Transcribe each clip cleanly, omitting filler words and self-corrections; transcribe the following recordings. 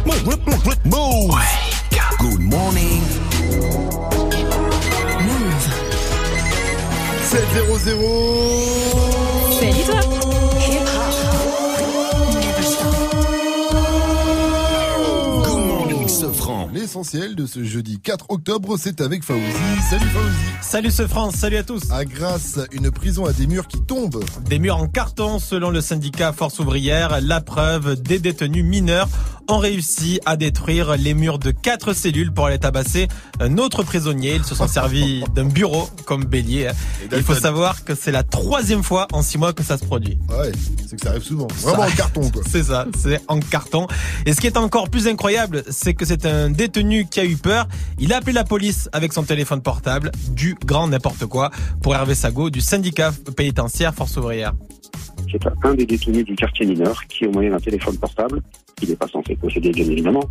Move. Good morning. Move. 7-0-0. Salut toi. Good morning, Sofran. L'essentiel de ce jeudi 4 octobre, c'est avec Fawzi. Salut Fawzi. Salut ce France, salut à tous. À Grasse, une prison à des murs qui tombent. Des murs en carton selon le syndicat Force Ouvrière. La preuve, des détenus mineurs ont réussi à détruire les murs de 4 cellules pour aller tabasser un autre prisonnier. Ils se sont servis d'un bureau comme bélier. Il faut savoir que c'est la 3e fois en 6 mois que ça se produit. Ouais, c'est que ça arrive souvent. Vraiment en carton, quoi. C'est ça, c'est en carton. Et ce qui est encore plus incroyable, c'est que c'est un détenu qui a eu peur. Il a appelé la police avec son téléphone portable, du grand n'importe quoi, pour Hervé Sago du syndicat pénitentiaire Force Ouvrière. C'est un des détenus du quartier mineur qui, au moyen d'un téléphone portable, qu'il n'est pas censé posséder bien évidemment,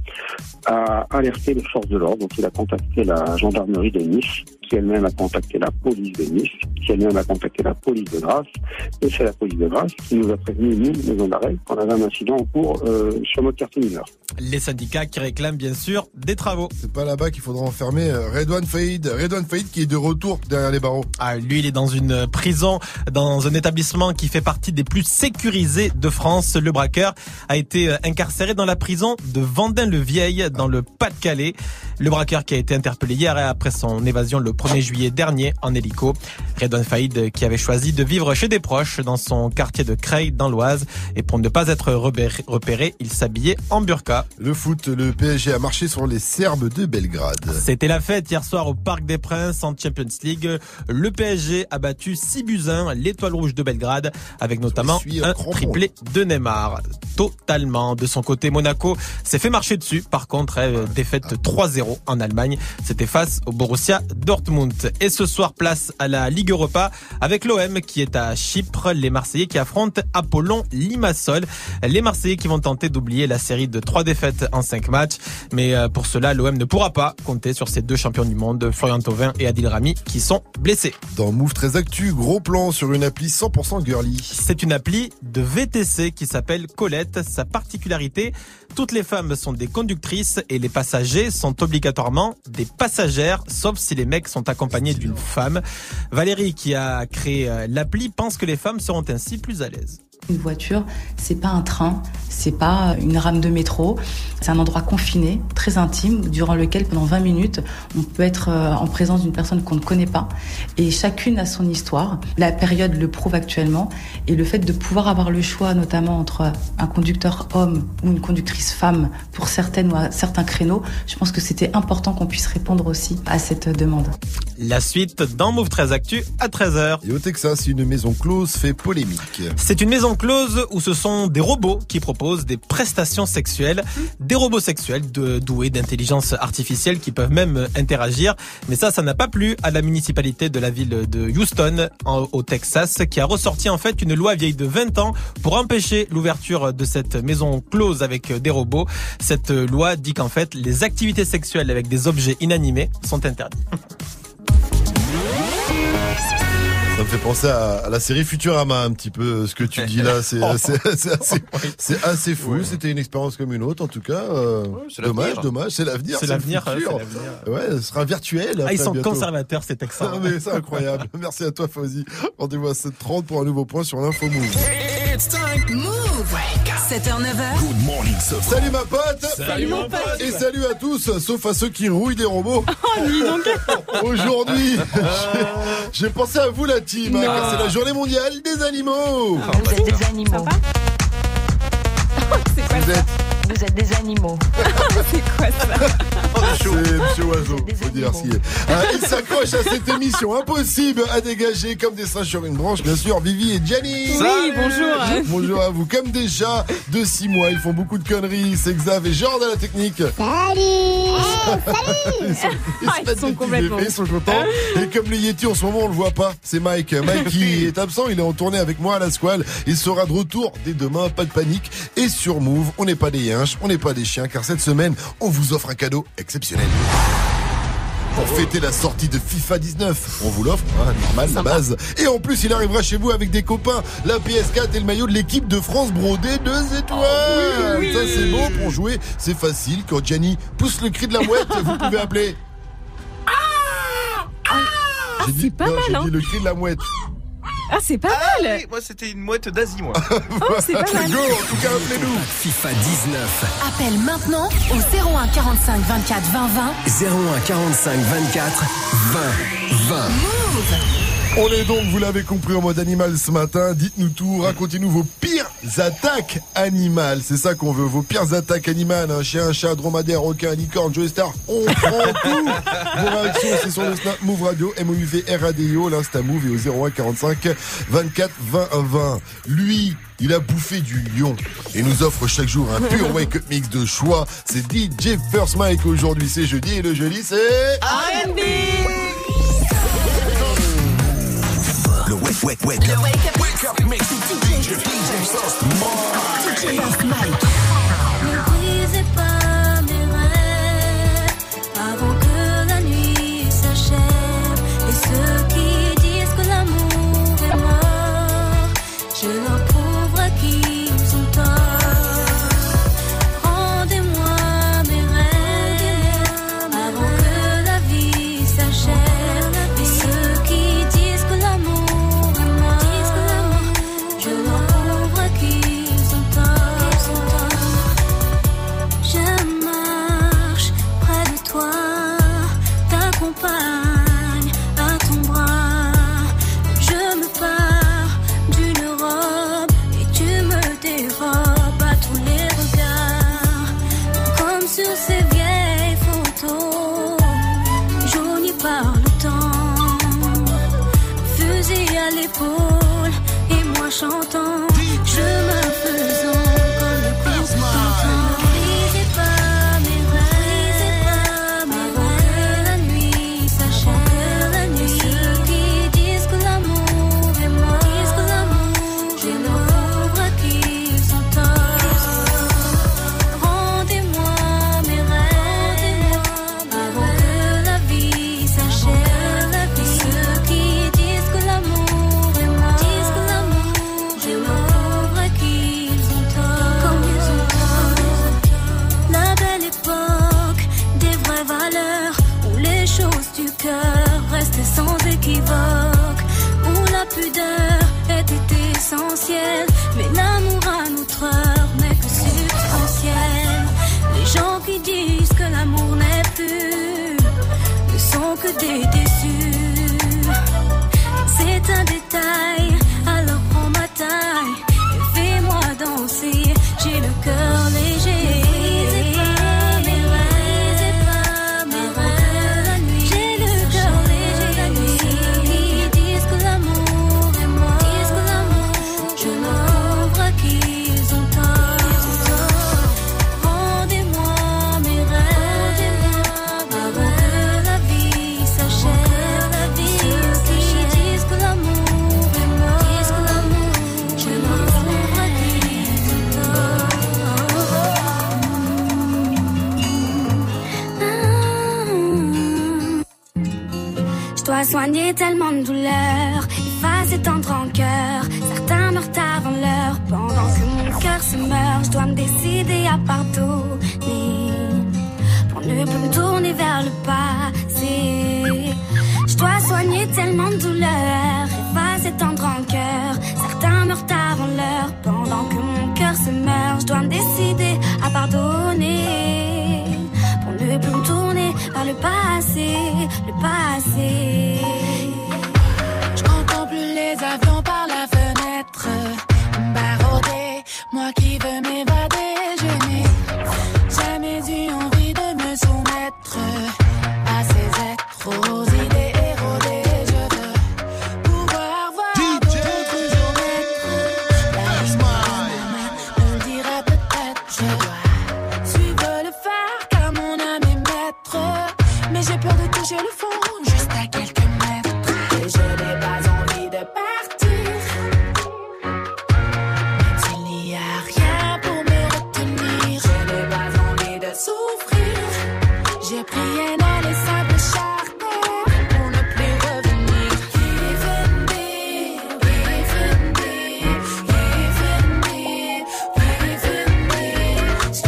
a alerté les forces de l'ordre. Donc il a contacté la gendarmerie de Nice, qui elle-même a contacté la police de Nice, qui elle-même a contacté la police de Grasse, et c'est la police de Grasse qui nous a prévenu, nous, maison d'arrêt, qu'on avait un incident en cours sur notre quartier mineur. Les syndicats qui réclament bien sûr des travaux. C'est pas là-bas qu'il faudra enfermer Redouane Faïd. Redouane Faïd qui est de retour derrière les barreaux. Ah, lui, il est dans une prison, dans un établissement qui fait partie des plus sécurisés de France. Le braqueur a été incarcéré dans la prison de Vendin-le-Vieil, dans le Pas-de-Calais. Le braqueur qui a été interpellé hier après son évasion le 1er juillet dernier en hélico. Redouane Faïd qui avait choisi de vivre chez des proches dans son quartier de Creil dans l'Oise. Et pour ne pas être repéré, il s'habillait en burqa. Le foot, le PSG a marché sur les Serbes de Belgrade. C'était la fête hier soir au Parc des Princes en Champions League. Le PSG a battu 6-1 l'Étoile Rouge de Belgrade avec notamment un triplé de Neymar. Totalement. De son côté, Monaco s'est fait marcher dessus. Par contre, défaite 3-0 en Allemagne. C'était face au Borussia Dortmund. Et ce soir, place à la Ligue Europa avec l'OM qui est à Chypre. Les Marseillais qui affrontent Apollon Limassol. Les Marseillais qui vont tenter d'oublier la série de 3 défaites en 5 matchs. Mais pour cela, l'OM ne pourra pas compter sur ces 2 champions du monde, Florian Thauvin et Adil Rami, qui sont blessés. Dans Move 13 Actu, gros plan sur une appli 100% girly. C'est une appli de VTC qui s'appelle Colette. Sa particularité, toutes les femmes sont des conductrices et les passagers sont obligatoirement des passagères, sauf si les mecs sont accompagnés d'une femme. Valérie, qui a créé l'appli, pense que les femmes seront ainsi plus à l'aise. Une voiture, c'est pas un train, c'est pas une rame de métro, c'est un endroit confiné, très intime, durant lequel pendant 20 minutes, on peut être en présence d'une personne qu'on ne connaît pas. Et chacune a son histoire. La période le prouve actuellement. Et le fait de pouvoir avoir le choix, notamment entre un conducteur homme ou une conductrice femme, pour certaines ou à certains créneaux, je pense que c'était important qu'on puisse répondre aussi à cette demande. La suite dans Move 13 Actu à 13h. Et au Texas, une maison close fait polémique. C'est une maison close où ce sont des robots qui proposent des prestations sexuelles, des robots sexuels doués d'intelligence artificielle qui peuvent même interagir. Mais ça n'a pas plu à la municipalité de la ville de Houston au Texas, qui a ressorti en fait une loi vieille de 20 ans pour empêcher l'ouverture de cette maison close avec des robots. Cette loi dit qu'en fait les activités sexuelles avec des objets inanimés sont interdites. Ça me fait penser à la série Futurama un petit peu, ce que tu dis là, c'est assez fou. Ouais. C'était une expérience comme une autre en tout cas. Dommage, c'est l'avenir. C'est l'avenir. Ouais, ce sera virtuel. Ils sont bientôt. Conservateurs ces Texans. Mais c'est incroyable. Merci à toi Fawzi. Rendez-vous à 7h30 pour un nouveau point sur l'Info Move. It's time. Move. 7h, 9h. Good morning, Sofran. Salut ma pote. Salut mon pote. Et salut à tous, sauf à ceux qui rouillent des robots. Oh, dis donc. Aujourd'hui, j'ai pensé à vous la team, car c'est la journée mondiale des animaux. Vous êtes des animaux. C'est quoi ça? Vous êtes des animaux. C'est quoi ça? C'est Monsieur Oiseau, faut dire si. Il s'accroche à cette émission impossible à dégager comme des singes sur une branche, bien sûr, Vivi et Gianni. Oui, bonjour. Bonjour à vous. Comme déjà de 6 mois, ils font beaucoup de conneries. C'est Xav et Jordan à la technique. Salut. Ils sont complètement. Ils sont contents. Et comme le Yeti en ce moment, on le voit pas. C'est Mike. Mike qui est absent. Il est en tournée avec moi à la Squale. Il sera de retour dès demain. Pas de panique. Et sur Move, on n'est pas des yinches, on n'est pas des chiens, car cette semaine, on vous offre un cadeau exceptionnel. Pour fêter la sortie de FIFA 19, on vous l'offre, normal, la base. Et en plus, il arrivera chez vous avec des copains, la PS4 et le maillot de l'équipe de France brodé 2 étoiles. Oui. Ça c'est bon pour jouer, c'est facile. Quand Gianni pousse le cri de la mouette, vous pouvez appeler. J'ai dit, c'est pas mal, j'ai hein. dit le cri de la mouette. Ah, c'est pas mal. Oui, moi c'était une mouette d'Asie, moi. Oh, c'est pas mal. Go, en tout cas, appelez-nous. FIFA 19. Appelle maintenant au 01 45 24 20 20. 01 45 24 20 20. On est donc, vous l'avez compris, en mode animal ce matin. Dites-nous tout, racontez-nous vos pires attaques animales. C'est ça qu'on veut, vos pires attaques animales. Un chien, un chat, dromadaire, requin, licorne, Joey Star. On prend tout. Vos réactions, c'est sur le Snap Move Radio, MOUV-RADIO, l'Insta Move et au 01 45 24 20 20. Lui, il a bouffé du lion et nous offre chaque jour un pur wake-up mix de choix. C'est DJ First Mike aujourd'hui, c'est jeudi et le jeudi c'est... R&B. Le wake up mix DJ First Mike. Ne brisez pas mes rêves avant que la nuit s'achève. Et ceux qui disent que l'amour est mort, je leur prouverai qu'ils ont tort. Rendez-moi mes rêves avant que la vie s'achève. Et ceux qui disent que l'amour est mort, je leur prouverai qu'ils ont tort. Je marche près de toi, t'accompagne à ton bras. Je me pars d'une robe et tu me dérobes à tous les regards. Comme sur ces vieilles photos, jaunies par le temps. Fusil à l'épaule et moi chantant, chemin faisant comme le cours d'antan. Ne brisez pas mes rêves avant que la nuit s'achève. Et ceux qui disent que l'amour est mort, je leur prouverai qu'ils ont tort. Rendez-moi mes rêves avant que la vie s'achève. Et ceux qui disent que l'amour est mort, je leur prouverai qu'ils ont tort. La belle époque des vraies valeurs, où les choses du cœur restaient sans équivoque, où la pudeur était essentielle, mais l'amour à notre heure n'est que substantiel. Les gens qui disent que l'amour n'est plus ne sont que des déçus. C'est un détail, alors prends ma taille et fais-moi danser. J'ai le cœur léger. J'ai le cœur léger. Ceux qui disent que l'amour est mort, je leur prouverai qu'ils ont tort. Rendez-moi mes rêves avant que la vie s'achève. Ceux qui disent que l'amour est mort, je leur prouverai qu'ils ont tort. Je dois soigner tellement de douleurs, effacer tant de rancœur. Certains meurent avant l'heure, pendant que mon cœur se meurt. Je dois me décider à pardonner, pour ne plus me tourner vers le passé. Je dois soigner tellement de douleurs, effacer tant de rancœur. Certains meurent avant l'heure, pendant que mon cœur se meurt. Je dois me décider à pardonner, pour ne plus me tourner vers le passé, le passé. Je contemple les avions par la fenêtre, baroudé, moi qui veux m'évader, je n'ai jamais eu envie de me soumettre à ces êtres aux idées érodées. Je veux pouvoir voir d'autres géomètres. La vie me le dira peut-être. Je dois suivre le phare car mon âme est maître, mais j'ai peur de toucher le fond juste à quelques mètres. Et je n'ai pas envie de partir, même s'il n'y a rien pour me retenir. Je n'ai pas envie de souffrir. J'ai pris un aller simple charter pour ne plus revenir. Even me, even me, even me, even me.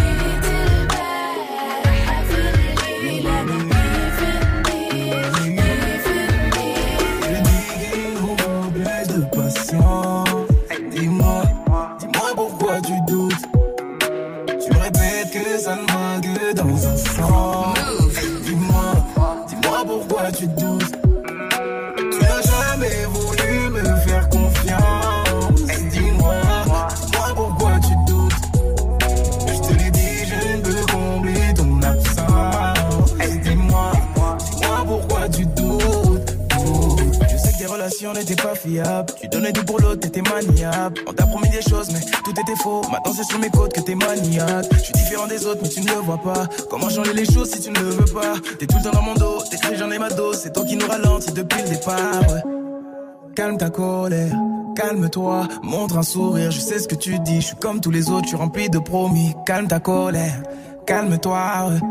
ça ne va que dans un sens. Dis-moi pourquoi tu te doutes. Tu n'as jamais voulu me faire confiance. Dis-moi pourquoi tu te doutes. Je te l'ai dit, je ne peux combler ton absence. Dis-moi pourquoi tu te doutes. Je sais que tes relations n'étaient pas fiables. Tu donnais tout pour l'autre, t'étais maniable. On t'a promis des choses, mais tout était faux. Maintenant c'est sur mes côtes que t'es maniaque. Je suis différent des autres, mais tu ne le vois pas. Comment changer les choses si tu ne le veux pas? T'es tout le temps dans mon dos, t'écris j'en ai ma dose. C'est toi qui nous ralentis depuis le départ, ouais. Calme ta colère, calme-toi, montre un sourire. Je sais ce que tu dis, je suis comme tous les autres, je suis rempli de promis. Calme ta colère, calme-toi, ouais.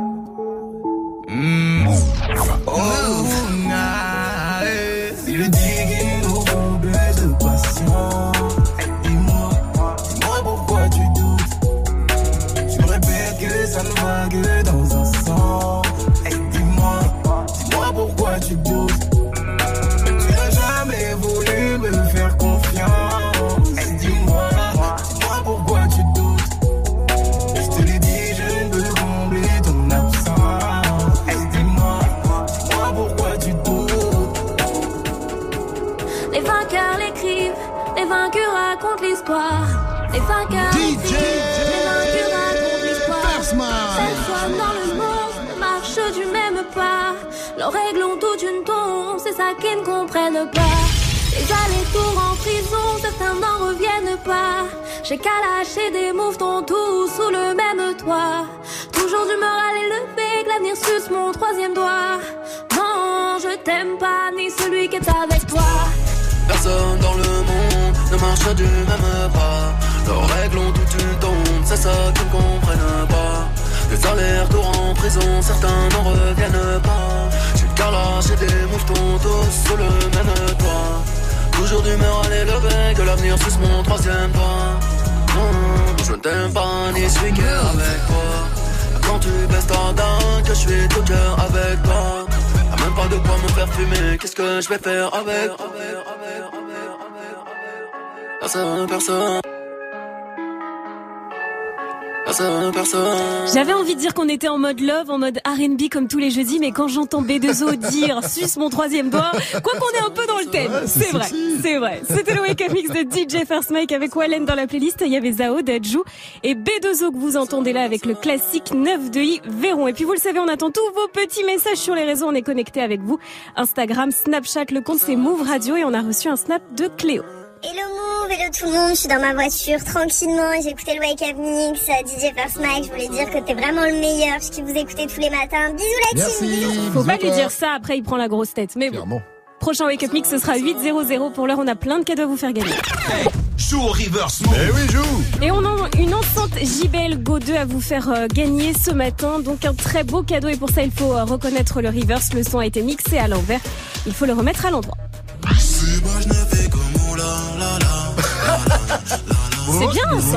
Oh, nah, si je dis qu'il nous faut plus de patience. Dis-moi pourquoi tu doutes. Je me répète que ça ne va que dans un sens. Dis-moi pourquoi tu doutes. Tu n'as jamais voulu me faire confiance. Dis-moi pourquoi tu doutes. Je te l'ai dit, je ne peux combler ton absence. Dis-moi pourquoi tu doutes. Les vainqueurs l'écrivent, les vaincus racontent l'histoire. Les vainqueurs l'écrivent, les vaincus racontent l'histoire. Cette fois dans le monde ne marche du même pas. Leurs règles ont toute une tombe, c'est ça qu'ils ne comprennent pas. Les allers-retours en prison, certains n'en reviennent pas. J'ai qu'à lâcher des mouvements tous sous le même toit. Toujours du moral élevé, que l'avenir suce mon troisième doigt. Non, je t'aime pas, ni celui qui est avec toi. Personne dans le monde ne marche du même pas. Leurs règles ont toute une tombe, c'est ça qu'ils ne comprennent pas. Les allers-retours en prison, certains n'en reviennent pas. J'ai qu'à lâcher des mouvements tous sous le même toit. Toujours d'humeur à l'élever, que l'avenir suce mon troisième doigt. Non, je ne t'aime pas ni celui qui est avec toi. Quand tu baisses ta dame, que je suis tout cœur avec toi. Y'a même pas de quoi me faire fumer, qu'est-ce que je vais faire avec? Personne. J'avais envie de dire qu'on était en mode love, en mode R&B comme tous les jeudis, mais quand j'entends B2O dire « suce mon troisième doigt », quoi qu'on est un peu dans le thème. C'est vrai. C'était le Wake Up Mix de DJ First Mike avec Wallen dans la playlist. Il y avait Zao, Dadju et B2O que vous entendez là avec le classique 9 de I Véron. Et puis vous le savez, on attend tous vos petits messages sur les réseaux. On est connecté avec vous. Instagram, Snapchat, le compte c'est Move Radio et on a reçu un snap de Cléo. Hello Move, hello tout le monde, je suis dans ma voiture tranquillement et j'ai écouté le Wake Up Mix, DJ First Mike, je voulais dire que t'es vraiment le meilleur, je kiffe vous écouter tous les matins, bisous la team. Faut pas lui dire ça, après il prend la grosse tête, mais bon. Prochain Wake Up Mix, ce sera 8-0-0 pour l'heure, on a plein de cadeaux à vous faire gagner. Hey, joue au reverse move. Eh oui, joue. Et on a une enceinte JBL Go 2 à vous faire gagner ce matin, donc un très beau cadeau et pour ça il faut reconnaître le reverse, le son a été mixé à l'envers, il faut le remettre à l'endroit. C'est bien ça.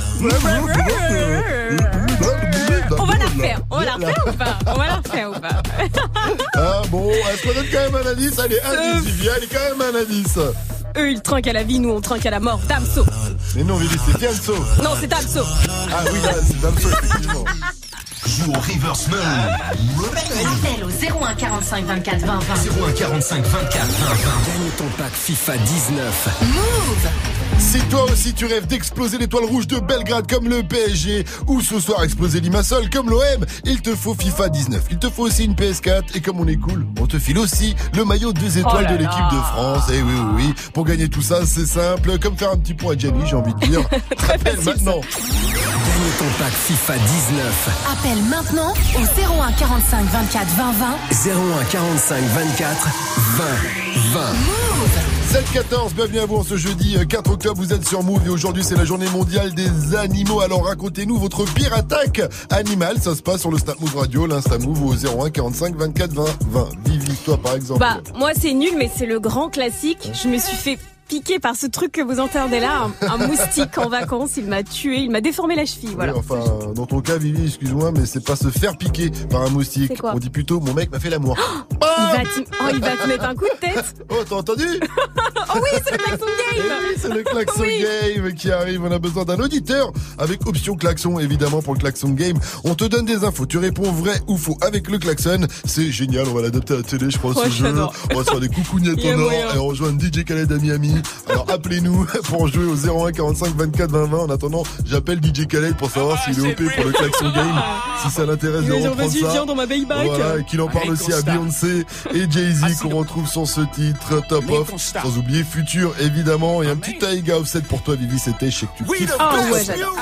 On va la refaire ou pas? Ah bon, est-ce qu'on donne quand même un indice? Allez, elle est quand même un indice. Eux ils trinquent à la vie, nous on trinque à la mort. Damso. Mais non, Vili, c'est Fianso. Non, c'est Damso. Ah oui, là, c'est Damso, effectivement. Joue au reverse mode. Appel au 01 45 24 20 20. 01 45 24 20 20. Gagne ton pack FIFA 19. Move. Si toi aussi tu rêves d'exploser l'étoile rouge de Belgrade comme le PSG ou ce soir exploser Limassol comme l'OM, il te faut FIFA 19. Il te faut aussi une PS4 et comme on est cool, on te file aussi le maillot 2 étoiles de l'équipe de France. Et oui. Pour gagner tout ça, c'est simple, comme faire un petit point à Gianni, j'ai envie de dire. Appelle maintenant. Gagne ton pack FIFA 19. Appelle maintenant au 01 45 24 20 20. 01 45 24 20 20. Move. 7-14, bienvenue à vous en ce jeudi 4 octobre, vous êtes sur Move et aujourd'hui c'est la journée mondiale des animaux. Alors racontez-nous votre pire attaque animale, ça se passe sur le Snap Move Radio, l'Insta Move au 01 45 24 20 20. Vivi, toi par exemple. Bah moi c'est nul mais c'est le grand classique, je me suis fait piqué par ce truc que vous entendez là, un moustique en vacances. Il m'a tué, il m'a déformé la cheville. Voilà. Oui, enfin, dans ton cas, Vivi, excuse-moi, mais c'est pas se faire piquer par un moustique. C'est quoi ? On dit plutôt mon mec m'a fait l'amour. Il va te mettre un coup de tête. Oh, t'as entendu ? Oh oui, c'est le klaxon game. Oui, c'est le klaxon game qui arrive. On a besoin d'un auditeur avec option klaxon, évidemment, pour le klaxon game. On te donne des infos, tu réponds vrai ou faux avec le klaxon. C'est génial, on va l'adapter à la télé, je crois, ce jeu. On va se faire des coucougnettes en or et on rejoint DJ Khaled à Miami. Alors appelez-nous pour jouer au 01 45 24 20 20. En attendant, j'appelle DJ Khaled pour savoir s'il est OP pour le klaxon game. Si ça l'intéresse de reprendre ça. Viens dans ma Maybach. Voilà, et qu'il en parle aussi à Beyoncé et Jay-Z qu'on retrouve sur ce titre Top Off. Sans oublier Future, évidemment. Et un petit Taiga Offset pour toi, Vivi, c'était chez que tu kiffes. Oh ouais, j'adore.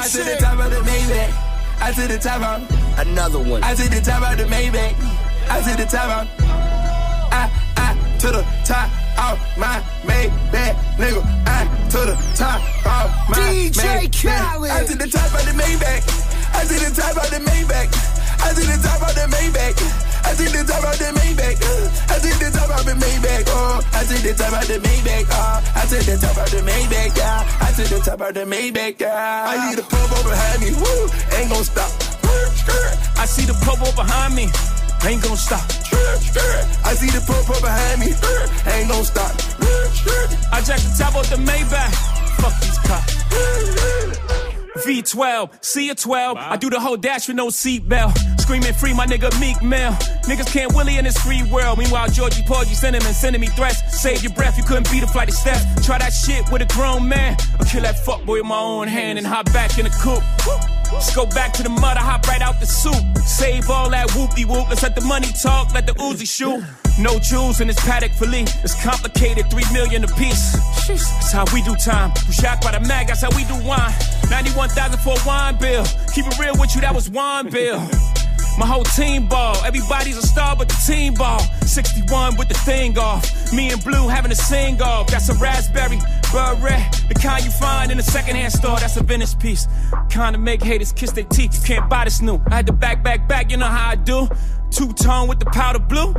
I to the top out. Another one. I to the top out the Maybach. I to the top out. I to the top out my Maybach, nigga. I to the top out my DJ Khaled. I to the top out the Maybach. I to the top out the Maybach. I to the top out the Maybach. I to the top out the Maybach. I to the top out the Maybach. Oh, I to the top out the Maybach. Oh, I to the top out the Maybach. Yeah, I to the top out the Maybach. Yeah, I need a purple behind me. Woo, ain't gon' stop. I see the purple behind me. Ain't gon' stop. I see the purple behind me. Ain't gon' stop. I jack the top off the Maybach. Fuck these cops. V12, see a 12. Wow. I do the whole dash with no seatbelt. Screaming free my nigga Meek Mill. Niggas can't willy in this free world. Meanwhile, Georgie Porgy sending me threats. Save your breath, you couldn't beat a flight of steps. Try that shit with a grown man. I'll kill that fuckboy with my own hand and hop back in the coupe. Just go back to the mud, I hop right out the soup. Save all that whoop-de-whoop. Let's let the money talk, let the Uzi shoot. No jewels in this paddock for Lee. It's complicated, 3 million a piece. That's how we do time. You shocked by the mag, that's how we do wine. 91,000 for a wine bill. Keep it real with you, that was wine bill. My whole team ball, everybody's a star but the team ball. 61 with the thing off. Me and Blue having a sing off. That's a raspberry, beret. The kind you find in a secondhand store, that's a vintage piece. Kind of make haters kiss their teeth, you can't buy this new. I had to back, you know how I do. Two-tone with the powder blue.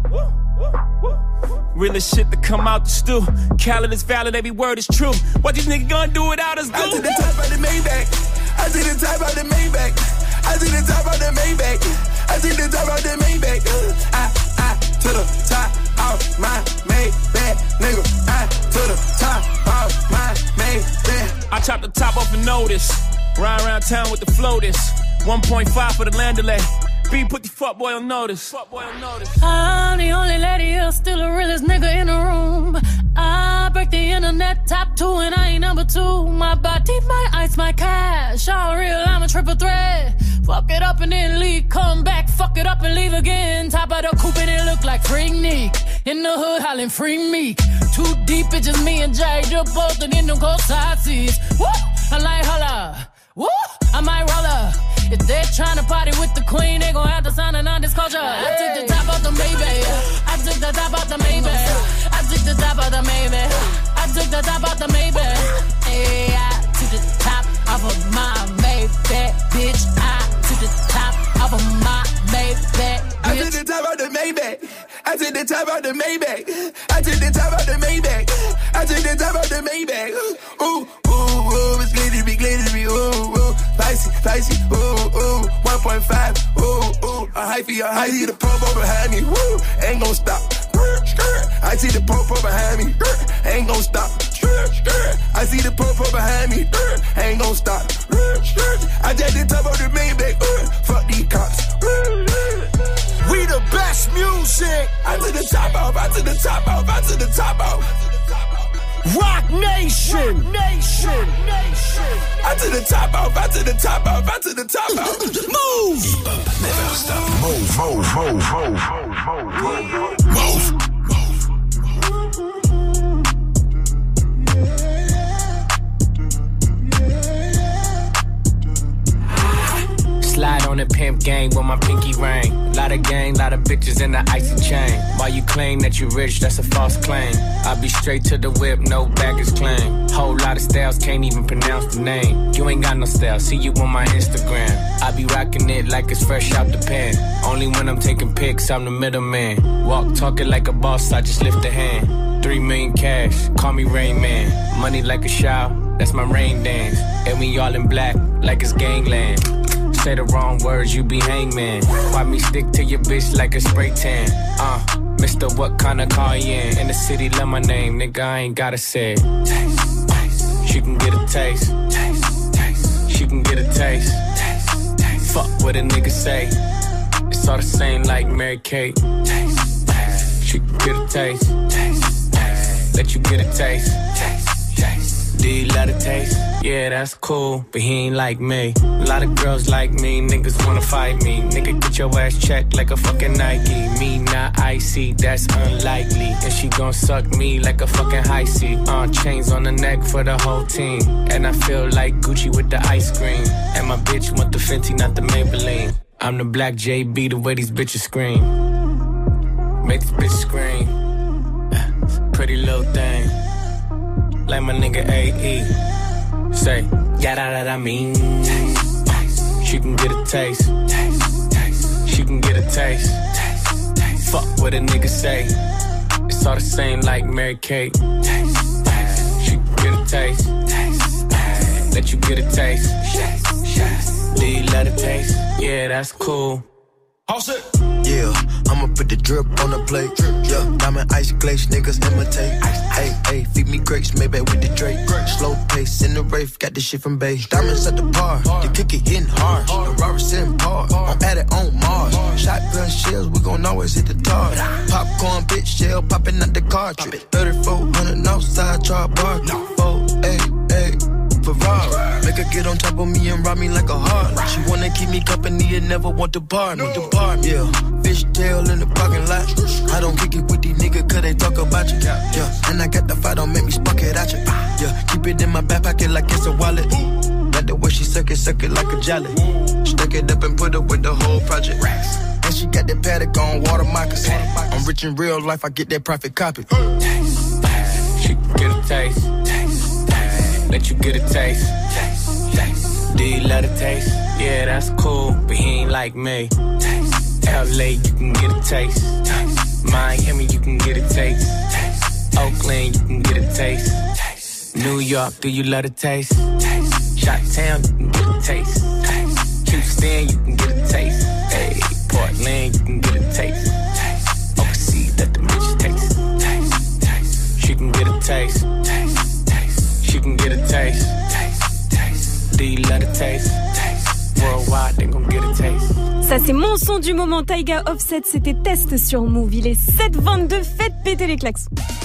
Realest shit to come out the stew. Khaled is valid, every word is true. What these niggas gonna do without us, go? I did the top of the Maybach. I did the top of the Maybach. I did the top of the Maybach. I did the top of the Maybach. I to the top of my Maybach, nigga. I to the top of my Maybach. I chopped the top off a notice. Ride around town with the floaters. 1.5 for the Landaulet. B put the fuckboy on notice. I'm the only lady here, still the realest nigga in the room. I break the internet top 2 and I ain't number 2. My body, my ice, my cash. All real, I'm a triple threat. Fuck it up and then leave, come back. Fuck it up and leave again. Top of the coupe and it look like Freak Nick. In the hood hollering Free Meek. Too deep, it's just me and Jay. You're both in them cold side seats. Woo! I like holla. Woo! I might roll up. If they're trying to party with the queen, they gon' have to sign a non-disclosure. I took the top off the Maybach. I took the top off the Maybach. I took the top off the Maybach. I took the top off the Maybach. Hey, I took the top off of my Maybach, bitch. I took the top off of my Maybach, bitch. I took the top off the Maybach. I took the top off the Maybach. I took the top off the Maybach. I took the top off the Maybach. Ooh, ooh, ooh, it's glittery, ooh, ooh. Spicy, ooh, ooh, 1.5, ooh, ooh, a hyphy, I see the popo behind me, woo, ain't gon' stop, I see the popo behind me, ain't gon' stop, I see the popo behind me, ain't gon' stop, I just the top of the Maybach, fuck these cops, we the best music, I to the top off, I to the top off, I to the top off. Rock Nation! I to the top off, I to the top off, I to the top off. Move! Hip-hop never stop. Move. Slide on the pimp gang with my pinky ring. Lot of gang, lot of bitches in the icy chain. While you claim that you rich, that's a false claim. I be straight to the whip, no baggage claim. Whole lot of styles, can't even pronounce the name. You ain't got no style, see you on my Instagram. I be rocking it like it's fresh out the pen. Only when I'm taking pics, I'm the middleman. Walk talking like a boss, I just lift a hand. 3 million cash, call me Rain Man. Money like a shower, that's my rain dance. And we all in black, like it's gangland. Say the wrong words, you be hangman. Why me stick to your bitch like a spray tan? Mister, what kind of car you in the city, love my name, nigga, I ain't gotta say it. Taste, taste. She can get a taste. Taste, taste. She can get a taste. Taste, taste. Fuck what a nigga say. It's all the same like Mary Kate. Taste, taste. She can get a taste. Taste, taste. Let you get a taste. Taste, taste. Do you love the taste? Yeah, that's cool, but he ain't like me. A lot of girls like me, niggas wanna fight me. Nigga, get your ass checked like a fucking Nike. Me not icy, that's unlikely. And she gon' suck me like a fucking high C. Chains on the neck for the whole team. And I feel like Gucci with the ice cream. And my bitch want the Fenty, not the Maybelline. I'm the black JB, the way these bitches scream. Make this bitch scream. Pretty little thing. Like my nigga AE. Say, yada that I mean. Taste, taste. She can get a taste. Taste, taste. She can get a taste. Taste, taste. Fuck what a nigga say. It's all the same like Mary Kate. Taste, taste. She can get a taste. Taste, taste. Let you get a taste. Taste, taste. Do you love the taste? Yeah, that's cool. Yeah, I'ma put the drip on the plate. Yeah, diamond ice glaze, niggas imitate. Hey, hey, feed me grapes, maybe with the Drake. Slow pace in the rave, got this shit from Bay. Diamonds at the bar, the kick it hitting hard. The Robert sitting par, I'm at it on Mars. Shotgun shells, we gon' always hit the tar. Popcorn, bitch, shell popping out the cartridge. 3400 outside, try bar. 488. Ferrari. Make her get on top of me and rob me like a heart. She wanna keep me company and never want to bar me. Yeah, fishtail in the parking lot. I don't kick it with these niggas cause they talk about you. Yeah, and I got the fight, don't make me spark it at you. Yeah, keep it in my back pocket like it's a wallet. Like the way she suck it like a jelly. Stuck it up and put it with the whole project. And she got that paddock on water moccasin. I'm rich in real life, I get that profit copy. Taste, taste. She can get a taste. Let you get a taste. Taste, taste. Do you love the taste? Yeah, that's cool, but he ain't like me. Taste, LA, you can get a taste. Taste. Miami, you can get a taste. Taste. Oakland, you can get a taste. Taste. New York, do you love the taste? Taste. Chi-Town, you can get a taste. Taste. Houston, you can get a taste. Hey, Portland, you can get a taste. Taste. Overseas, let the bitch taste. Taste. Taste. She can get a taste. Taste. She can get a taste. Taste, taste. Do you love the taste? Taste. Worldwide, they gon' get a taste. Ça c'est mon son du moment. Taiga Offset, c'était Test sur Move. Il est 7h22, faites péter les klaxons.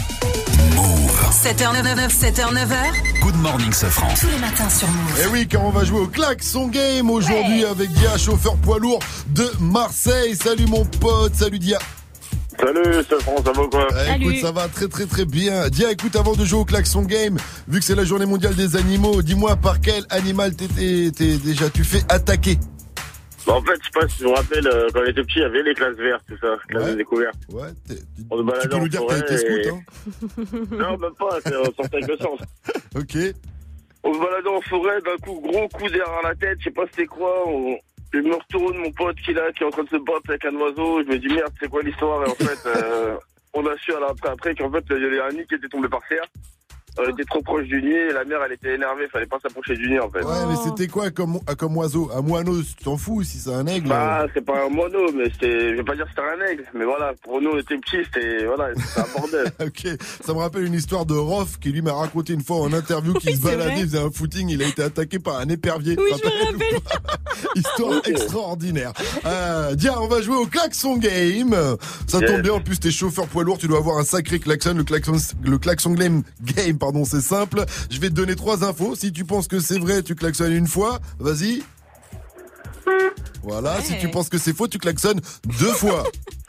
Move. 7h09, 7h9. Good morning, Sofran. Tous les matins sur Move. Et oui, car on va jouer au klaxon game aujourd'hui avec Dia, chauffeur poids lourd de Marseille. Salut mon pote, salut Dia. Salut, c'est France, ça va quoi? Écoute, ça va très très très bien. Dia, écoute, avant de jouer au klaxon game, vu que c'est la journée mondiale des animaux, dis-moi par quel animal tu fais attaquer? Bah en fait, je sais pas si tu me rappelles, quand on était petit, il y avait les classes vertes, tout ça, classes de découverte. Ouais, on se baladait tu peux nous dire que t'as été scout, hein? Non, même pas, on sortait avec le sens. Ok. On se baladait en forêt, d'un coup, gros coup derrière la tête, je sais pas c'était quoi, je me retourne, mon pote qui est en train de se battre avec un oiseau, je me dis merde, c'est quoi l'histoire? Et en fait, on a su après qu'en fait, il y avait un nid qui était tombé par terre. On était trop proche du nid et la mère elle était énervée, fallait pas s'approcher du nid en fait. Ouais, mais c'était quoi comme oiseau? Un moineau, tu t'en fous si c'est un aigle? Bah, c'est pas un moineau, mais je vais pas dire que c'était un aigle, mais voilà, pour nous on était petits, c'était un bordel. Ok, ça me rappelle une histoire de Rof qui lui m'a raconté une fois en interview qu'il se baladait, il faisait un footing, il a été attaqué par un épervier. Oui, je me rappelle. Histoire extraordinaire. Dia, on va jouer au klaxon game. Ça tombe bien, en plus t'es chauffeur poids lourd, tu dois avoir un sacré klaxon. Le klaxon game, pardon, c'est simple. Je vais te donner 3 infos. Si tu penses que c'est vrai, tu klaxonnes une fois. Vas-y. Voilà. Ouais. Si tu penses que c'est faux, tu klaxonnes 2 fois.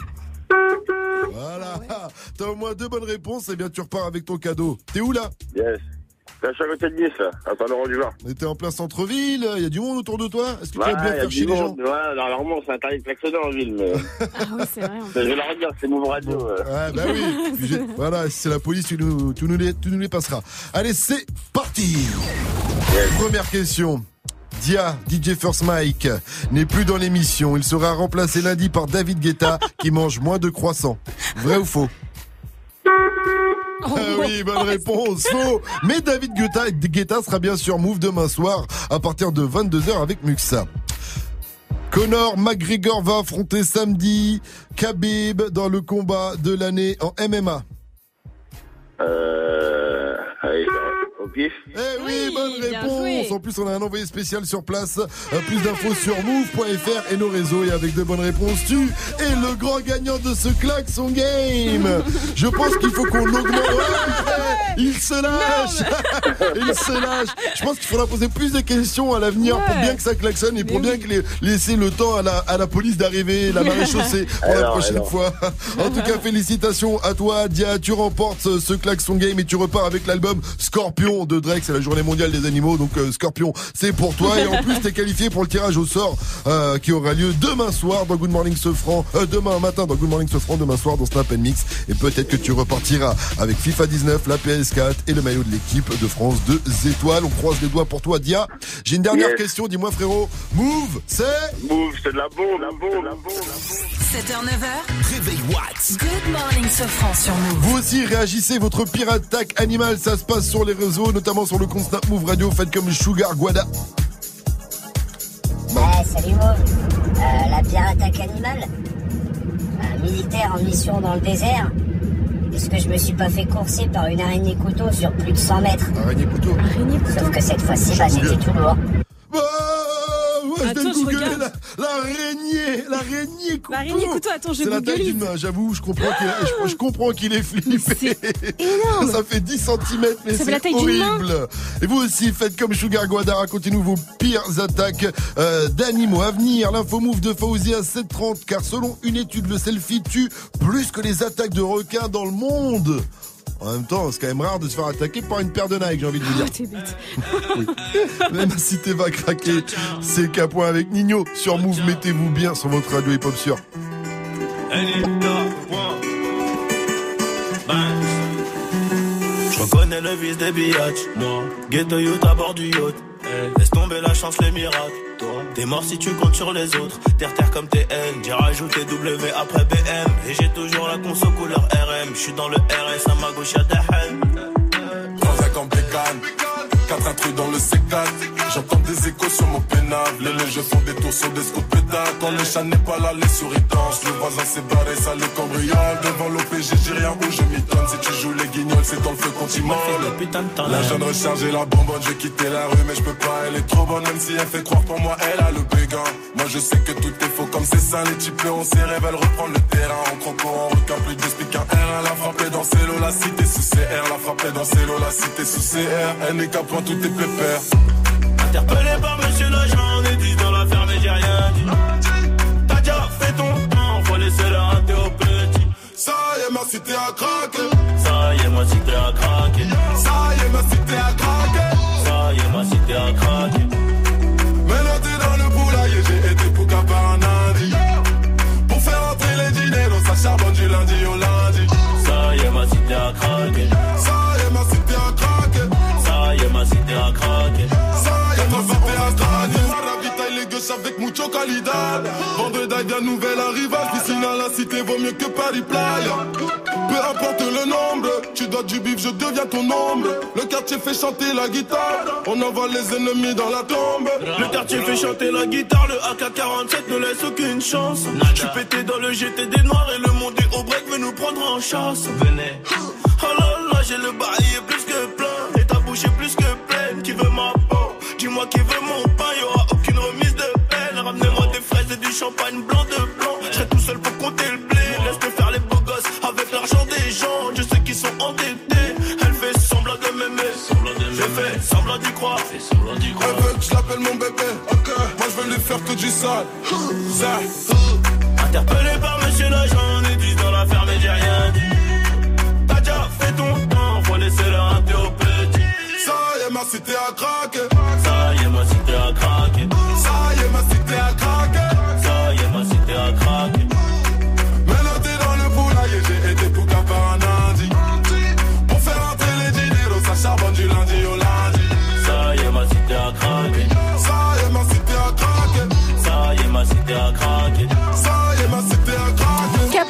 Voilà. T'as au moins 2 bonnes réponses. Et bien, tu repars avec ton cadeau. T'es où là? Yes. Là, je suis à côté de Nice, là, à Saint-Laurent-du-Var. Mais t'es en plein centre-ville, il y a du monde autour de toi? Est-ce que tu vas bien faire chier les gens? Ouais, normalement, c'est interdit de klaxonner en ville, mais... Ah oui, c'est vrai. Je vais leur dire, c'est Move Radio. Ouais, bah oui. Voilà, si c'est la police, tu nous les passeras. Allez, c'est parti. Yes. Première question. Dia, DJ First Mike, n'est plus dans l'émission. Il sera remplacé lundi par David Guetta, qui mange moins de croissants. Vrai ou faux? Oui, bonne réponse. Faux. Mais David Guetta sera bien sur Move demain soir à partir de 22h avec Muxa. Conor McGregor va affronter samedi Khabib dans le combat de l'année en MMA. Au pif. Oui, bonne réponse. En plus, on a un envoyé spécial sur place. Plus d'infos sur move.fr et nos réseaux. Et avec de bonnes réponses, tu es le grand gagnant de ce klaxon game. Je pense qu'il faut qu'on augmente. Il se lâche. Il se lâche. Je pense qu'il faudra poser plus de questions à l'avenir pour bien que ça klaxonne et pour bien que laisser le temps à la police d'arriver, la maréchaussée pour la prochaine fois. En tout cas, félicitations à toi, Dia. Tu remportes ce klaxon game et tu repars avec l'album Scorpion de Drake. C'est la journée mondiale des animaux, donc Scorpion, c'est pour toi. Et en plus, t'es qualifié pour le tirage au sort qui aura lieu demain soir dans Good Morning Sofran, demain matin dans Good Morning Sofran, demain soir dans Snap Mix. Et peut-être que tu repartiras avec FIFA 19, la PS4 et le maillot de l'équipe de France 2 étoiles. On croise les doigts pour toi, Dia. J'ai une dernière question, dis-moi frérot. Move, c'est de la bombe, la bombe, la bombe. 7h, 9h. Réveil What. Good Morning Sofran sur Move. Vous aussi réagissez, votre pire attaque animale, ça se passe sur les réseaux, notamment sur le compte Snap Move Radio, faites comme Sugar Guada. Salut Move. La pire attaque animale, un militaire en mission dans le désert. Est-ce que je me suis pas fait courser par une araignée couteau sur plus de 100 mètres? Araignée couteau. Sauf que cette fois-ci, j'étais tout lourd. Attends, je regarde. L'araignée couteau. L'araignée couteau, attends, je c'est la taille d'une main, j'avoue, je comprends qu'il est flippé. C'est énorme. Ça fait 10 cm, mais ça fait la c'est taille horrible. Et vous aussi, faites comme Sugar Guada, racontez-nous vos pires attaques d'animaux. À venir, l'info move de Fauzi à 7h30, car selon une étude, le selfie tue plus que les attaques de requins dans le monde. En même temps, c'est quand même rare de se faire attaquer par une paire de Nike, j'ai envie de vous dire. Oh, t'es bête. Oui. Même si t'es va craquer, c'est qu'à point avec Nino sur Move. Mettez-vous bien sur votre radio hip-hop sûr. Je reconnais le vice des biatchs. Ghetto youth à bord du yacht. Laisse tomber la chance, les miracles. T'es mort si tu comptes sur les autres. Terre comme TN, j'ai rajouté W après BM. Et j'ai toujours la conso couleur RM. J'suis dans le RS, à ma gauche y'a Dahan. 35 en bécane, 4 intrus dans le C4. J'entends des échos sur mon pénal. Les légers font des tours sur des scouts pétales. Quand le chat n'est pas là, les souris dansent. Le voisin s'est barré, ça les cambriole. Devant l'OPG, j'ai rien où je m'y donne. Si tu joues les guignols, c'est dans le feu qu'on t'y molle. La jeune rechargée, la bonbonne, j'ai quitté la rue, mais je peux pas, elle est trop bonne. Même si elle fait croire pour moi, elle a le béguin. Moi je sais que tout est faux comme c'est ça. Les types ont ses rêves, veulent reprendre le terrain. En croco, en requin, plus d'explique qu'un R. Elle a frappé dans ses lots, la cité sous CR. La frappé dans ses lots, la cité sous CR. Elle n'est qu'à point, tout est pépère. Interpellé par monsieur l'agent, on est 10 dans l'affaire, mais j'ai rien dit. T'as déjà fait ton temps, faut laisser la rater au petit. Ça y est, ma cité a craqué. Ça y est, ma cité a craqué. Ça y est, ma cité a craqué. Ça y est, ma cité a craqué. Maintenant t'es dans le poulailler, j'ai été pour qu'à par un lundi. Pour faire entrer les dîners, dans sa charbonne du lundi au lundi. Ça y est, ma cité a craqué. Ça y est, ma cité a craqué. Ça y est, ma cité a craqué. Ravitaille les gauches avec mucho calidad. Vendredi bien nouvelle arrivage. Piscine à la cité vaut mieux que Paris Playa. Peu importe le nombre, tu dois du bif, je deviens ton ombre. Le quartier fait chanter la guitare. On envoie les ennemis dans la tombe. Le quartier fait chanter la guitare. Le AK-47 ne laisse aucune chance. J'suis pété dans le GT des noirs. Et le monde est au break veut nous prendre en chasse. Venez. Oh là là, j'ai le bail plus que plein. Et ta bouche est plus que pleine. Qui veut ma peau? Dis-moi qui veut mon pain, y'aura aucune remise de peine. Ramenez-moi des fraises et du champagne blanc de blanc. J'serai tout seul pour compter le blé. Laisse-le faire les beaux gosses avec l'argent des gens. Je sais qu'ils sont endettés. Elle fait semblant de m'aimer. Je fais semblant d'y croire. Elle veut que je l'appelle mon bébé. Ok, moi je veux lui faire que du sale. Interpellé par monsieur l'agent, on est 10 dans l'affaire, mais j'ai rien dit. T'as déjà fait ton temps, faut laisser la rater au petit. Ça y est, ma cité a craqué. Ça y est, ma cité a craqué. Ça y est, ma cité a craqué. Ça y est, ma cité a craqué. Maintenant t'es dans le poulailler, j'ai été pour qu'à par un lundi. Pour faire entrer les dîners, ça charbonne du lundi au lundi. Ça y est, ma cité a craqué. Ça y est, ma cité a craqué. Ça y est, ma cité a craqué. Ça y est, ma cité a craqué. Capoin et Nino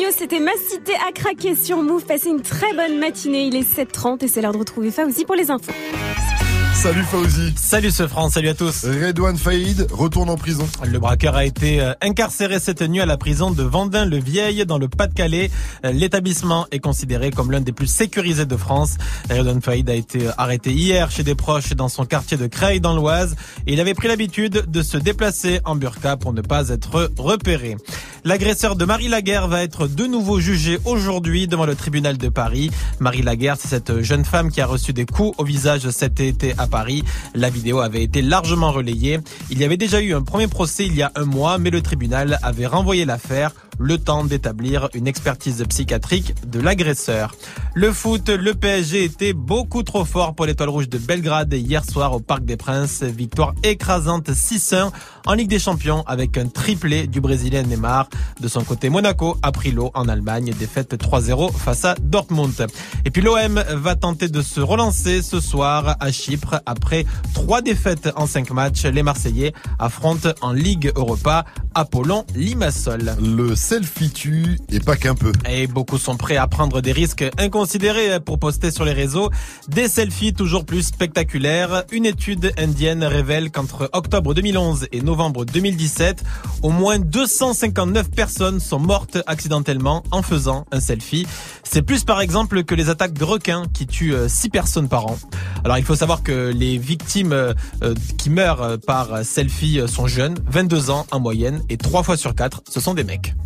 Nio, c'était Ma Cité à craquer sur Move. Passez une très bonne matinée. Il est 7h30 et c'est l'heure de retrouver Fauzi pour les infos. Salut Fauzi. Salut ce France, salut à tous. Redouane Faïd retourne en prison. Le braqueur a été incarcéré cette nuit à la prison de Vendin-le-Vieil dans le Pas-de-Calais. L'établissement est considéré comme l'un des plus sécurisés de France. Redouane Faïd a été arrêté hier chez des proches dans son quartier de Creil dans l'Oise. Et il avait pris l'habitude de se déplacer en burqa pour ne pas être repéré. L'agresseur de Marie Laguerre va être de nouveau jugé aujourd'hui devant le tribunal de Paris. Marie Laguerre, c'est cette jeune femme qui a reçu des coups au visage cet été à Paris. La vidéo avait été largement relayée. Il y avait déjà eu un premier procès il y a un mois, mais le tribunal avait renvoyé l'affaire, le temps d'établir une expertise psychiatrique de l'agresseur. Le foot, le PSG était beaucoup trop fort pour l'Étoile Rouge de Belgrade hier soir au Parc des Princes. Victoire écrasante 6-1 en Ligue des Champions avec un triplé du Brésilien Neymar. De son côté, Monaco a pris l'eau en Allemagne, défaite 3-0 face à Dortmund. Et puis l'OM va tenter de se relancer ce soir à Chypre après 3 défaites en 5 matchs. Les Marseillais affrontent en Ligue Europa Apollon Limassol. Le selfie tue et pas qu'un peu. Et beaucoup sont prêts à prendre des risques inconsidérés pour poster sur les réseaux. Des selfies toujours plus spectaculaires. Une étude indienne révèle qu'entre octobre 2011 et novembre 2017, au moins 259 personnes sont mortes accidentellement en faisant un selfie. C'est plus par exemple que les attaques de requins qui tuent 6 personnes par an. Alors il faut savoir que les victimes qui meurent par selfie sont jeunes, 22 ans en moyenne, et 3 fois sur 4, ce sont des mecs.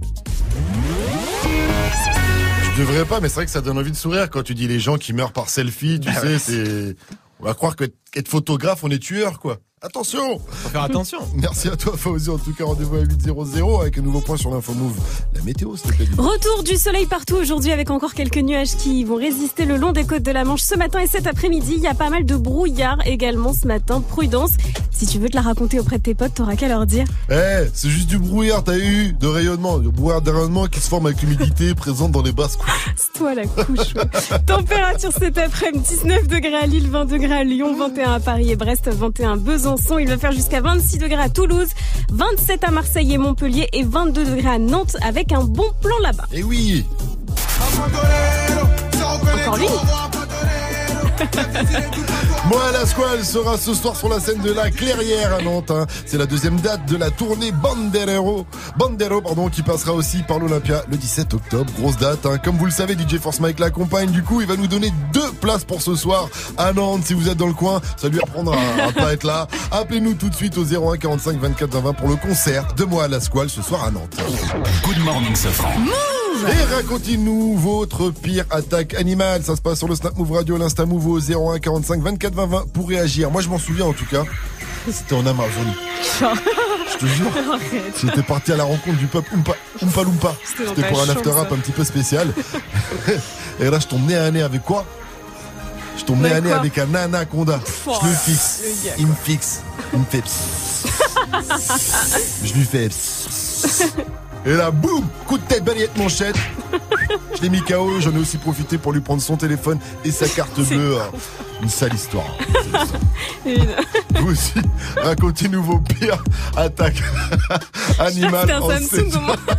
Je devrais pas, mais c'est vrai que ça donne envie de sourire quand tu dis les gens qui meurent par selfie, tu sais, c'est... On va croire qu'être photographe, on est tueur, quoi. Attention! Faut faire attention. Merci à toi, Fauzi. En tout cas, rendez-vous à 8h00 avec un nouveau point sur l'info Move. La météo, s'il te plaît. Retour du soleil partout aujourd'hui avec encore quelques nuages qui vont résister le long des côtes de la Manche ce matin et cet après-midi. Il y a pas mal de brouillard également ce matin. Prudence. Si tu veux te la raconter auprès de tes potes, t'auras qu'à leur dire. C'est juste du brouillard, t'as eu de rayonnement. Du brouillard de rayonnement qui se forme avec l'humidité présente dans les basses couches. C'est toi la couche. Ouais. Température cet après-midi, 19 degrés à Lille, 20 degrés à Lyon, 21 à Paris et Brest, 21 à Besançon. Il va faire jusqu'à 26 degrés à Toulouse, 27 à Marseille et Montpellier et 22 degrés à Nantes avec un bon plan là-bas. Et oui. Encore lui. Moi, la Squale sera ce soir sur la scène de la Clairière à Nantes. C'est la deuxième date de la tournée Bandero, qui passera aussi par l'Olympia le 17 octobre. Grosse date. Comme vous le savez, DJ Force Mike l'accompagne. Du coup, il va nous donner 2 places pour ce soir à Nantes. Si vous êtes dans le coin, ça lui apprendra à pas être là. Appelez-nous tout de suite au 01 45 24 20 pour le concert de Moi, la Squale ce soir à Nantes. Good morning, Sofran. Et racontez-nous votre pire attaque animale. Ça se passe sur le Snap Move Radio, l'Insta Move au 01 45 24 20 pour réagir. Moi, je m'en souviens en tout cas. C'était en Amazonie. Je te jure. J'étais parti à la rencontre du peuple Oompa Loompa. C'était pour un after rap un petit peu spécial. Et là, je tombe nez à nez avec quoi? Je tombe nez à nez avec un anaconda. Je le fixe. Il me fixe. Il me fait je lui fais et là, boum, coup de tête, balayette, manchette. Je l'ai mis KO, j'en ai aussi profité pour lui prendre son téléphone et sa carte bleue. Une sale histoire. Vous aussi, racontez-nous vos pires attaques animales en cette...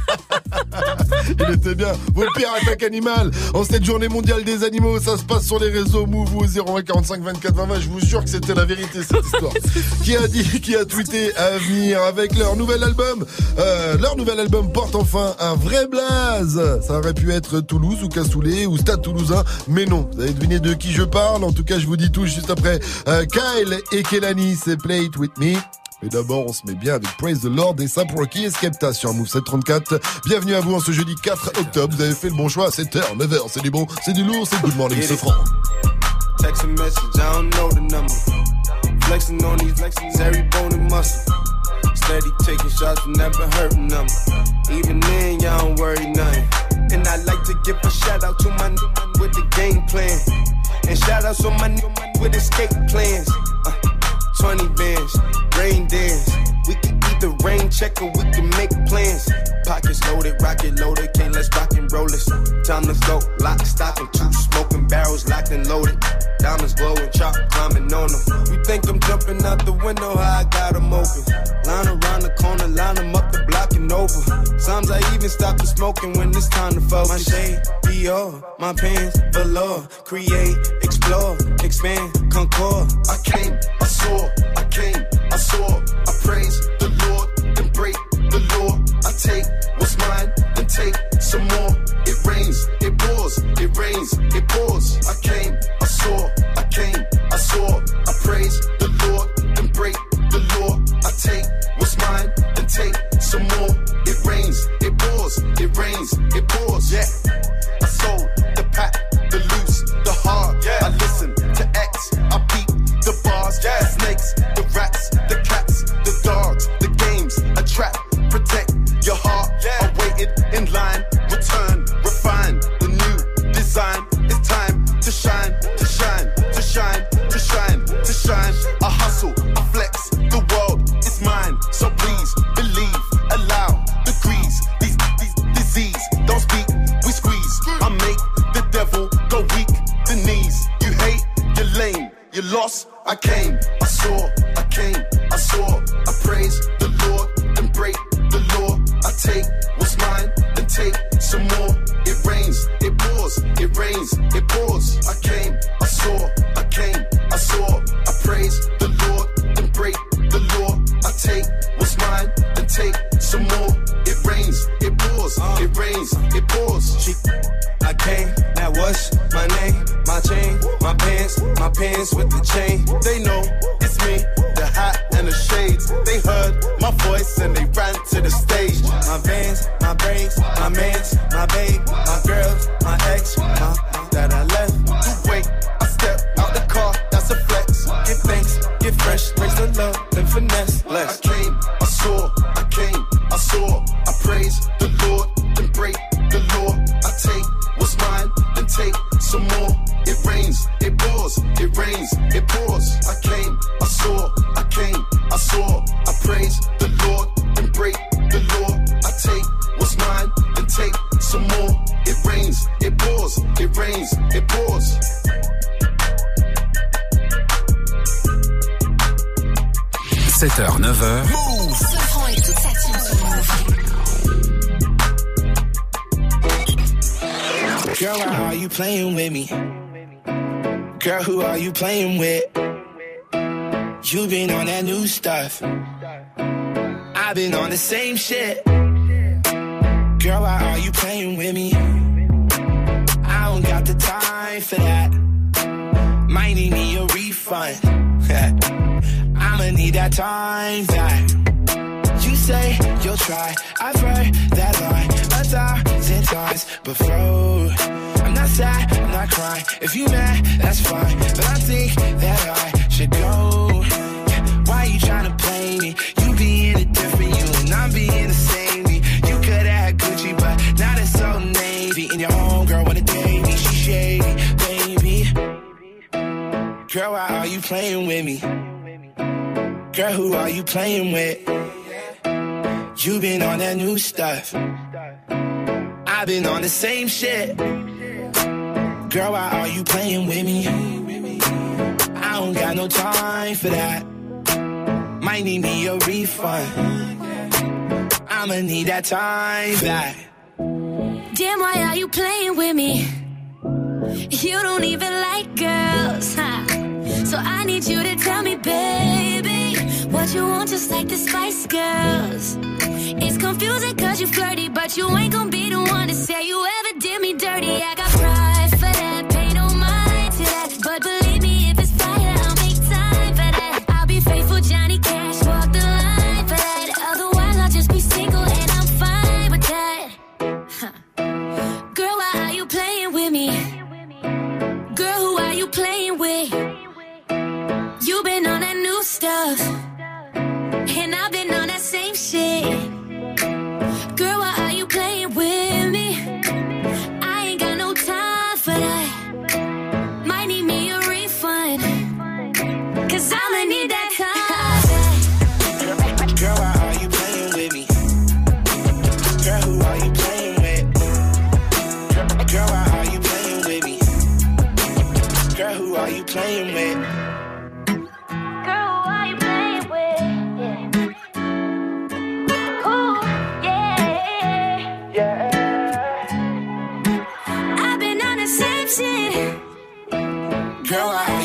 Il était bien. Vos pires attaques animales en cette journée mondiale des animaux. Ça se passe sur les réseaux Move au 01 45 24 20. Je vous jure que c'était la vérité cette histoire. Qui a tweeté à venir avec leur nouvel album. Leur nouvel album porte enfin un vrai blaze. Ça aurait pu être Toulouse ou Cassoulet ou Stade Toulousain, mais non. Vous avez deviné de qui je parle. En tout cas, je vous dis tout juste après. Kyle et Kelani, c'est Play It With Me. Mais d'abord, on se met bien avec Praise the Lord et Sam Rocky et Skepta sur Move 734. Bienvenue à vous en ce jeudi 4 octobre. Vous avez fait le bon choix à 7h, 9h. C'est du bon, c'est du lourd, c'est Good Morning Sofran. Text a message, I don't know the number. Flexing on these flexes, every bone and muscle. Steady taking shots, never hurting them. Even then, y'all don't worry nothing. And I like to give a shout out to my new man with the game plan. And shout outs to my new man with escape plans. 20 bands, rain dance. We can either rain check or we can make plans. Pockets loaded, rocket loaded, can't let's rock and roll this. Time to go, lock, stock, and 2 smoking barrels locked and loaded. Diamonds glowing, chop climbing on them. You think I'm jumping out the window, how I got them open. Line around the corner, line them up the block and over. Sometimes I even stop to smoke smoking when it's time to focus. My shade, Dior, my pants, velour. Create, explore, expand, concord. I came, I saw, I came, I saw. I praise the Lord and break the law. I take what's mine and take some more. It rains, it pours, it rains, it pours. I came, I saw, I came, I saw. I praise the Lord and break the law. I take what's mine and take some more. It rains, it pours, it rains, it pours. Yeah, I sold the pack, the loose, the hard. Yeah, I listen to X, I beat the bars. Yeah, the snakes, the rats, the cats, the dogs, the games, a trap. Protect your heart. Yeah, I waited in line. Return, refine the new design. It's time to shine, to shine, to shine, to shine, to shine. I hustle, I flex. The world is mine, so please believe. Allow the grease, these disease. Don't speak, we squeeze. I make the devil go weak. The knees, you hate, you're lame, you lost. I came, I saw, I came, I saw. I praise the Lord and break the law. I take what's mine and take some more. It rains, it pours, it rains, it pours. I came, I saw, I came, I saw. I praise the Lord and break the law. I take what's mine and take some more. It rains, it pours, it rains, it pours. I came, now what's my name? My chain, my pants with the chain. They know it's me, the hat and the shades. They heard my voice and they ran to the stage. My vans, my brakes, my mans, my babe, my girls, my ex, my that I left to wait. I step out the car, that's a flex. Give thanks, get fresh, raise the love, then finesse less. I came, I saw, I came, I saw. I praise the Lord and break the law. I take what's mine and take some more. It rains, it pours, it rains, it pours. I came, I saw, I came, I saw. I praise the Lord and break the law. I take what's mine and take some more. It rains, it pours, it rains, it pours. 7h, 9h. Sofran et toute sa team sur Move. Girl, why are you playing with me? Girl, who are you playing with? You been on that new stuff. I've been on the same shit. Girl, why are you playing with me? I don't got the time for that. Might need me a refund. I'ma need that time back. You say you'll try. I've heard that line 1,000 times before. I'm not sad, I'm not crying. If you mad, that's fine. But I think that I should go. Why you tryna play me? You being a different you and I'm being the same me. You coulda had Gucci, but now it's so Navy. And your homegirl wanna date me, she shady, baby. Girl, why are you playing with me? Girl, who are you playing with? You been on that new stuff. I've been on the same shit. Girl, why are you playing with me? I don't got no time for that. Might need me a refund. I'ma need that time back. Damn, why are you playing with me? You don't even like girls, huh? So I need you to tell me, baby, what you want, just like the Spice Girls. It's confusing cause you flirty, but you ain't gonna be the one to say you ever did me dirty. I got pride for that, pay no mind to that. But believe me, if it's fire, I'll make time for that. I'll be faithful, Johnny Cash, walk the line for that. Otherwise, I'll just be single and I'm fine with that. Girl, why are you playing with me? Girl, who are you playing with? You been on that new stuff, and I've been on that same shit. Girl, why are you playing with me?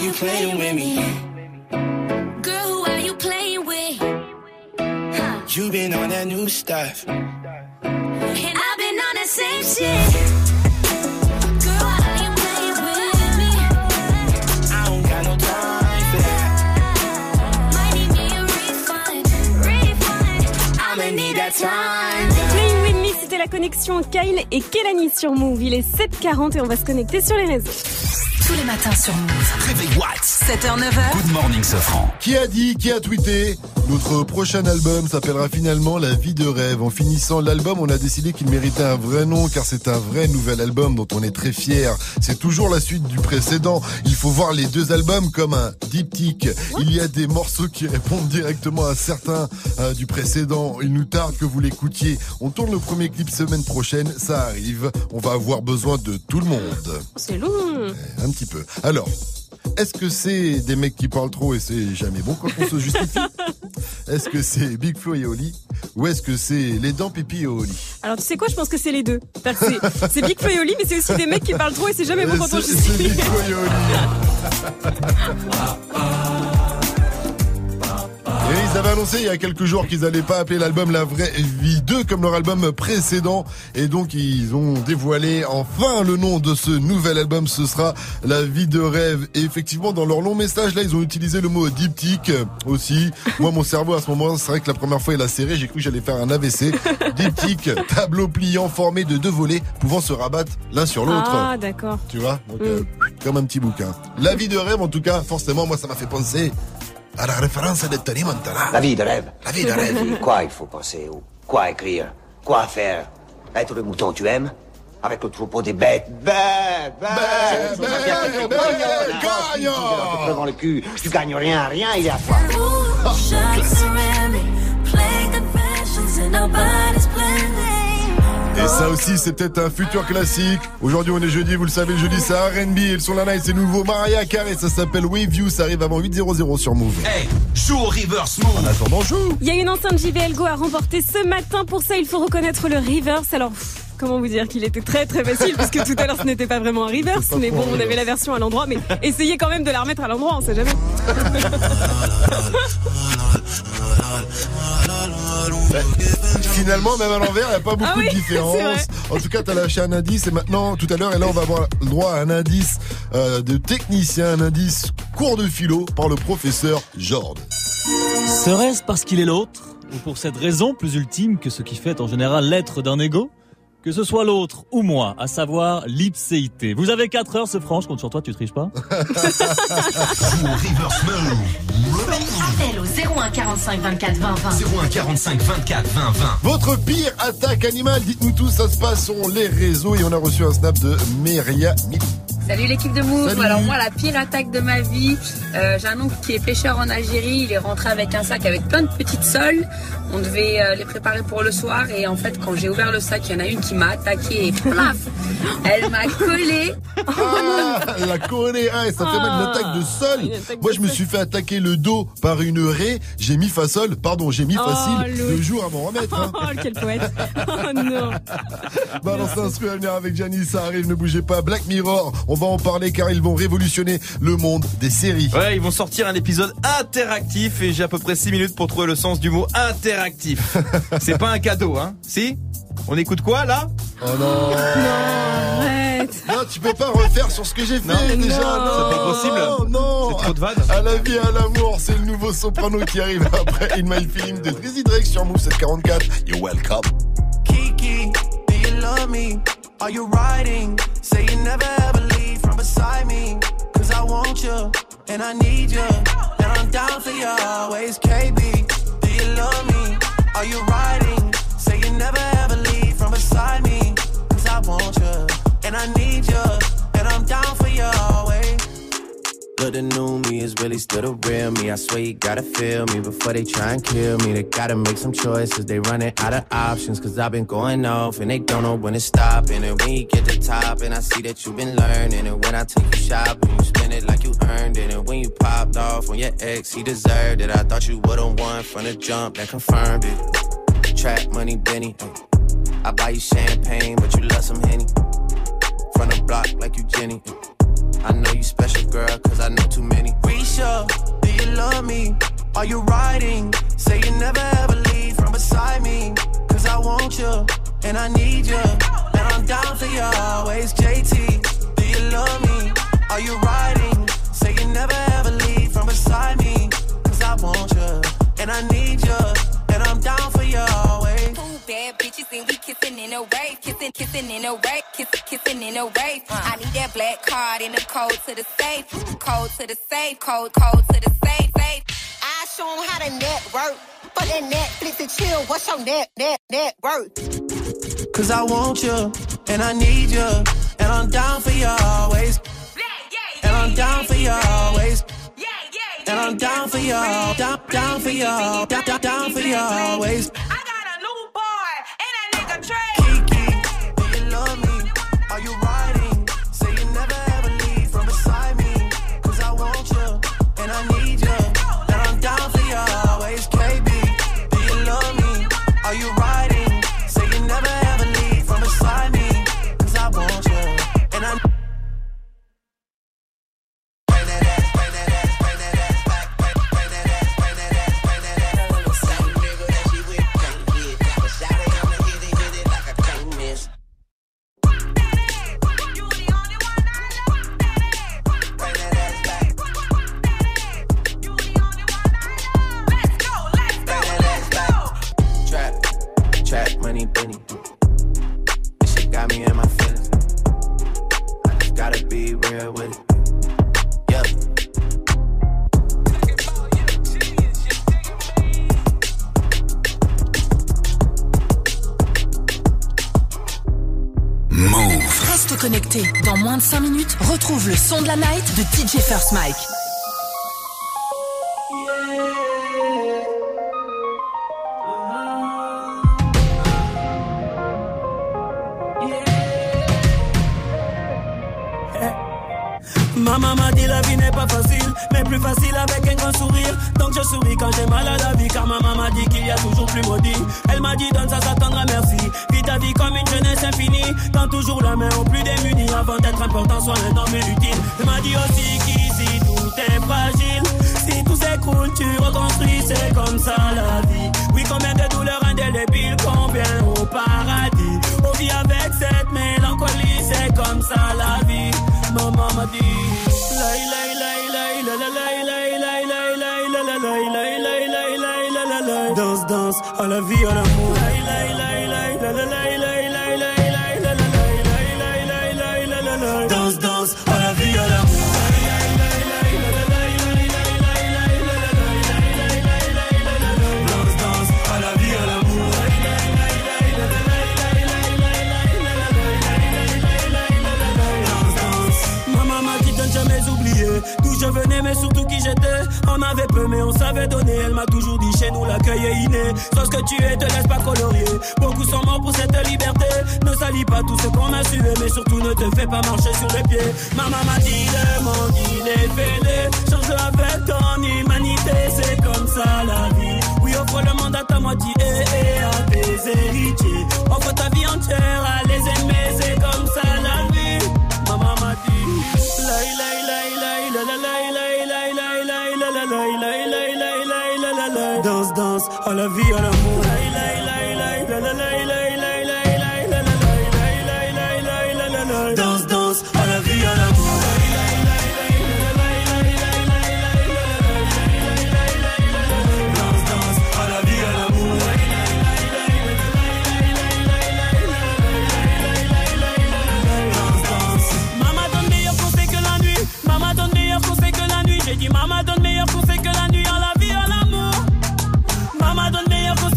you playing with me? Girl, who are you playing with? You been on that new stuff. And I've been on that same shit. Girl, why are you playing with me? I don't got no time for that. Might need me a refund. I'ma need that time. Playing with me, c'était la connexion Kyle et Kelani sur Move. Il est 7h40 et on va se connecter sur les réseaux. Tous les matins sur Move. Réveil What? 7h, 9h. Good morning, Sofran. Qui a dit, qui a tweeté? Notre prochain album s'appellera finalement La vie de rêve. En finissant l'album, on a décidé qu'il méritait un vrai nom car c'est un vrai nouvel album dont on est très fiers. C'est toujours la suite du précédent. Il faut voir les deux albums comme un diptyque. Il y a des morceaux qui répondent directement à certains du précédent. Il nous tarde que vous l'écoutiez. On tourne le premier clip semaine prochaine, ça arrive. On va avoir besoin de tout le monde. C'est long. Un petit peu. Alors, est-ce que c'est des mecs qui parlent trop et c'est jamais bon quand on se justifie? Est-ce que c'est Big Flo et Oli? Ou est-ce que c'est les dents Pipi et Oli? Alors tu sais quoi, je pense que c'est les deux. C'est Big Flo et Oli, mais c'est aussi des mecs qui parlent trop et c'est jamais bon quand on justifie. C'est Big Flo et Oli. Et ils avaient annoncé il y a quelques jours qu'ils allaient pas appeler l'album La Vraie Vie 2 comme leur album précédent. Et donc ils ont dévoilé enfin le nom de ce nouvel album. Ce sera La Vie de Rêve. Et effectivement, dans leur long message, là, ils ont utilisé le mot diptyque aussi. Moi, mon cerveau, à ce moment, c'est vrai que la première fois, il a serré. J'ai cru que j'allais faire un AVC. Diptyque, tableau pliant formé de deux volets pouvant se rabattre l'un sur l'autre. Ah, d'accord. Tu vois? Donc, comme un petit bouquin. La Vie de Rêve, en tout cas, forcément, moi, ça m'a fait penser à la référence de Tony Montana. La vie de rêve. La vie de rêve. Quoi il faut penser? Quoi écrire? Quoi faire? Être le mouton que tu aimes? Avec le troupeau des bêtes. Bêtes. Gagnant. Devant le cul. Tu gagnes rien, il est à toi. Et ça aussi, c'est peut-être un futur classique. Aujourd'hui, on est jeudi, vous le savez, le jeudi, c'est R&B. Et le son de la night, c'est nouveau. Mariah Carey, ça s'appelle Wave You. Ça arrive avant 8:00 sur Move. Hey, joue au reverse Move. En attendant, joue. Il y a une enceinte JBL Go à remporter ce matin. Pour ça, il faut reconnaître le reverse. Alors, comment vous dire qu'il était très très facile puisque tout à l'heure, ce n'était pas vraiment un reverse. Mais bon, on avait la version à l'endroit. Mais essayez quand même de la remettre à l'endroit, on sait jamais. Finalement, même à l'envers, il n'y a pas beaucoup de différence. C'est En tout cas, tu as lâché un indice et maintenant, tout à l'heure, et là, on va avoir le droit à un indice de technicien, un indice cours de philo par le professeur Jord. Serait-ce parce qu'il est l'autre, ou pour cette raison plus ultime que ce qui fait en général l'être d'un ego, que ce soit l'autre ou moi, à savoir l'ipséité. Vous avez 4 heures, c'est franc, je compte sur toi, tu triches pas. Appel au 01 45 24 20 20. 01 45 24 20 20. Votre pire attaque animale, dites-nous tout, ça se passe sur les réseaux et on a reçu un snap de Meria Mili. Salut l'équipe de Move. Salut. Alors moi, la pire attaque de ma vie, j'ai un oncle qui est pêcheur en Algérie. Il est rentré avec un sac avec plein de petites soles. On devait les préparer pour le soir et en fait quand j'ai ouvert le sac, il y en a une qui m'a attaqué et plaf, elle m'a collé. Ah, la collée, ah, et ça fait mal, une attaque de sol. Moi je me suis fait attaquer le dos par une raie, j'ai mis facile, facile 2 jours à m'en remettre. Hein. Oh, quel poète. Oh non. Balance l'instru à venir avec Gianni, ça arrive, ne bougez pas. Black Mirror, on va en parler car ils vont révolutionner le monde des séries. Ouais, ils vont sortir un épisode interactif et j'ai à peu près 6 minutes pour trouver le sens du mot interactif. C'est pas un cadeau, hein? Si? On écoute quoi, là? Oh non! Non, arrête! Non, tu peux pas refaire sur ce que j'ai fait déjà! Non, c'est pas possible! Non! C'est trop de vannes! À la vie, à l'amour, c'est le nouveau soprano qui arrive après In My Feeling de Drizzy Drake sur Move 744. You're welcome! Kiki, do you love me? Are you riding? Say you never ever leave from beside me. Cause I want you, and I need you, and I'm down for you always. KB, do you love me? Are you riding? Say you never ever leave from beside me. Cause I want you, and I need you, and I'm down for you always. But the new me is really still the real me. I swear you gotta feel me before they try and kill me. They gotta make some choices, they running out of options. Cause I've been going off and they don't know when to stop. And when you get to the top and I see that you've been learning. And when I take you shopping, you spend it like you earned it. And when you popped off on your ex, he deserved it. I thought you would've won from the jump, that confirmed it. Trap money, Benny. I buy you champagne, but you love some Henny. From the block like you Jenny. I know you special, girl, cause I know too many. Risha, do you love me? Are you riding? Say you never ever leave from beside me. Cause I want you, and I need you, and I'm down for you always. JT, do you love me? Are you riding? Say you never ever leave from beside me. Cause I want you, and I need you, and I'm down for you always. Two bad bitches and we kissing in a wave, kissing in a wave, kissing in a wave. I need that black card and the code to the safe, code to the safe, code to the safe. I show 'em how to network. For that Netflix and chill, what's your net worth? Cause I want you, and I need you, and I'm down for you always. And I'm down for you always. And I'm down for you, down for you, down for you always. I got a new boy, and that nigga Trey. Kiki, do you love me? Are you riding? Say you never ever leave from beside me. Cause I want you, and I need you, and I'm down for you always. KB, do you love me? Are you riding? Say you never ever leave from beside me. Cause I want you, and I money, Benny. This shit got me in my feelings. I just gotta be real with it. Yeah. Move. Reste connecté. Dans moins de 5 minutes, retrouve le son de la night de DJ First Mike. Maman m'a dit la vie n'est pas facile, mais plus facile avec un grand sourire. Donc je souris quand j'ai mal à la vie, car maman m'a dit qu'il y a toujours plus maudit. Elle m'a dit donne ça, ça t'attendra, merci. Vis ta vie comme une jeunesse infinie. Tends toujours la main aux plus démunis, avant d'être important, sois un homme utile. Elle m'a dit aussi qu'ici tout est fragile. Si tout s'écroule, tu reconstruis, c'est comme ça la vie. Oui, combien de douleurs indélébiles, combien au paradis. On vit avec cette mélancolie, c'est comme ça la vie. Maman m'a dit danse, danse, à la vie, à l'amour. Danse, danse, à la vie, à l'amour. Danse, danse, à la vie, à l'amour. Danse, danse. Maman m'a dit de ne jamais oublier d'où je venais, mais surtout qui j'étais. On avait peu mais on savait donner. Elle m'a toujours dit chez nous l'accueil est inné. Sois ce que tu es, te laisse pas colorier. Beaucoup sont morts pour cette liberté. Ne salis pas tout ce qu'on a sué, mais surtout ne te fais pas marcher sur les pieds. Maman m'a dit le monde il est fêlé. Change avec ton humanité, c'est comme ça la vie. Oui, offre le monde à ta moitié et à tes héritiers. Offre ta vie entière à les aimer, c'est comme ça la vie. Maman m'a dit danse, danse, à la vie, à l'amour. Danse, danse, à la vie, à l'amour. Danse, danse, à la vie, à l'amour. Danse, danse. Maman donne meilleur conseil que la nuit. Maman donne meilleur conseil que la nuit. J'ai dit maman donne meilleur conseil que la nuit. À la vie, à l'amour. Maman donne meilleur conseil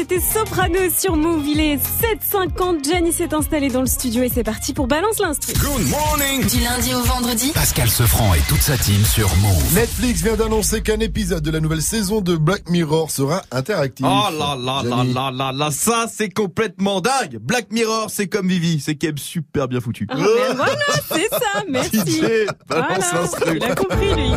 c'était Soprano sur Move. Il est 7h50. Gianni s'est installé dans le studio et c'est parti pour Balance l'instru. Good morning. Du lundi au vendredi. Pascal Sefranc et toute sa team sur Move. Netflix vient d'annoncer qu'un épisode de la nouvelle saison de Black Mirror sera interactif. Oh là là là là là là, ça c'est complètement dingue. Black Mirror, c'est comme Vivi, c'est quand même super bien foutu. Ah, ben voilà, c'est ça, merci. DJ, balance l'instru. Il a compris lui.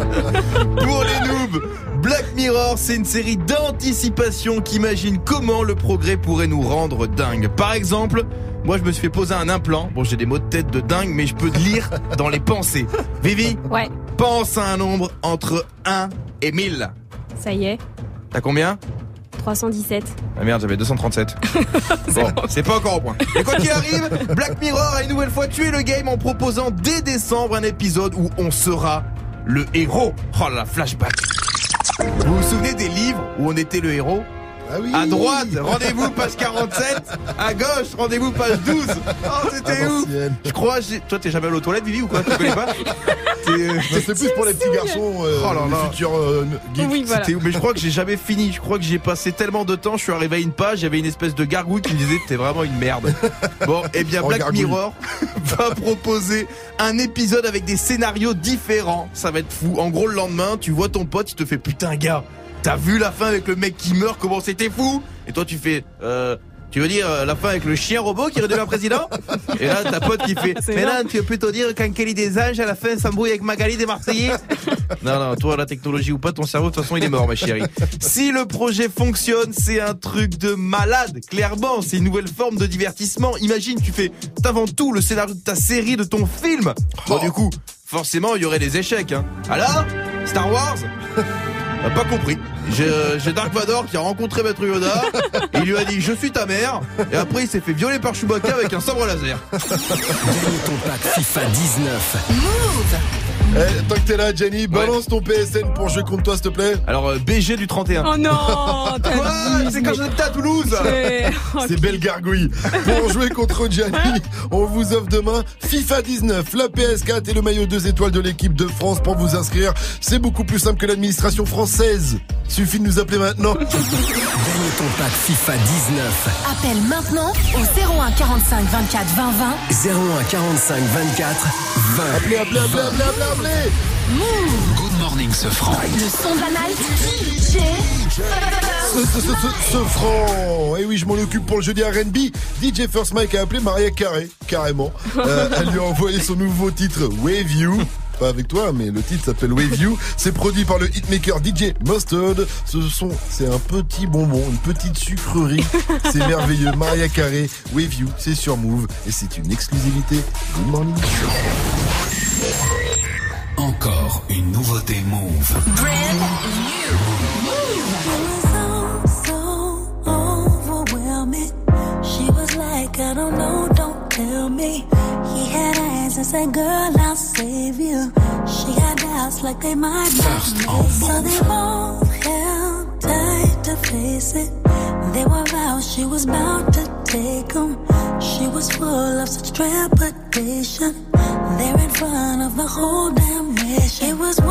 Pour les noobs, Black Mirror, c'est une série d'anticipation qui imagine comment le progrès pourrait nous rendre dingue. Par exemple, moi je me suis fait poser un implant. Bon, j'ai des maux de tête de dingue, mais je peux lire dans les pensées. Vivi, ouais. Pense à un nombre entre 1 et 1000. Ça y est. T'as combien ? 317. Ah merde, j'avais 237. Bon, c'est pas encore au point. Et quoi qu'il arrive, Black Mirror a une nouvelle fois tué le game en proposant dès décembre un épisode où on sera le héros. Oh là là, flashback. Vous vous souvenez des livres où on était le héros ? Ah oui. À droite, rendez-vous page 47. À gauche, rendez-vous page 12. Oh, c'était où ? Je crois, toi t'es jamais allé aux toilettes, Vivi, ou quoi ? Tu connais pas ? C'est plus pour les petits garçons, les futurs geeks. Oui, voilà. C'était où ? Mais je crois que j'ai jamais fini. Je crois que j'ai passé tellement de temps. Je suis arrivé à une page, il y avait une espèce de gargouille qui me disait t'es vraiment une merde. Bon, eh bien Black Mirror va proposer un épisode avec des scénarios différents. Ça va être fou. En gros, le lendemain, tu vois ton pote, il te fait putain gars. T'as vu la fin avec le mec qui meurt, comment c'était fou ? Et toi tu fais tu veux dire la fin avec le chien robot qui redevient président ? Et là ta pote qui fait mais là tu veux plutôt dire quand Kelly des Anges à la fin s'embrouille avec Magali des Marseillais ? Non, toi la technologie ou pas, ton cerveau de toute façon il est mort ma chérie. Si le projet fonctionne, c'est un truc de malade, clairement, c'est une nouvelle forme de divertissement. Imagine, t'inventes tout, le scénario de ta série, de ton film. Bon du coup, forcément il y aurait des échecs hein. Alors Star Wars ? Pas compris. J'ai Dark Vador qui a rencontré Maître Yoda et il lui a dit je suis ta mère et après il s'est fait violer par Chewbacca avec un sabre laser. Gagne ton pack FIFA 19. Move. Tant que t'es là, Jenny, balance ton PSN pour jouer contre toi, s'il te plaît. Alors, BG du 31. Oh non, c'est quand j'étais à Toulouse. C'est belle gargouille. Pour jouer contre Gianni, on vous offre demain FIFA 19, la PS4 et le maillot 2 étoiles de l'équipe de France. Pour vous inscrire, c'est beaucoup plus simple que l'administration française. Suffit de nous appeler maintenant. Gagne ton pack FIFA 19. Appelle maintenant au 01 45 24 20 20. 01 45 24 20. Appelez. Move. Good morning, Sefranc. Le son de la night. DJ. Sefranc. Et oui, je m'en occupe pour le jeudi R&B. DJ First Mike a appelé Mariah Carey, carrément. Elle lui a envoyé son nouveau titre Wave You. Pas avec toi, mais le titre s'appelle Wave You. C'est produit par le hitmaker DJ Mustard. C'est un petit bonbon, une petite sucrerie. C'est merveilleux. Mariah Carey, Wave You, c'est sur Move et c'est une exclusivité. Good morning. Encore une nouveauté Move. Brand new. So overwhelming. She was like, I don't know, don't tell me. He had eyes and said, girl, I'll save you. She had doubts like they might not. So they both held tight to face it. They were out, she was about to take them. She was full of such trepidation. There in front of the whole damn nation. It was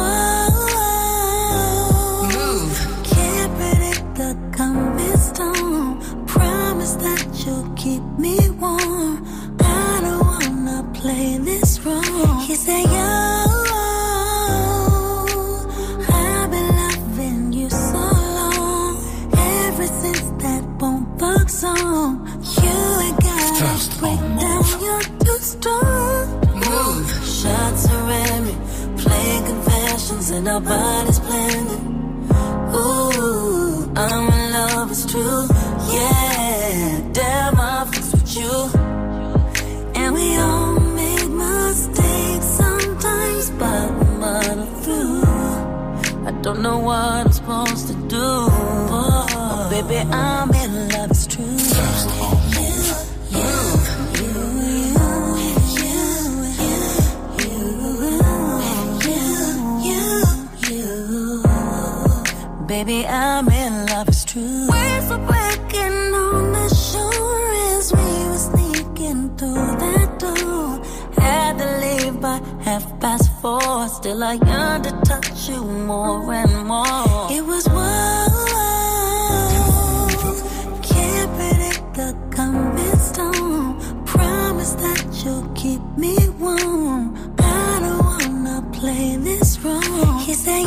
Move. Can't predict the coming storm. Promise that you'll keep me warm. I don't wanna play this wrong. He said, yo, I've been loving you so long. Ever since that bumper song. You ain't gotta break down, you're too strong. Move. Shots around me, playing confessions and our bodies blending. Ooh, I'm in love, it's true. Yeah, damn, I'm fixed with you. And we all make mistakes sometimes, but we muddle through. I don't know what I'm supposed to do. Oh, baby, I'm in love, it's true. Baby, I'm in love, it's true. We're for breaking on the shore as we were sneaking through that door. Had to leave by 4:30. Still I yearn to touch you more and more. It was you'll keep me warm. I don't wanna play this wrong. He said,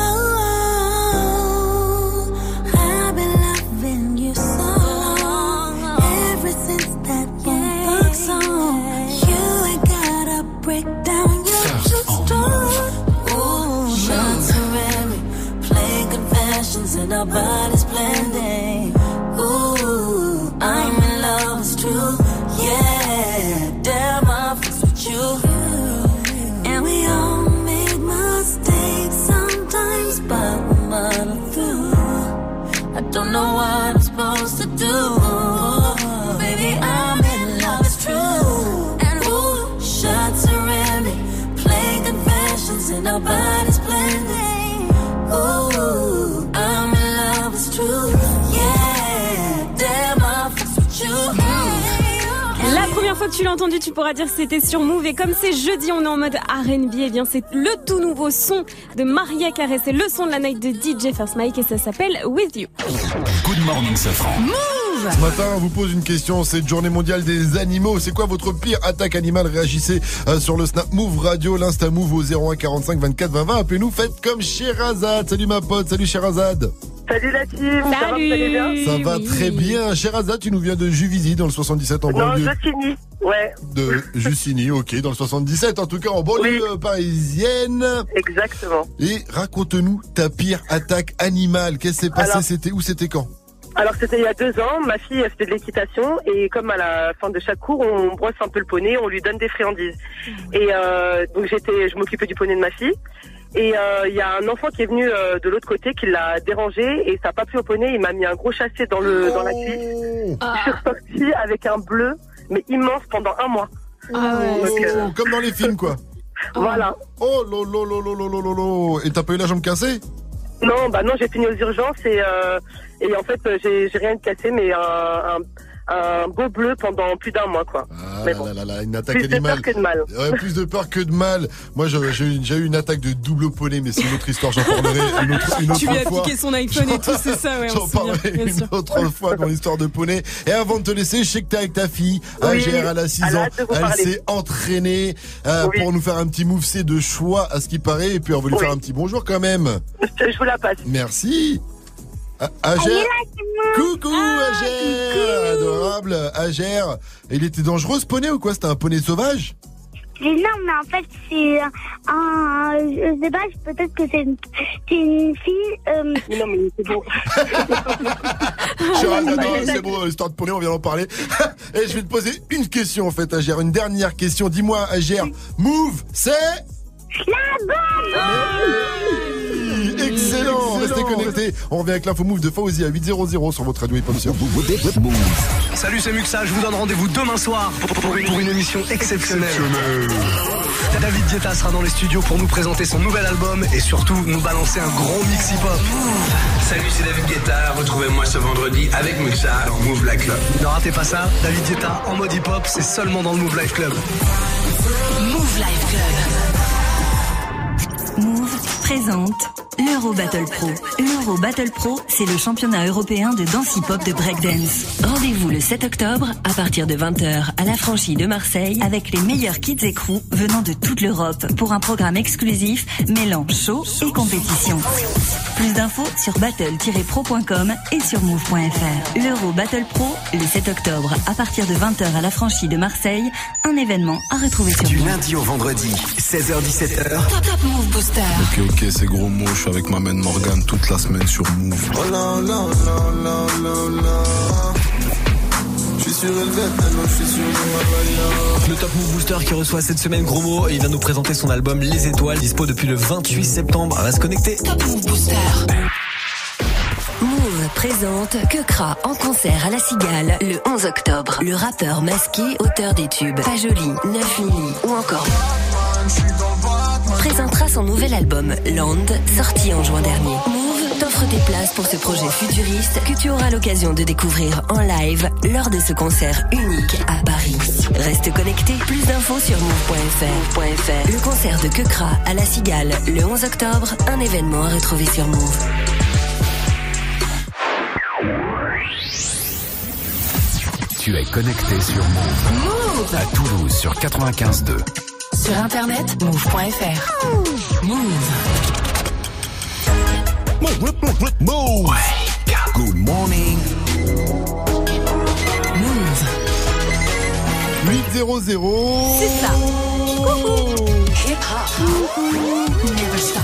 I've been loving you so long. Ever since that one fuck song. You ain't gotta break down your true story. Ooh, shots around me, playing confessions and our bodies blending. Ooh, I'm in love, it's true. Yeah, damn, I fucks with you. And we all make mistakes sometimes, but we're muddle through. I don't know what I'm supposed to do. Baby, I'm in love, it's true. And ooh, shots around me, playing confessions and our bodies blending. Ooh, I'm in love, it's true. Yeah, damn, I fucks with you. La première fois que tu l'as entendu, tu pourras dire que c'était sur Move. Et comme c'est jeudi, on est en mode R&B. Et bien, c'est le tout nouveau son de Maria Carey. C'est le son de la night de DJ First Mike et ça s'appelle With You. Good morning, Safran. Move! Ce matin, on vous pose une question. Cette journée mondiale des animaux, c'est quoi votre pire attaque animale? Réagissez sur le Snap Move Radio, l'Insta Move au 01 45 24 20 20. Appelez-nous, faites comme Sherazade. Salut ma pote, salut Sherazade. Salut la team, ça va, vous allez bien? Ça va très bien. Sherazade, tu nous viens de Juvisy dans le 77 en banlieue. Non, Jussigny, ouais. De Jussigny, ok, dans le 77 en tout cas en banlieue parisienne. Exactement. Et raconte-nous ta pire attaque animale. Qu'est-ce qui s'est passé? C'était où? C'était quand? Alors c'était il y a 2 ans, ma fille elle fait de l'équitation et comme à la fin de chaque cours on brosse un peu le poney, on lui donne des friandises. Et donc je m'occupais du poney de ma fille. Et il y a un enfant qui est venu de l'autre côté qui l'a dérangé et ça n'a pas plu au poney, il m'a mis un gros chassé dans la cuisse. Je suis ressortie avec un bleu mais immense pendant 1 mois. Donc, comme dans les films quoi. Voilà. Oh lolo. Et t'as pas eu la jambe cassée? Non, bah non, j'ai fini aux urgences et en fait j'ai rien de cassé mais un beau bleu pendant plus d'1 mois quoi. Mais bon. Une attaque animale. Plus de peur que de mal. Ouais, plus de peur que de mal. Moi j'ai eu une attaque de double poney mais c'est une autre histoire, j'en parlerai une autre fois. Tu lui as piqué son iPhone et tout, c'est ça, ouais. J'en parlerai une autre fois dans l'histoire de poney. Et avant de te laisser, je sais que t'es avec ta fille, Agère, elle a 6 ans, elle s'est entraînée pour nous faire un petit move C de choix à ce qui paraît et puis on va lui faire un petit bonjour quand même. Je vous la passe. Merci. Agère. Coucou Agère. Adorable Agère. Il était dangereux ce poney ou quoi? C'était un poney sauvage? Non, mais en fait, c'est je sais pas, peut-être que c'est une fille. Non, mais c'est bon. C'est bon, l'histoire de poney, on vient d'en parler. Et je vais te poser une question en fait, Agère. Une dernière question. Dis-moi, Agère, Move, c'est... La bonne! Excellent. Restez connectés. On revient avec l'info Move de Fauzi à 8:00 sur votre radio hip-hop sur Move. Salut, c'est Muxa. Je vous donne rendez-vous demain soir pour une émission exceptionnelle. David Guetta sera dans les studios pour nous présenter son nouvel album et surtout nous balancer un gros mix hip-hop. Salut, c'est David Guetta. Retrouvez-moi ce vendredi avec Muxa dans Move Life Club. Ne ratez pas ça. David Guetta en mode hip-hop, c'est seulement dans le Move Life Club. Move Life Club. Move présente l'Euro Battle Pro. L'Euro Battle Pro, c'est le championnat européen de danse hip-hop de breakdance. Rendez-vous le 7 octobre à partir de 20h à la Franchie de Marseille avec les meilleurs kids et crews venant de toute l'Europe pour un programme exclusif mêlant show et compétition. Plus d'infos sur battle-pro.com et sur move.fr. L'Euro Battle Pro, le 7 octobre à partir de 20h à la Franchie de Marseille, un événement à retrouver sur Du Move. lundi au vendredi, 16h-17h. Top Move Booster. Ok, c'est gros mots, je suis avec ma main Morgan toute la semaine sur Move. Oh là là là là là là. Je suis sur le je suis sur le Le Top Move Booster qui reçoit cette semaine Gros Mots et il va nous présenter son album Les Étoiles, dispo depuis le 28 septembre. On va se connecter. Top Move Booster. Move présente Kekra en concert à La Cigale le 11 octobre. Le rappeur masqué, auteur des tubes Pas Joli, 9 Milli ou encore présentera son nouvel album Land, sorti en juin dernier. Move t'offre des places pour ce projet futuriste que tu auras l'occasion de découvrir en live lors de ce concert unique à Paris. Reste connecté, plus d'infos sur move.fr. Le concert de Kekra à La Cigale le 11 octobre, un événement à retrouver sur Move. Tu es connecté sur Move. À Toulouse sur 95.2. Sur internet, move.fr. Move. Move. Good morning. Move. 800. C'est ça. Coucou. Hip hop. Never stop.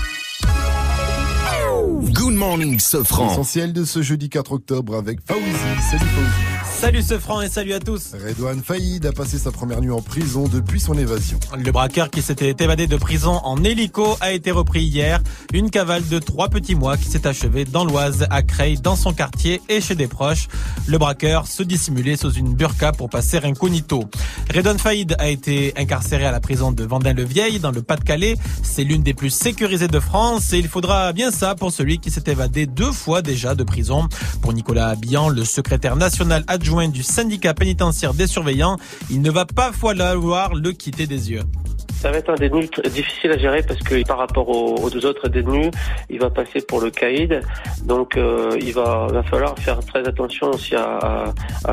Good morning, Sofran. L'essentiel de ce jeudi 4 octobre avec Fawzi. Salut Fawzi. Salut Sofran et salut à tous. Redouane Faïd a passé sa première nuit en prison depuis son évasion. Le braqueur qui s'était évadé de prison en hélico a été repris hier. Une cavale de 3 petits mois qui s'est achevée dans l'Oise, à Creil, dans son quartier et chez des proches. Le braqueur se dissimulait sous une burqa pour passer incognito. Redouane Faïd a été incarcéré à la prison de Vendin-le-Vieil dans le Pas-de-Calais. C'est l'une des plus sécurisées de France et il faudra bien ça pour celui qui s'est évadé 2 fois déjà de prison. Pour Nicolas Habillan, le secrétaire national adjoint du syndicat pénitentiaire des surveillants, il ne va pas falloir le quitter des yeux. Ça va être un détenu difficile à gérer parce que par rapport aux 2 autres détenus, il va passer pour le caïd. Donc il va falloir faire très attention aussi à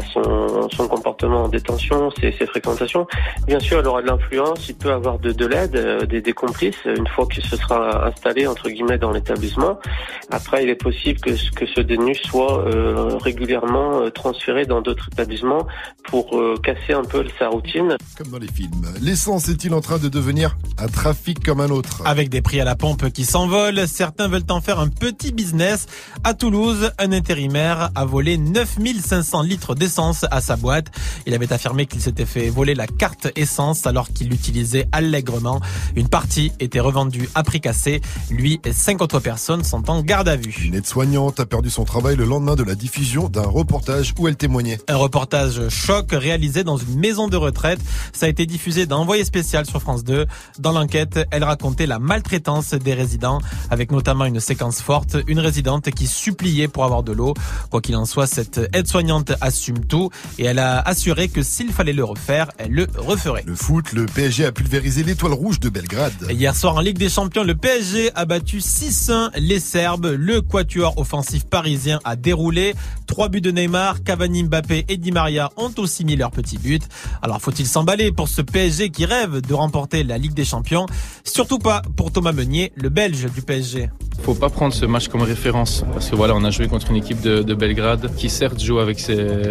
son comportement en détention, ses fréquentations. Bien sûr, il aura de l'influence, il peut avoir de l'aide, des complices une fois qu'il se sera installé entre guillemets dans l'établissement. Après, il est possible que ce détenu soit régulièrement transféré dans d'autres établissements pour casser un peu sa routine. Comme dans les films. L'essence est-il en train de devenir un trafic comme un autre? Avec des prix à la pompe qui s'envolent, certains veulent en faire un petit business. À Toulouse, un intérimaire a volé 9500 litres d'essence à sa boîte. Il avait affirmé qu'il s'était fait voler la carte essence alors qu'il l'utilisait allègrement. Une partie était revendue à prix cassé. Lui et 5 autres personnes sont en garde à vue. Une aide-soignante a perdu son travail le lendemain de la diffusion d'un reportage où elle témoignait. Un reportage choc réalisé dans une maison de retraite. Ça a été diffusé dans Envoyé spécial sur France 2. Dans l'enquête, elle racontait la maltraitance des résidents, avec notamment une séquence forte, une résidente qui suppliait pour avoir de l'eau. Quoi qu'il en soit, cette aide-soignante assume tout et elle a assuré que s'il fallait le refaire, elle le referait. Le foot, le PSG a pulvérisé l'Étoile Rouge de Belgrade. Et hier soir en Ligue des Champions, le PSG a battu 6-1 les Serbes. Le quatuor offensif parisien a déroulé. 3 buts de Neymar, Cavani, Mbappé et Di Maria ont aussi mis leurs petits buts. Alors faut-il s'emballer pour ce PSG qui rêve de remporter la Ligue des Champions? Surtout pas pour Thomas Meunier, le Belge du PSG. Faut pas prendre ce match comme référence parce que voilà, on a joué contre une équipe de Belgrade qui certes joue avec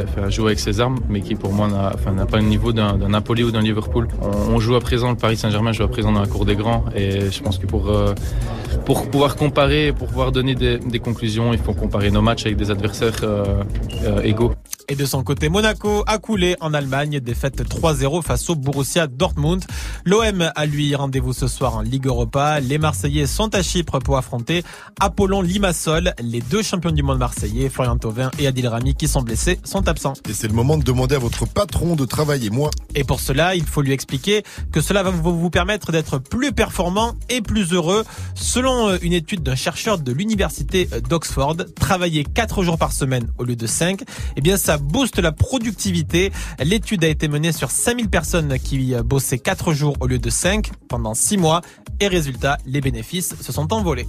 ses armes, mais qui pour moi n'a pas le niveau d'un Napoli ou d'un Liverpool. On joue à présent, le Paris Saint-Germain joue à présent dans la cour des grands et je pense que pour pouvoir comparer, pour pouvoir donner des conclusions, il faut comparer nos matchs avec des adversaires égaux. Et de son côté, Monaco a coulé en Allemagne, défaite 3-0 face au Borussia Dortmund. L'OM a lui rendez-vous ce soir en Ligue Europa. Les Marseillais sont à Chypre pour affronter Apollon Limassol. Les 2 champions du monde marseillais, Florian Thauvin et Adil Rami, qui sont blessés, sont absents. Et c'est le moment de demander à votre patron de travailler moins. Et pour cela, il faut lui expliquer que cela va vous permettre d'être plus performant et plus heureux. Selon une étude d'un chercheur de l'université d'Oxford, travailler 4 jours par semaine au lieu de 5, eh bien ça booste la productivité. L'étude a été menée sur 5000 personnes qui bossaient 4 jours au lieu de 5 pendant 6 mois. Et résultat, les bénéfices se sont envolés.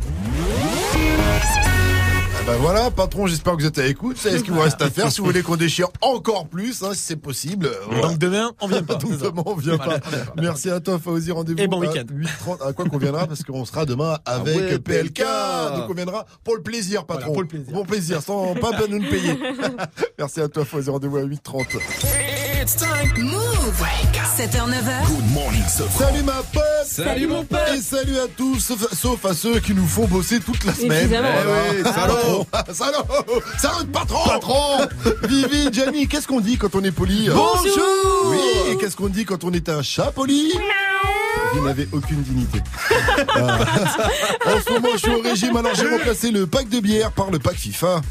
Ben voilà, patron, j'espère que vous êtes à l'écoute. C'est ce qu'il vous reste à faire. Si vous voulez qu'on déchire encore plus, si c'est possible. Voilà. Donc demain, on vient pas. Donc demain, on vient pas. Merci à toi, Fawzi. Rendez-vous. Et bon week-end. 8h30. À quoi qu'on viendra parce qu'on sera demain avec PLK. Donc on viendra pour le plaisir, patron. Voilà, pour le plaisir. Bon plaisir, sans pas besoin de nous payer. Merci à toi, Fawzi. Rendez-vous à 8h30. It's time. Move. 7h, 9h. Good morning, Sofran. Salut ma pote. Salut mon pote. Et salut à tous, sauf à ceux qui nous font bosser toute la semaine. Salaud. Salut patron. Vivi, Gianni, qu'est-ce qu'on dit quand on est poli? Bonjour. Oui, et qu'est-ce qu'on dit quand on est un chat poli? Vous n'avez aucune dignité. En ce moment, je suis au régime, alors j'ai remplacé le pack de bière par le pack FIFA.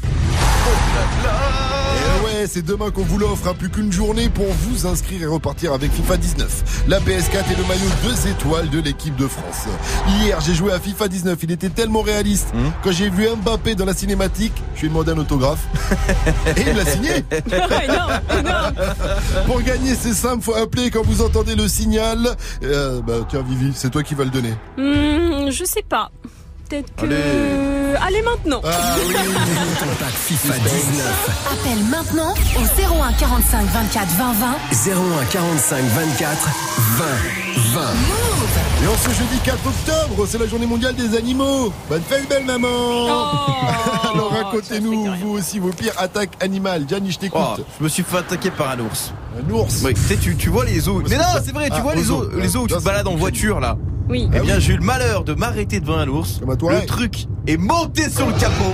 Et ouais, c'est demain qu'on vous l'offre, plus qu'une journée pour vous inscrire et repartir avec FIFA 19. La PS4 et le maillot 2 étoiles de l'équipe de France. Hier, j'ai joué à FIFA 19, il était tellement réaliste. Quand j'ai vu Mbappé dans la cinématique, je lui ai demandé un autographe. Et il me l'a signé. Pour gagner, c'est simple, faut appeler quand vous entendez le signal. Tiens Vivi, c'est toi qui vas le donner. Je sais pas. peut-être que... Allez maintenant. Ah oui. Ton pack FIFA 19. Appelle maintenant au 01 45 24 20 20. 01 45 24 20 20. Et en ce jeudi 4 octobre, c'est la journée mondiale des animaux. Bonne fête, belle maman. Alors racontez-nous, vous aussi, vos pires attaques animales. Gianni, je t'écoute. Je me suis fait attaquer par un ours. Un ours? Oui, tu vois les zoos. Mais non, c'est vrai, tu vois les zoos où tu te balades en voiture là. Oui. Eh bien, j'ai eu le malheur de m'arrêter devant un ours. Le truc est monté sur le capot.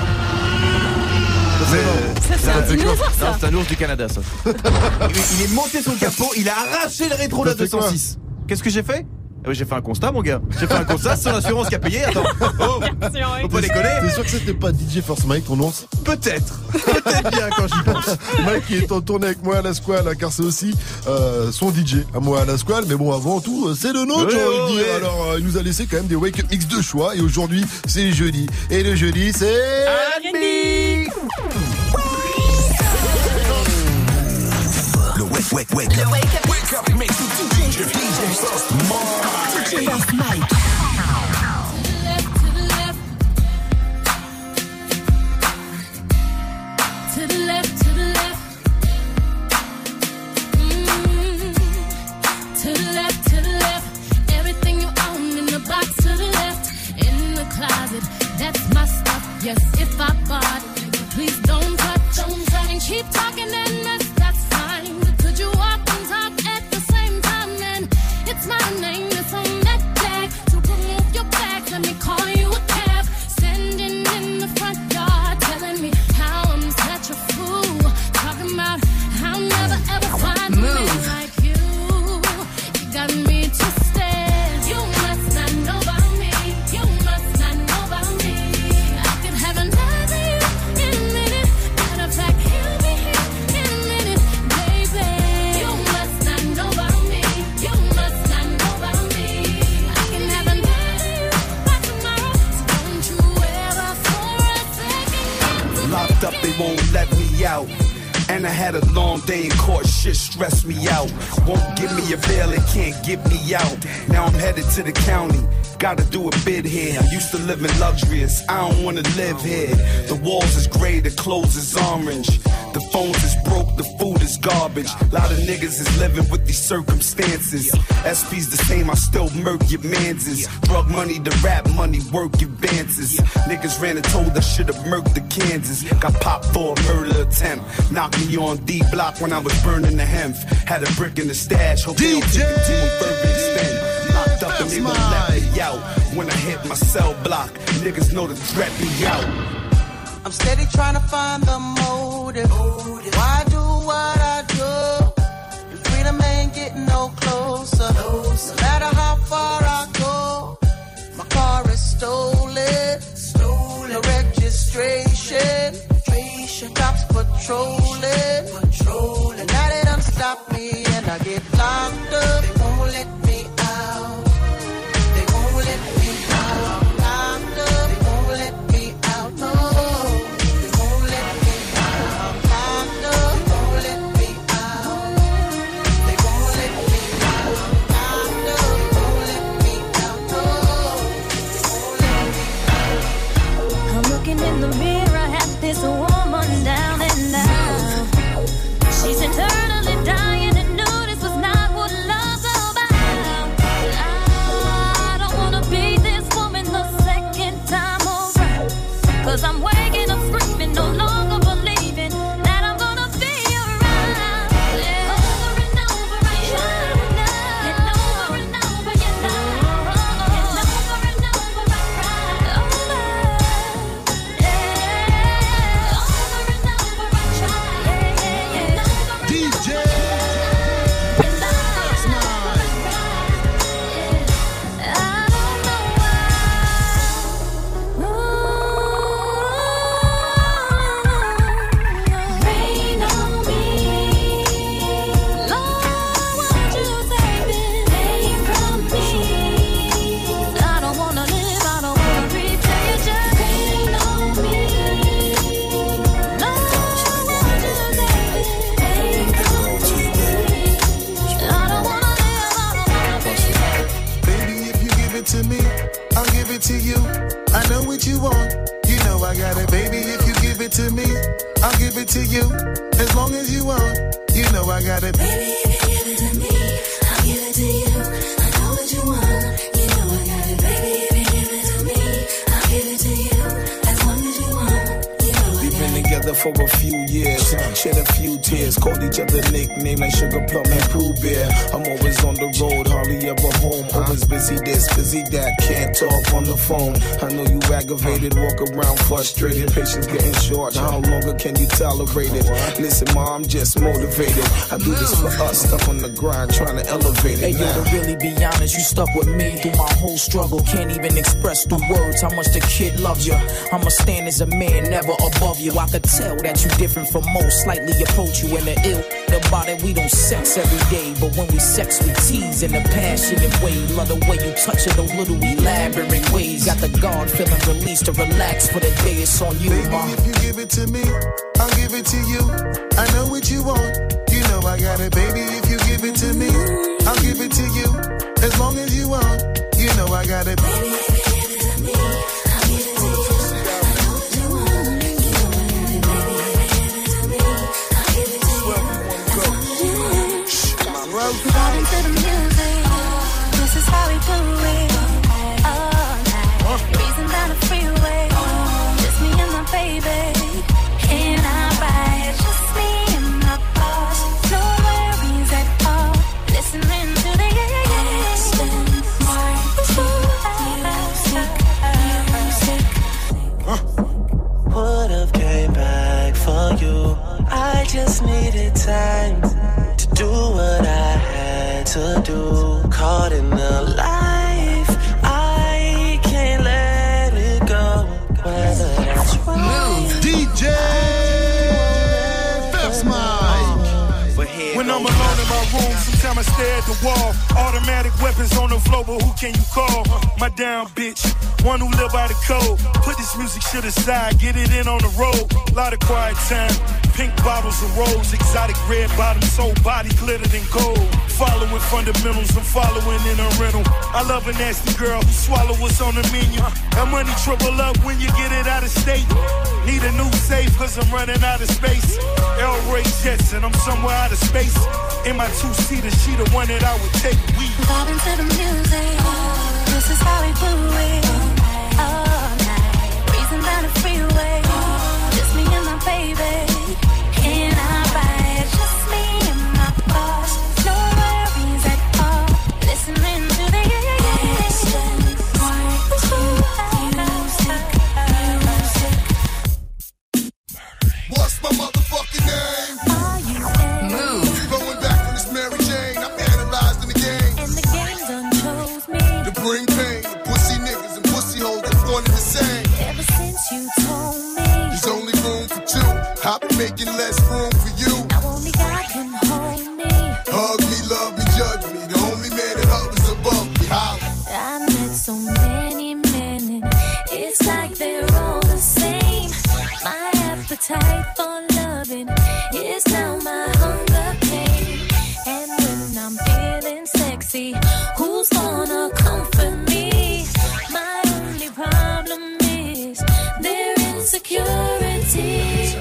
C'est un dinosaure, ça. Non, c'est un ours du Canada, ça. Il est monté sur le capot, il a arraché le rétro de la 206. Qu'est-ce que j'ai fait? J'ai fait un constat, mon gars. J'ai fait un constat, c'est son assurance qui a payé. Attends. Oh, faut pas déconner. T'es sûr que c'était pas DJ First Mike, ton ours? Peut-être bien quand j'y pense. Mike qui est en tournée avec moi à la Squale, car c'est aussi son DJ à moi à la Squale. Mais bon, avant tout, c'est le nôtre, j'ai envie de dire. Alors, il nous a laissé quand même des Wake Up Mix de choix. Et aujourd'hui, c'est jeudi. Et le jeudi, c'est... R&B. Le Wake Up Mix DJ First Mike. To the left, to the left. To the left, to the left. Everything you own in the box to the left. In the closet, that's my stuff. Yes, if I bought it, please don't touch, don't touch. And keep talking and that's fine. But could you walk and talk at the same time? Then it's my name that's on that tag. So remove your back, let me call you a cab. Standing in the front yard, telling me how I'm such a fool. Talking about I'll never ever find a man like you. You got me twisted. You must not know about me. You must not know about me. I could have another you in a minute. Matter of fact, he'll be here in a minute, baby. You must not know about me. You must not know about me. I can have another you by tomorrow. So don't you ever for a second. Locked up, they won't let me out. And I had a long day in court, shit stressed me out. Won't give me a bail, it can't get me out. Now I'm headed to the county, gotta do a bid here. I'm used to living luxurious, I don't wanna live here. The walls is gray, the clothes is orange. The phones is broke, the food is garbage. Lot of niggas is living with these circumstances. SP's the same, I still murk your manses. Drug money, the rap money, work advances. Niggas ran and told I should've murked the Kansas. Got popped for a murder attempt. Knocked me on D block when I was burning the hemp. Had a brick in the stash, hope they don't take it to a further extent. Locked up and they won't let me out. When I hit my cell block, niggas know the threat be out. I'm steady trying to find the motive. Why do what I do? And freedom ain't getting no closer. No matter how far I go, my car is stolen. No registration. Cops patrolling. And now they done stop me and I get locked up. They won't let me out. They won't let me out. Locked up. They won't let me out. No. They won't let me out. Locked up. They won't let me out. They won't let me out. Locked up. They won't let me out. No. They won't let me out. I'm looking in the mirror at this woman down and out. to you as long as you want. You know I got it. Baby, if you give it to me, I'll give it to you. I know what you want. You know I got it. Baby, if you give it to me, I'll give it to you as long as you want. You know I got it. We've been together for a few years, shed a few tears, called each other nicknames like Sugar Plum and Pooh Bear. I'm always on the road, hardly ever home. Always busy this, busy that, can't talk on the phone. I know you aggravated, walk around frustrated. Patience getting short, how longer can you tolerate it? Listen, ma, I'm just motivated. I do this for us, stuck on the grind, trying to elevate it. Hey, yo, to really be honest, you stuck with me through my whole struggle. Can't even express through words how much the kid loves you. I'ma stand as a man, never above you. I could tell that you different from most, slightly approach you in the ill. About it, we don't sex every day, but when we sex, we tease in a passionate way. Love the way you touch it, those little elaborate ways. Got the guard feeling released to relax for the day. It's on you, baby, ma. if you give it to me, I'll give it to you. I know what you want. You know I got it, baby. If you give it to me, I'll give it to you as long as you want. You know I got it, baby. If you give it to me, I'll give it to you. Vibing to the music, this is how we do it. All night, breezing down the freeway, just me and my baby. And I ride, just me and my boss, no worries at all. Listening to the Would've came back for you. I just needed time to do what I had to do. Caught in the life, I can't let it go. Whether that's right. DJ First Mike. When I'm alone in my room, sometimes I stare at the wall. Automatic weapons on the floor, but who can you call? My down bitch, one who live by the code. Put this music shit aside, get it in on the road. Lot of quiet time, pink bottles of rose, exotic red bottoms, whole body glittered in gold. Following fundamentals, I'm following in a rental. I love a nasty girl who swallow what's on the menu. That money triple up when you get it out of state. Need a new safe cause I'm running out of space. El Ray Jetson, I'm somewhere out of space. In my two-seater, she the one that I would take. Vibing to the music, this is how we do it. All night, breezing down the freeway, just me and my baby. And I ride, just me and my boss, no worries at all. Listening to the What's my motherfucking name? Move. Going back from this Mary Jane, I'm analyzing the game. And the game done chose me to bring pain to pussy niggas and pussy hoes that's one and the same. Ever since you told me there's only room for two, I've been making less room for you. Now only God can hold me. Hug me, love me, judge me. The only man that hovers above me. Holla. I met so many men and it's like they're all the same. My appetite for loving is now my hunger pain. And when I'm feeling sexy, who's gonna comfort me? My only problem is their insecurity.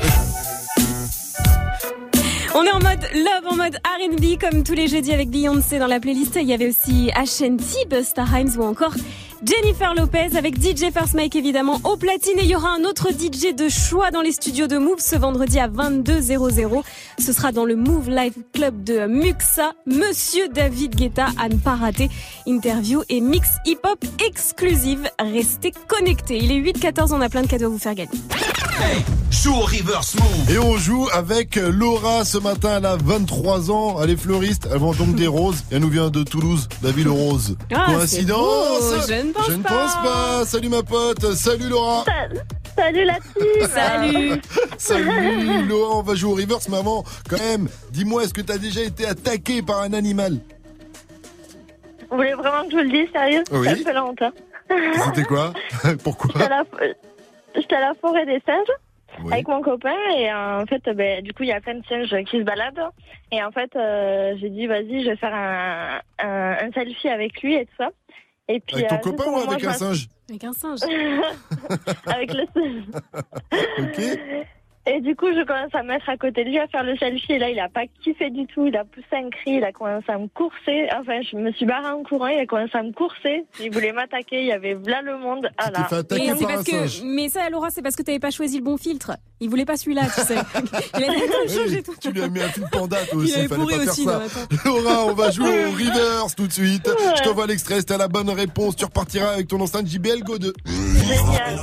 On est en mode love, en mode R&B comme tous les jeudis avec Beyoncé dans la playlist. Il y avait aussi Ashanti, Busta Rhymes ou encore Jennifer Lopez avec DJ First Mike évidemment au platine. Et il y aura un autre DJ de choix dans les studios de Move ce vendredi à 22h00. Ce sera dans le Move Live Club de Muxa. Monsieur David Guetta, à ne pas rater. Interview et mix hip-hop exclusive. Restez connectés. Il est 8h14, on a plein de cadeaux à vous faire gagner. Hey, joue au reverse move. Et on joue avec Laura ce matin, elle a 23 ans, elle est fleuriste, elle vend donc des roses. Elle nous vient de Toulouse, la ville aux roses. Ah, coïncidence? Je ne pense pas. Salut ma pote, salut Laura. Salut la fille. Salut. Salut Laura, on va jouer au reverse, mais avant, quand même, dis-moi, est-ce que t'as déjà été attaqué par un animal? Vous voulez vraiment que je vous le dise, sérieux? Oui. Ça me fait honte. C'était quoi? Pourquoi? J'étais à la forêt des singes avec mon copain et en fait, du coup, il y a plein de singes qui se baladent. Et en fait, j'ai dit, vas-y, je vais faire un selfie avec lui et tout ça. Et puis, avec ton copain ou avec un singe? Avec un singe. Avec le singe. Ok. Et du coup, je commence à me mettre à côté de lui à faire le selfie. Et là, il a pas kiffé du tout. Il a poussé un cri. Il a commencé à me courser. Enfin, je me suis barrée en courant. Il a commencé à me courser. Il voulait m'attaquer. Il y avait là le monde. Ah là. Mais ça, Laura, c'est parce que t'avais pas choisi le bon filtre. Il voulait pas celui-là, tu sais. Il a changé tout. Tu lui as mis un fil panda, toi aussi. Il fallait pas faire aussi, ça. Laura, on va jouer au reverse tout de suite. Ouais. Je t'envoie l'extrait. Si t'as la bonne réponse, tu repartiras avec ton enceinte JBL Go 2. Génial.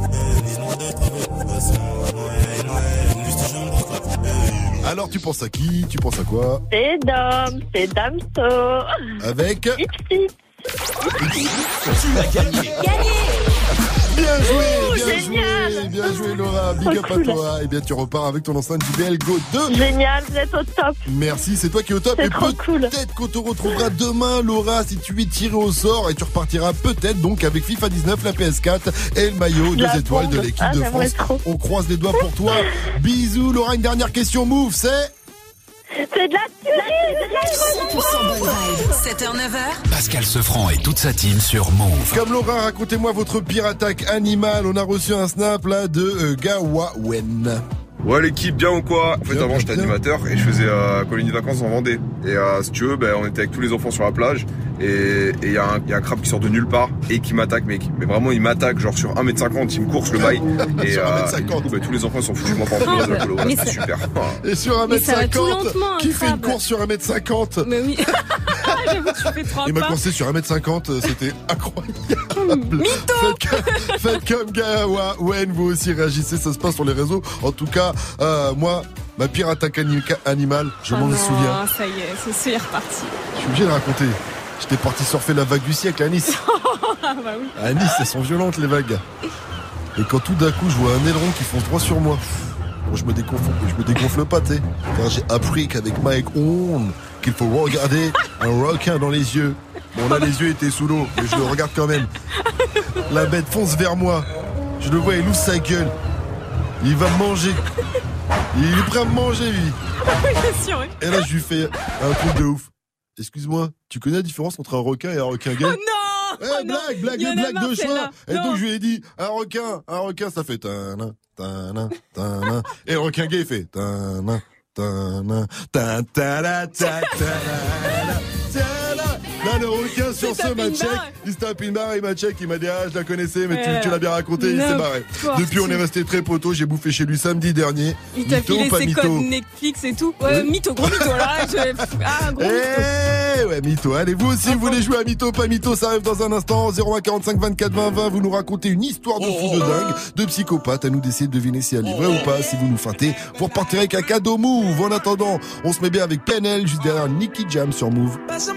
Alors, tu penses à qui? Tu penses à quoi? C'est Dom, c'est Damso. Avec Ipsy. Tu l'as gagné. Bien joué, bien joué Laura, big up cool. à toi. Et bien tu repars avec ton enceinte JBL Go 2. Génial, vous êtes au top. Merci, c'est toi qui es au top. C'est et trop cool. Peut-être qu'on te retrouvera demain Laura si tu es tiré au sort et tu repartiras peut-être donc avec FIFA 19, la PS4 et le maillot 2 étoiles de l'équipe de France. Trop. On croise les doigts pour toi. Bisous Laura, une dernière question move, c'est de la tuerie, 100% bonne vibe. 7h, 9h. Pascal Sefranc et toute sa team sur Move. Comme Laura, racontez-moi votre pire attaque animale. On a reçu un snap là de Gawawen. Ouais l'équipe, bien ou quoi? En fait avant j'étais animateur et je faisais colonie de vacances en Vendée. Et si tu veux, on était avec tous les enfants sur la plage et il y a un crabe qui sort de nulle part et qui m'attaque mec. Mais vraiment il m'attaque genre sur 1m50, il me course le bail. Et sur 1m50. du coup, tous les enfants sont foutus en pantalon de la colo. C'est super. Et sur 1m50, qui fait une course sur 1m50? Mais oui. J'avoue, tu fais 30 Il m'a coursé sur 1m50, c'était incroyable. Mytho. Faites comme Gawawen, vous aussi réagissez, ça se passe sur les réseaux. En tout cas, moi, ma pire attaque animale, je m'en souviens. Ça y est, c'est reparti. Je suis obligé de raconter. J'étais parti surfer la vague du siècle à Nice. Ah bah oui. À Nice, elles sont violentes les vagues. Et quand tout d'un coup, je vois un aileron qui fonce droit sur moi. Bon, je me dégonfle pas, tu sais. Car j'ai appris qu'avec Mike Horn, qu'il faut regarder un requin dans les yeux. Bon, là, les yeux étaient sous l'eau, mais je le regarde quand même. La bête fonce vers moi. Je le vois, il ouvre sa gueule. Il va me manger. Il est prêt à me manger, lui. Bien sûr. Et là, je lui fais un truc de ouf. Excuse-moi, tu connais la différence entre un requin et un requin gay? Oh non! Blague de choix. Et donc, je lui ai dit, un requin, ça fait tana, tana, tana. Et le requin gay, il fait tana, tana, tana, tana, tana. Là, le requin sur ce m'a check, il se tape une barre, il m'a check, il m'a dit je la connaissais, mais tu l'as bien raconté, il s'est barré. Depuis, on est resté très potos, j'ai bouffé chez lui samedi dernier. Il t'a filé ses codes Netflix et tout. Ouais, mytho, gros mytho, là. Gros mytho. Ouais, mytho. Allez, vous aussi, vous voulez jouer à mytho, pas mytho, ça arrive dans un instant. 01 45 24 20 20, vous nous racontez une histoire de fou de dingue, de psychopathe. À nous d'essayer de deviner si elle est vraie ou pas. Si vous nous feintez, vous repartirez avec un cadeau Move. En attendant, on se met bien avec PNL, juste derrière Nicky Jam sur Move.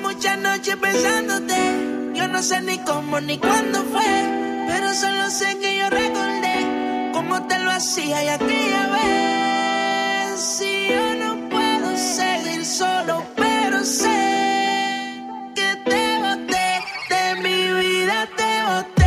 Pensándote, yo no sé ni cómo ni cuándo fue, pero solo sé que yo recordé cómo te lo hacía y aquella vez. Si yo no puedo seguir solo, pero sé que te boté, de mi vida te boté.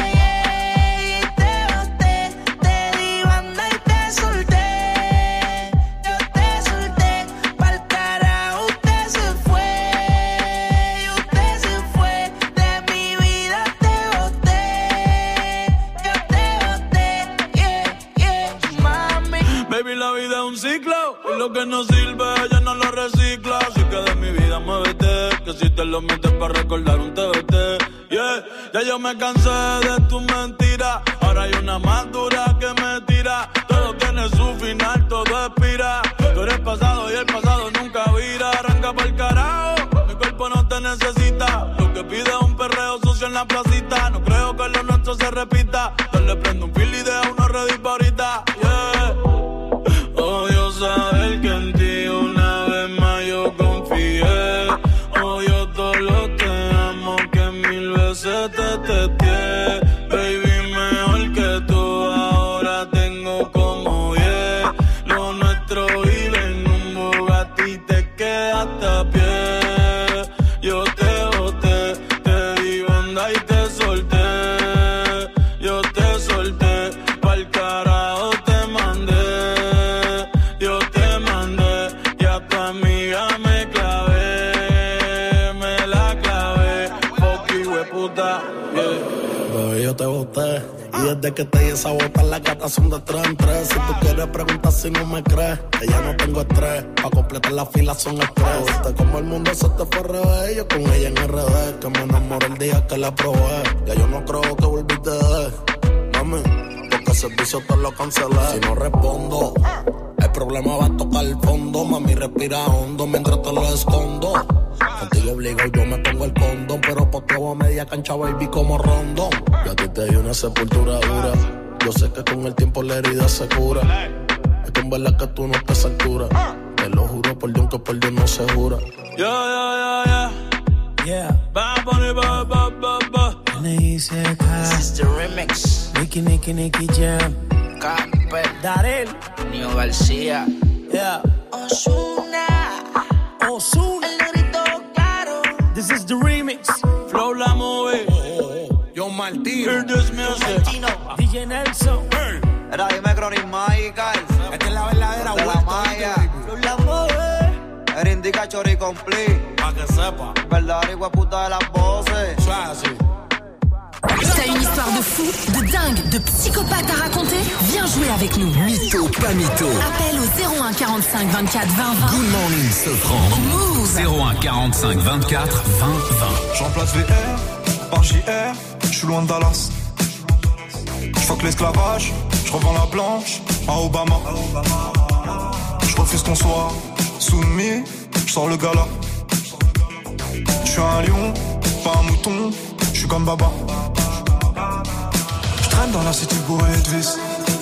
Lo que no sirve, ella no lo recicla. Así que de mi vida muévete, que si te lo metes para recordar un TBT. Yeah, ya yo me cansé de tus mentiras. Ahora hay una más dura que me tira. Todo tiene su final, todo expira. Tú eres pasado y el pasado nunca vira. Arranca pa'l carajo, mi cuerpo no te necesita. Lo que pide es un perreo sucio en la placita. No creo que lo nuestro se repita. Yo le prendo un fil y deja uno ready pa' ahorita. Yeah. Odio saber que en ti una vez más yo confié. Odio todo lo te amo que mil veces te testé. Baby, mejor que tú ahora tengo como 10. Lo nuestro vive en un Bugatti, te quedaste a pie. Yo te boté, te di banda y te solté. Yo te solté, pa'l carajo te desde que te di esa bota, las gatas son de 3 en 3. Si tú quieres preguntar si no me crees, que ya no tengo estrés. Pa' completar la fila son estrés. Viste como el mundo se te fue al revés. Yo con ella en RD, que me enamoré el día que la probé. Ya yo no creo que volviste de mami, porque el servicio te lo cancelé. Si no respondo, el problema va a tocar el fondo. Mami, respira hondo mientras te lo escondo. Contigo obligo y yo me pongo el condón, pero poteo a media cancha, baby, como rondón. Y a ti te di una sepultura dura. Yo sé que con el tiempo la herida se cura. Es que en verdad que tú no estás a altura. Te lo juro por Dios que por Dios no se jura. Yeah. Bad Bunny, ba. This is the remix. Nicky Jam. Camper. Darel. Nio García. Yeah. Ozuna. El negrito claro. This is the remix. Flow la move. Yo Martino. Hear this music. DJ Nelson. Era dime Chronic Michael. Esta es la verdadera de la Maya. Flow la move. Era indica chori complete. Pa' que sepa. Verdadera hueputa de las voces. T'as une histoire de fou, de dingue, de psychopathe à raconter? Viens jouer avec nous. Mytho, pas mytho. Appel au 01 45 24 20 20. Good morning, Sofran. Move. 01 45 24 20 20. J'remplace VR par JR, j'suis loin de Dallas. J'fuck l'esclavage, j'revends la blanche à Obama. J'refuse qu'on soit soumis, j'sors le gala. J'suis un lion, pas un mouton, j'suis comme Baba. J'traîne dans la city bourrée de vis.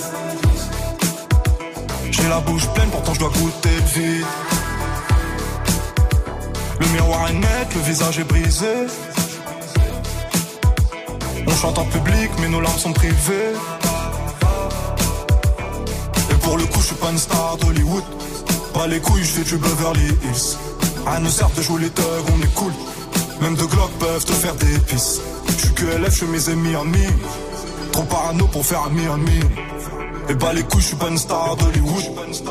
J'ai la bouche pleine, pourtant j'dois goûter le vide. Le miroir est net, le visage est brisé. On chante en public, mais nos larmes sont privées. Et pour le coup, je suis pas une star d'Hollywood. Pas les couilles, je fais du Beverly Hills. Rien ne sert de jouer les thugs, on est cool. Même deux Glock peuvent te faire des pisses. Je suis que LF, je fais mes ennemis en mi. Trop parano pour faire un mi. Et bah les couilles, je suis pas une star d'Hollywood.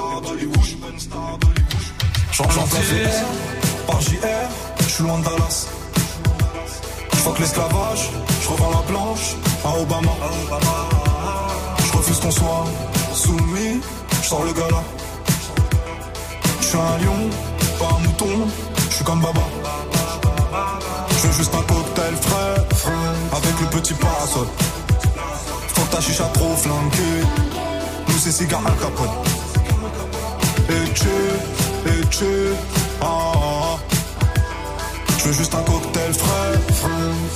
J'en fais par JR, je suis loin de Dallas. J'fuck l'esclavage, j'revends la blanche à Obama. J'refuse qu'on soit soumis, j'sors le gala. J'suis un lion, pas un mouton, j'suis comme Baba. J'veux juste un cocktail frais, avec le petit parasol. Faut que ta chicha trop flanquée, nous c'est cigare Al Capone. Et ah. Je veux juste un cocktail frais.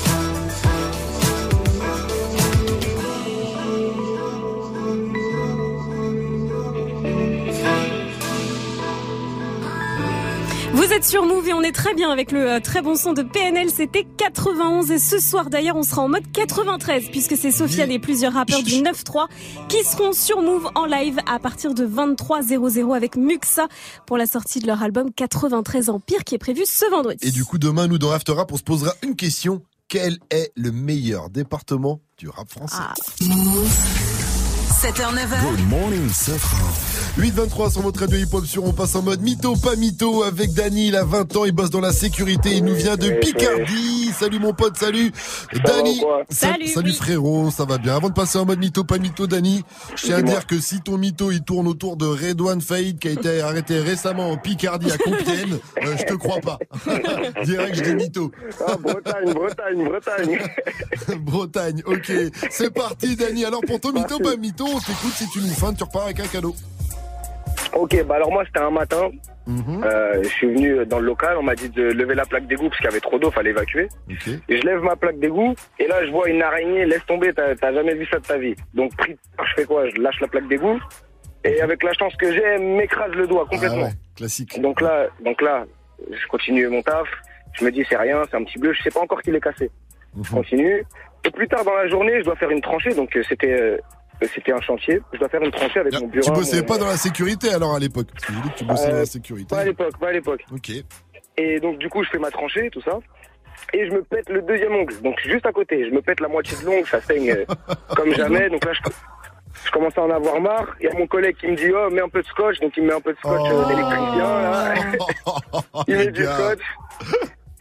Vous êtes sur Move et on est très bien avec le très bon son de PNL, c'était 91 et ce soir d'ailleurs on sera en mode 93 puisque c'est Sofiane et plusieurs rappeurs du 9-3 qui seront sur Move en live à partir de 23h00 avec Muxa pour la sortie de leur album 93 Empire qui est prévu ce vendredi. Et du coup demain nous dans After Rap on se posera une question, quel est le meilleur département du rap français? Move 7h, 9h. Good morning, Sofran. 8h23 sur votre radio hip-hop sur on passe en mode mytho, pas mytho avec Dany, il a 20 ans, il bosse dans la sécurité, il nous vient de Picardie. Salut mon pote, salut. Dany. Salut frérot, ça va bien. Avant de passer en mode mytho, pas mytho, Dany, je tiens à dire que si ton mytho il tourne autour de Redouane Faïd qui a été arrêté récemment en Picardie à Compiègne, je te crois pas. Direct, je dis mytho. Ah, Bretagne. Bretagne, ok. C'est parti Dany. Alors pour ton mytho, pas mytho, on t'écoute, si tu nous feintes, tu repars avec un cadeau. Ok, bah alors moi c'était un matin, je suis venu dans le local, on m'a dit de lever la plaque d'égout parce qu'il y avait trop d'eau, fallait évacuer. Et je lève ma plaque d'égout et là je vois une araignée, laisse tomber, t'as jamais vu ça de ta vie. Donc pris de peur, je fais quoi? Je lâche la plaque d'égout et avec la chance que j'ai, elle m'écrase le doigt complètement. Ah ouais, classique. Donc là, je continue mon taf, je me dis c'est rien, c'est un petit bleu, je sais pas encore qu'il est cassé. Je continue et plus tard dans la journée, je dois faire une tranchée, donc c'était un chantier. Je dois faire une tranchée avec mon bureau. Tu bossais pas dans la sécurité alors à l'époque? Parce que j'ai dit que tu bossais dans la sécurité. Pas à l'époque. Ok. Et donc du coup je fais ma tranchée, tout ça. Et je me pète le deuxième ongle. Donc juste à côté. Je me pète la moitié de l'ongle, ça saigne comme jamais. Donc là je commence à en avoir marre. Il y a mon collègue qui me dit oh mets un peu de scotch. Donc il me met un peu de scotch d'électricien là. Il met du scotch.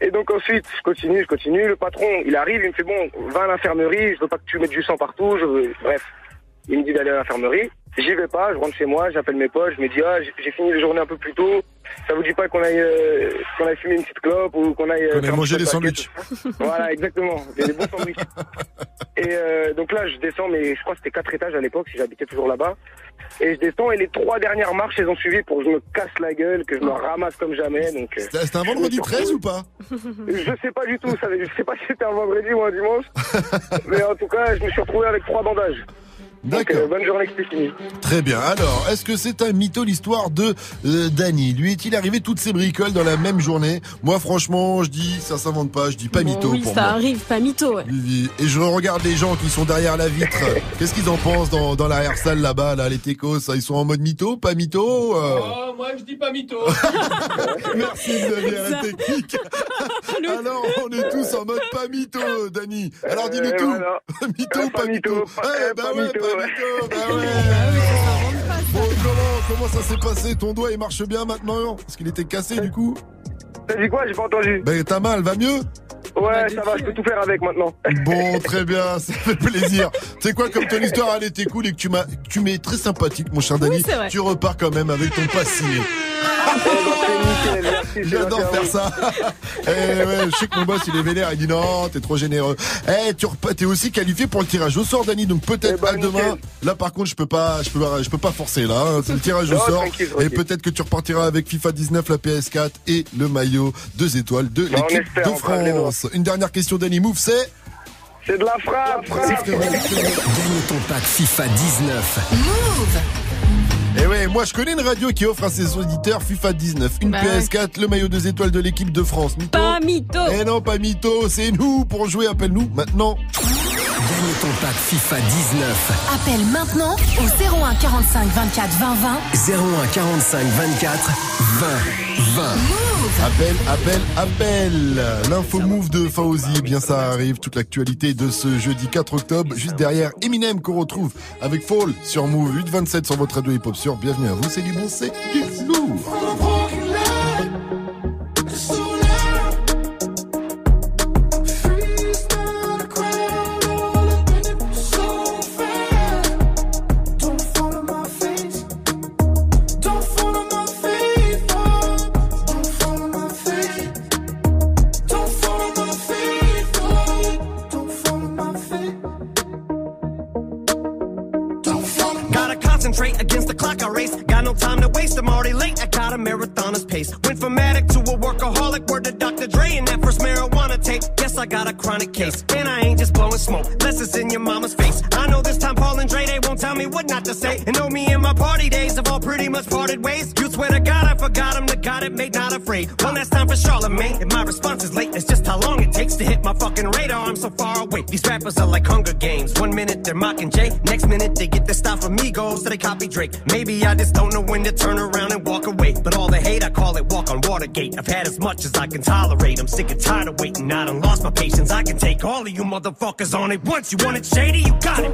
Et donc ensuite, je continue. Le patron, il arrive, il me fait bon, va à l'infirmerie, je veux pas que tu mettes du sang partout. Bref, il me dit d'aller à l'infirmerie. J'y vais pas, je rentre chez moi, j'appelle mes potes, je me dis j'ai fini la journée un peu plus tôt. Ça vous dit pas qu'on aille fumer une petite clope ou qu'on aille manger des sandwichs. Voilà, exactement, des bons sandwichs. Et donc là, je descends, mais je crois que c'était 4 étages à l'époque, si j'habitais toujours là-bas. Et je descends et les 3 dernières marches, elles ont suivi pour que je me casse la gueule, que je me ramasse comme jamais. Donc c'était un vendredi 13 ou pas? Je sais pas du tout, je sais pas si c'était un vendredi ou un dimanche. Mais en tout cas, je me suis retrouvé avec 3 bandages. D'accord. Donc, bonne journée, c'est fini. Très bien. Alors, est-ce que c'est un mytho l'histoire de Dany? Lui est-il arrivé toutes ses bricoles dans la même journée? Moi, franchement, je dis ça s'invente pas. Je dis pas mytho oui, pour ça moi. arrive, pas mytho. Ouais. Et je regarde les gens qui sont derrière la vitre. Qu'est-ce qu'ils en pensent dans l'arrière-salle là-bas, là, les techos? Ils sont en mode mytho, pas mytho? Oh, moi, je dis pas mytho. Merci Xavier à la technique. Alors, on est tous en mode pas mytho, Dany. Alors, dis-nous tout. Voilà. Mytho, pas mytho. Pas mytho. Bah ouais. Bon, comment ça s'est passé? Ton doigt il marche bien maintenant? Parce qu'il était cassé du coup. T'as dit quoi? J'ai pas entendu. Ben t'as mal, va mieux? Ouais, ça va, je peux tout faire avec maintenant. Bon, très bien, ça fait plaisir. Tu sais quoi, comme ton histoire elle était cool et que tu m'es très sympathique, mon cher Dany, oui, tu repars quand même avec ton pass signé. J'adore faire ça. Ouais, je sais que mon boss il est vénère, il dit non, t'es trop généreux. T'es aussi qualifié pour le tirage au sort, Dany, donc peut-être à demain. Là par contre je peux pas forcer là, hein. C'est le tirage au sort. Et peut-être que tu repartiras avec FIFA 19, la PS4 et le maillot 2 étoiles de l'équipe de France. Une dernière question, Dany, Move, c'est de la frappe. Gagne ton pack FIFA 19. Move. Et ouais, moi je connais une radio qui offre à ses auditeurs FIFA 19, une PS4, le maillot 2 étoiles de l'équipe de France. Mytho? Pas mytho. Eh non, pas mytho, c'est nous. Pour jouer, appelle-nous maintenant. Gagne ton pack FIFA 19. Appelle maintenant au 01 45 24 20 20. 01 45 24 20 20. Appel. L'info move de Fauzi, eh bien ça arrive. Toute l'actualité de ce jeudi 4 octobre, juste derrière Eminem qu'on retrouve avec Fall sur Move 827 sur votre radio hip-hop sur. Bienvenue à vous, c'est du bon, c'est du lourd. Against the clock I race, got no time to waste, I'm already late, I got a marathoner's pace. Went from addict to a workaholic, word to Dr. Dre and that first marijuana tape. Guess I got a chronic case, and I ain't just blowing smoke, unless it's in your mama's face. I know this time Paul and Dre, they won't tell me what not to say. And know me and my party days have all pretty much parted ways. You swear to God I forgot him, the God it made, not afraid. One last time for Charlemagne, and my response is late, it's just how long it takes to hit my fucking radar, I'm so far away. These rappers are like Hunger Games, 1 minute they're mocking Jay, next minute they get their style from Migos, so they copy Drake. Maybe I just don't know when to turn around and walk away. But all the hate, I call it walk on Watergate. I've had as much as I can tolerate. I'm sick and tired of waiting. I done lost my patience. I can take all of you motherfuckers on it once. You want it shady? You got it.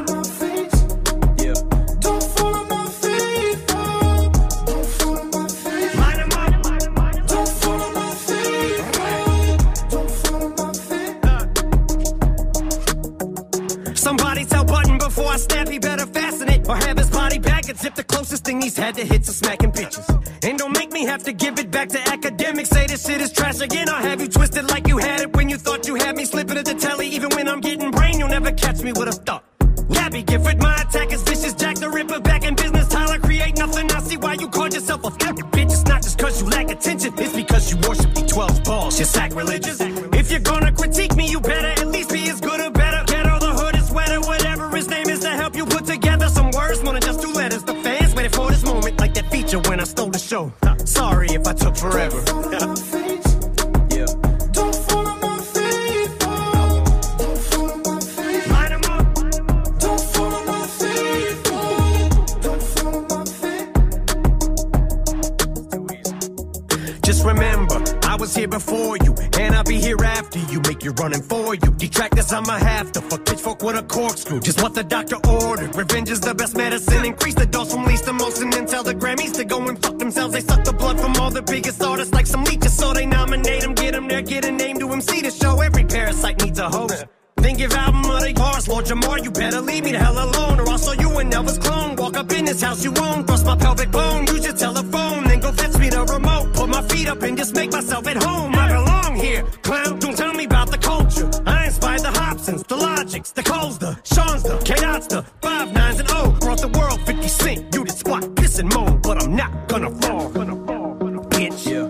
Somebody tell Button before I snap, he better fasten it. Or have his body back and zip the closest thing he's had to hits of smacking bitches. And don't make me have to give it back to academics. Say this shit is trash again. I'll have you twisted like you had it when you thought you had me slipping at the telly. Even when I'm getting brain, you'll never catch me with a thought. Gabby Gifford, my attack is vicious. Jack the Ripper back in business. Tyler, create nothing. I see why you called yourself a fucking bitch. It's not just cause you lack attention. It's because you worship the 12 balls. You're sacrilegious. If you're gonna critique me, you better at least be as good or better. Get all the hood is sweater, whatever his name is to help you put together some words. More than just 2 letters. The fans waited for this moment like that feature when I stole the show. Sorry if I took forever. Just remember, I was here before you, and I'll be here after you. Make you're running for you. Detractors, I'ma have to fuck pitchfork with a corkscrew. Just what the doctor ordered. Revenge is the best medicine. Increase the dose from least to most and then tell the Grammys to go and fuck themselves. They suck the blood from all the biggest artists like some leeches, so they nominate them, get them there, get a name to MC to show. Every parasite needs a host. Then give album of the bars, Lord Jamar, you better leave me the hell alone, or I'll show you an Elvis clone. Walk up in this house you own, bust my pelvic bone, use your telephone, then go fetch me the remote. Put my feet up and just make myself at home. I belong here, clown, don't tell me about the culture. I inspired the Hobsons, the Logics, the Coles, the Sean's, the K-Dots, the 5 9s and O. Brought the world 50 Cent, you did squat, piss and moan, but I'm not gonna fall, bitch. Yeah.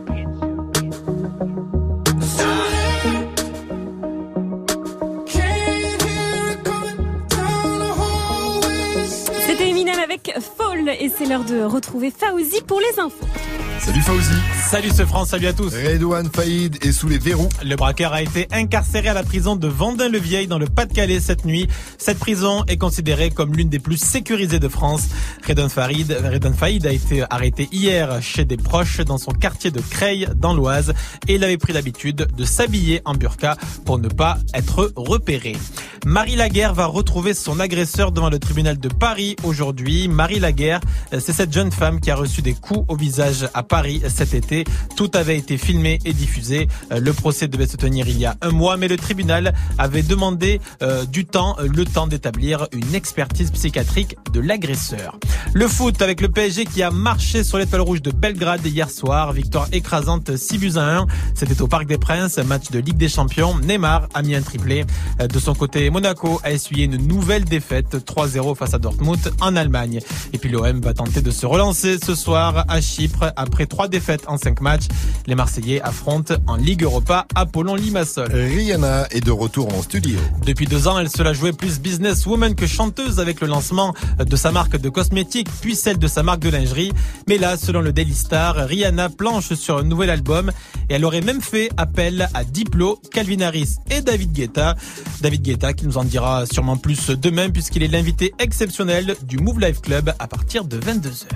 C'était Eminem avec Fall et c'est l'heure de retrouver Fauzi pour les infos. Salut Fauzi. Salut ce France, salut à tous. Redouane Faïd est sous les verrous. Le braqueur a été incarcéré à la prison de Vendin-le-Vieil dans le Pas-de-Calais cette nuit. Cette prison est considérée comme l'une des plus sécurisées de France. Redouane Faïd a été arrêté hier chez des proches dans son quartier de Creil dans l'Oise et il avait pris l'habitude de s'habiller en burqa pour ne pas être repéré. Marie Laguerre va retrouver son agresseur devant le tribunal de Paris aujourd'hui. Marie Laguerre, c'est cette jeune femme qui a reçu des coups au visage à Paris cet été. Tout avait été filmé et diffusé. Le procès devait se tenir il y a un mois, mais le tribunal avait demandé le temps d'établir une expertise psychiatrique de l'agresseur. Le foot avec le PSG qui a marché sur l'Étoile Rouge de Belgrade hier soir. Victoire écrasante 6-1. C'était au Parc des Princes, match de Ligue des Champions. Neymar a mis un triplé. De son côté, Monaco a essuyé une nouvelle défaite 3-0 face à Dortmund en Allemagne. Et puis l'OM va tenter de se relancer ce soir à Chypre après 3 défaites en 5 matchs. Les Marseillais affrontent en Ligue Europa Apollon Limassol. Rihanna est de retour en studio. Depuis 2 ans, elle se la jouait plus businesswoman que chanteuse avec le lancement de sa marque de cosmétiques puis celle de sa marque de lingerie. Mais là, selon le Daily Star, Rihanna planche sur un nouvel album et elle aurait même fait appel à Diplo, Calvin Harris et David Guetta. David Guetta qui nous en dira sûrement plus demain puisqu'il est l'invité exceptionnel du Move Life Club à partir de 22h.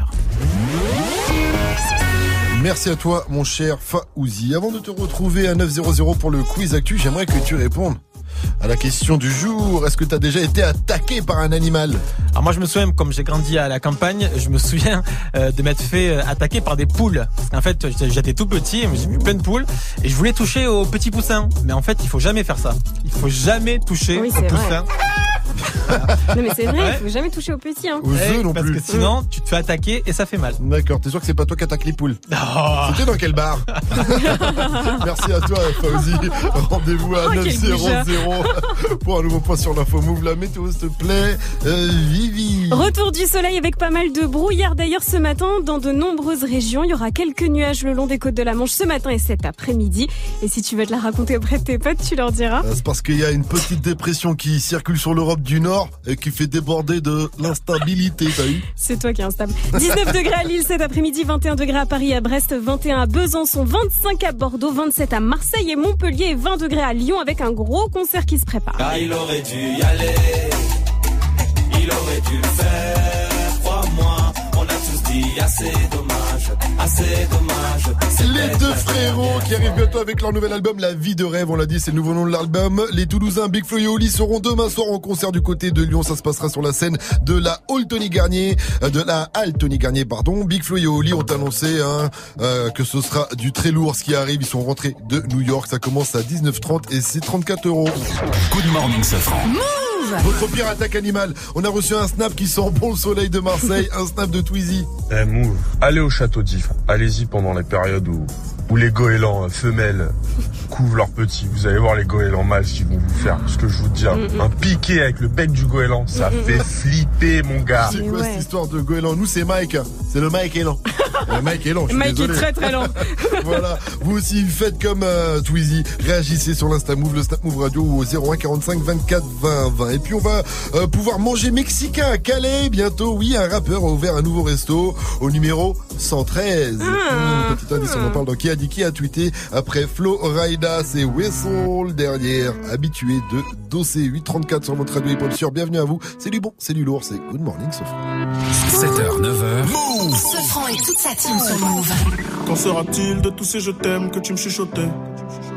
Merci à toi, mon cher Fauzi. Avant de te retrouver à 900 pour le quiz actu, j'aimerais que tu répondes à la question du jour. Est-ce que tu as déjà été attaqué par un animal? Alors moi je me souviens, comme j'ai grandi à la campagne, je me souviens de m'être fait attaquer par des poules. Parce qu'en fait j'étais tout petit, j'ai vu plein de poules et je voulais toucher aux petits poussins. Mais en fait il faut jamais faire ça. Il faut jamais toucher aux poussins. Non mais c'est vrai, il faut jamais toucher aux petits. Aux œufs non parce plus. Parce que sinon tu te fais attaquer et ça fait mal. D'accord, t'es sûr que c'est pas toi qui attaque les poules? C'était dans quel bar? Merci à toi Fauzi. Rendez-vous à 900 pour un nouveau point sur l'info Move. La météo s'il te plaît, Vivi. Retour du soleil avec pas mal de brouillard d'ailleurs ce matin dans de nombreuses régions. Il y aura quelques nuages le long des côtes de la Manche ce matin et cet après-midi. Et si tu veux te la raconter auprès de tes potes, tu leur diras. C'est parce qu'il y a une petite dépression qui circule sur l'Europe du Nord et qui fait déborder de l'instabilité, t'as vu? C'est toi qui es instable. 19 degrés à Lille cet après-midi, 21 degrés à Paris, à Brest, 21 à Besançon, 25 à Bordeaux, 27 à Marseille et Montpellier et 20 degrés à Lyon avec un gros concert qui se prépare. Ah, il aurait dû y aller, il aurait dû le faire, crois-moi, on a tous dit assez dommage, assez dommage. Les deux frérots qui arrivent bientôt avec leur nouvel album La Vie de Rêve, on l'a dit, c'est le nouveau nom de l'album. Les Toulousains Big Flo et Oli seront demain soir en concert du côté de Lyon, ça se passera sur la scène de la Halle Tony Garnier, Big Flo et Oli ont annoncé que ce sera du très lourd ce qui arrive, ils sont rentrés de New York, ça commence à 19h30 et c'est 34 €. Good morning Safran. Votre pire attaque animale. On a reçu un snap qui sent bon le soleil de Marseille, un snap de Twizy. Move, allez au château d'If. Allez-y pendant les périodes où les goélands femelles couvrent leurs petits. Vous allez voir les goélands mâles qui vont vous faire ce que je vous dis. Un piqué avec le bec du goéland, ça fait flipper mon gars. C'est quoi cette histoire de goéland? Nous c'est Mike, c'est le Mike élan. Le Mike est lent, je suis Mike désolé. est très très lent. Voilà, vous aussi faites comme Twizy, réagissez sur l'Insta Move, le Snap Move Radio ou au 01 45 24 20 20. Et puis on va pouvoir manger mexicain à Calais bientôt. Oui, un rappeur a ouvert un nouveau resto au numéro 113. Petit indice, on en parle dans Qui a dit qui a tweeté après Flo Rida, c'est Whistle derrière, habitué de Dossé 834 sur votre radio hip-hop sur. Bienvenue à vous, c'est du bon, c'est du lourd, c'est Good Morning Sofran. 7h, 9h. Move. Sofran et toute sa team sur Move. Qu'en sera-t-il de tous ces je t'aime que tu me chuchotais?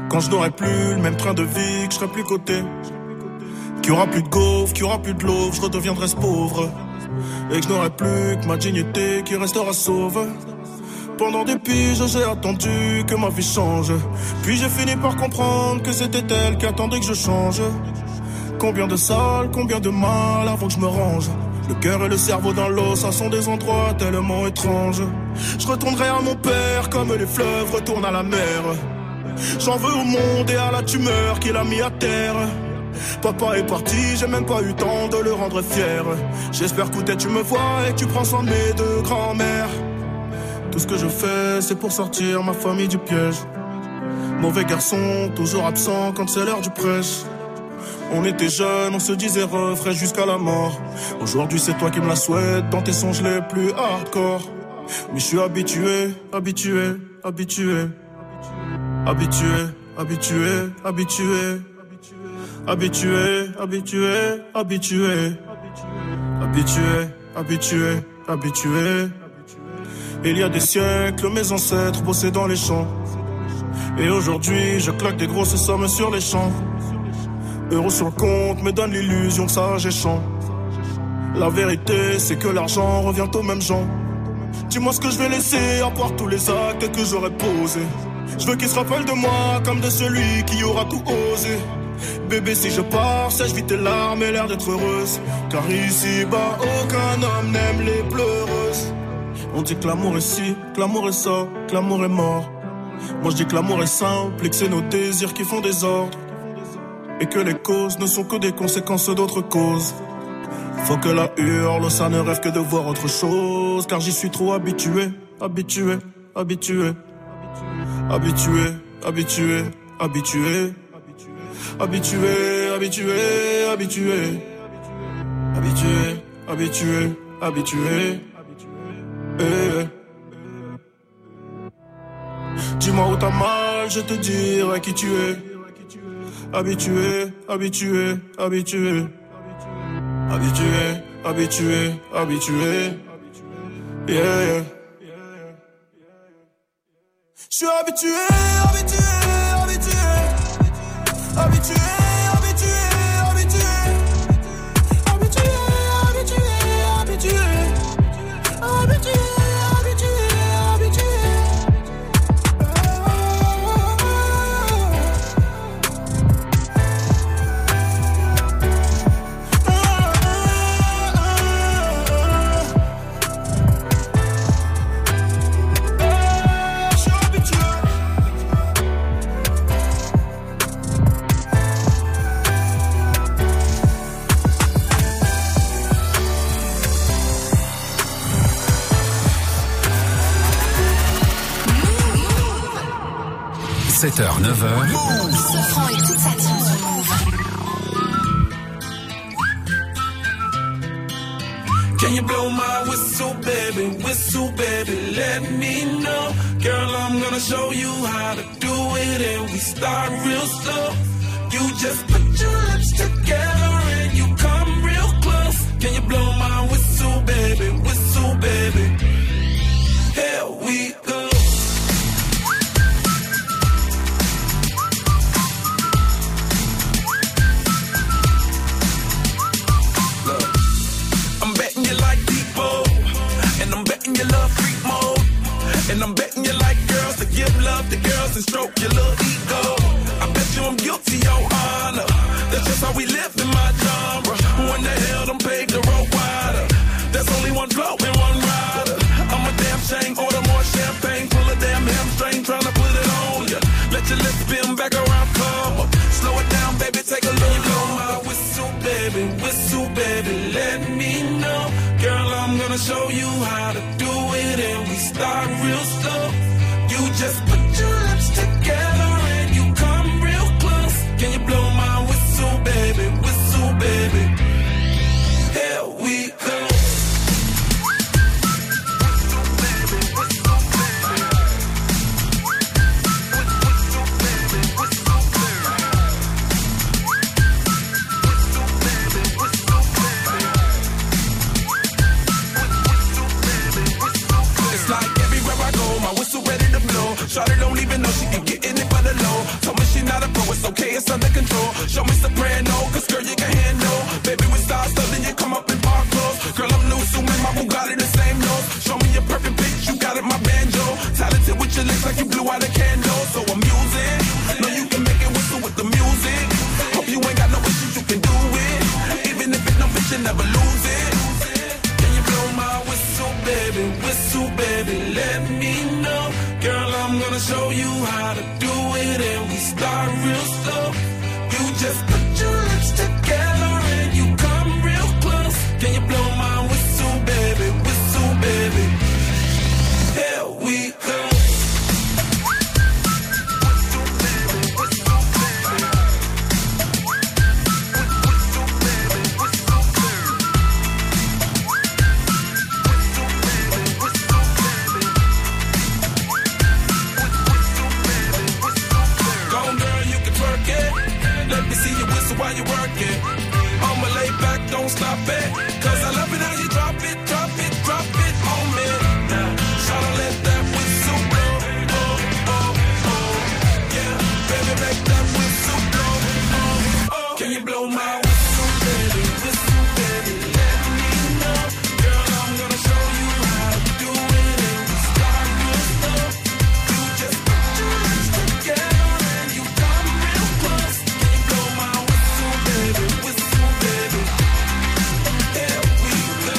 Quand je n'aurai plus le même train de vie, que je serai plus coté. Qu'il y aura plus de gaufres, qu'il y aura plus de l'eau, je redeviendrai ce pauvre. Et que je n'aurai plus que ma dignité qui restera sauve. Pendant des piges, j'ai attendu que ma vie change. Puis j'ai fini par comprendre que c'était elle qui attendait que je change. Combien de salles, combien de mal avant que je me range. Le cœur et le cerveau dans l'eau, ça sont des endroits tellement étranges. Je retournerai à mon père comme les fleuves retournent à la mer. J'en veux au monde et à la tumeur qu'il a mis à terre. Papa est parti, j'ai même pas eu le temps de le rendre fier. J'espère qu'outais tu me vois et que tu prends soin de mes deux grands-mères. Tout ce que je fais, c'est pour sortir ma famille du piège. Mauvais garçon, toujours absent quand c'est l'heure du prêche. On était jeunes, on se disait refrain jusqu'à la mort. Aujourd'hui c'est toi qui me la souhaites dans tes songes les plus hardcore. Mais je suis habitué, habitué, habitué. Habitué, habitué, habitué. Habitué, habitué, habitué. Habitué, habitué, habitué. Il y a des siècles, mes ancêtres bossaient dans les champs. Et aujourd'hui, je claque des grosses sommes sur les champs. Euros sur le compte me donne l'illusion que ça j'échange. La vérité, c'est que l'argent revient aux mêmes gens. Dis-moi ce que je vais laisser à part tous les actes que j'aurais posés. Je veux qu'ils se rappellent de moi comme de celui qui aura tout osé. Bébé, si je pars, sèche vite tes larmes et l'air d'être heureuse. Car ici-bas, aucun homme n'aime les pleureuses. On dit que l'amour est ci, que l'amour est ça, que l'amour est mort. Moi je dis que l'amour est simple et que c'est nos désirs qui font des ordres. Et que les causes ne sont que des conséquences d'autres causes. Faut que la hurle, ça ne rêve que de voir autre chose. Car j'y suis trop habitué, habitué, habitué. Habitué, habitué, habitué. Habitué, habitué, habitué. Habitué, habitué, habitué. Dis-moi où t'as mal, je te dirai qui tu es. Habitué, habitué, habitué. Habitué, habitué, habitué. Yeah, yeah. Je suis habitué, habitué, habitué. Habitué, habitué, habitué. Habitué, habitué, habitué. Habitué, habitué, habitué. – 7h, 9h. Sofran et toute sa team sur Move. Can you blow my whistle, baby, let me know. Girl, I'm gonna show you how to do it and we start real slow. You just put your lips together and you come real close. Can you blow my whistle, baby, here we go. And I'm betting you like girls to give love to girls and stroke your little ego. I bet you I'm guilty, your honor. That's just how we live in my genre. Who in the hell done paved the road wider? There's only one flow and one rider. I'm a damn shame, order more champagne, full of damn hamstring, trying to put it on ya. Let your lips spin back around, come up. Slow it down, baby, take a look. Blow my whistle, baby, let me know. Girl, I'm gonna show you how to do it and we start real slow. You just put your lips together and you come real close. Can you blow my whistle, baby, here we go. under control. Show me soprano, cause girl, you can handle. Baby, we start studying, you come up in park clothes. Girl, I'm new, so man, my Bugatti the same nose. Show me your perfect pitch, you got it, my banjo. Talented with your lips like you blew out a candle. So I'm using, know you can make it whistle with the music. Hope you ain't got no issues, you can do it. Even if it no bitch, you never lose it. Can you blow my whistle, baby, let me know. Girl, I'm gonna show you how to do it, and we start real slow. You just put your lips together and you come real close. Can you blow my whistle, baby, here we go. While you work it, I'ma lay back, don't stop it. Cause I love it how you drop it on me. Tryna let that whistle blow. Yeah, baby, make that whistle blow. Can you blow my whistle, baby, let me know. Girl, I'm gonna show you how to do it, and we start real slow. You just put your lips together and you come real close. Can you blow my whistle, baby, here we go.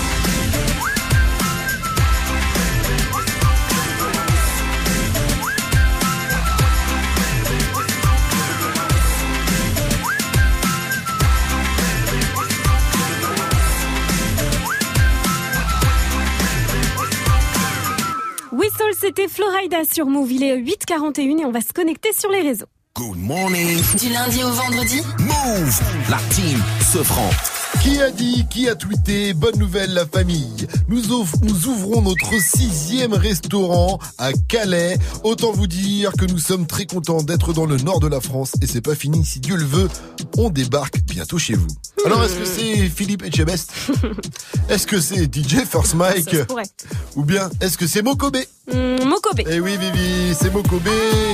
Whistle, c'était Florida sur Move. Il est 8h41 et on va se connecter sur les réseaux. Good morning. Du lundi au vendredi. Move, la team Sofran. Qui a dit, qui a tweeté, bonne nouvelle la famille. Nous ouvrons notre 6e restaurant à Calais. Autant vous dire que nous sommes très contents d'être dans le nord de la France. Et c'est pas fini, si Dieu le veut, on débarque bientôt chez vous. Alors est-ce que c'est Philippe Etchebest? Est-ce que c'est DJ First Mike? Ou bien est-ce que c'est Mokobé? Mokobé. Eh oui Vivi, c'est Mokobé.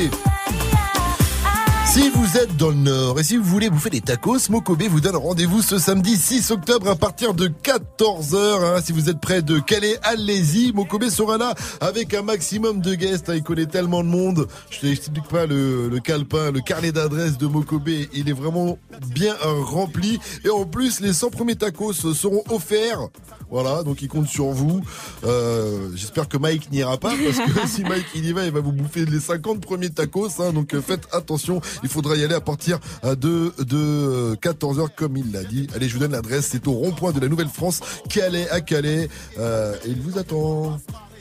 Si vous êtes dans le Nord et si vous voulez bouffer des tacos, Mokobé vous donne rendez-vous ce samedi 6 octobre à partir de 14h. Si vous êtes près de Calais, allez-y. Mokobé sera là avec un maximum de guests. Il connaît tellement de monde. Je t'explique pas le calepin, le carnet d'adresses de Mokobé. Il est vraiment bien rempli. Et en plus, les 100 premiers tacos seront offerts. Voilà, donc il compte sur vous. J'espère que Mike n'ira pas parce que si Mike il y va, il va vous bouffer les 50 premiers tacos. Donc faites attention. Il faudra y aller à partir de 14h comme il l'a dit. Allez, je vous donne l'adresse. C'est au rond-point de la Nouvelle-France, Calais à Calais. Et il vous attend.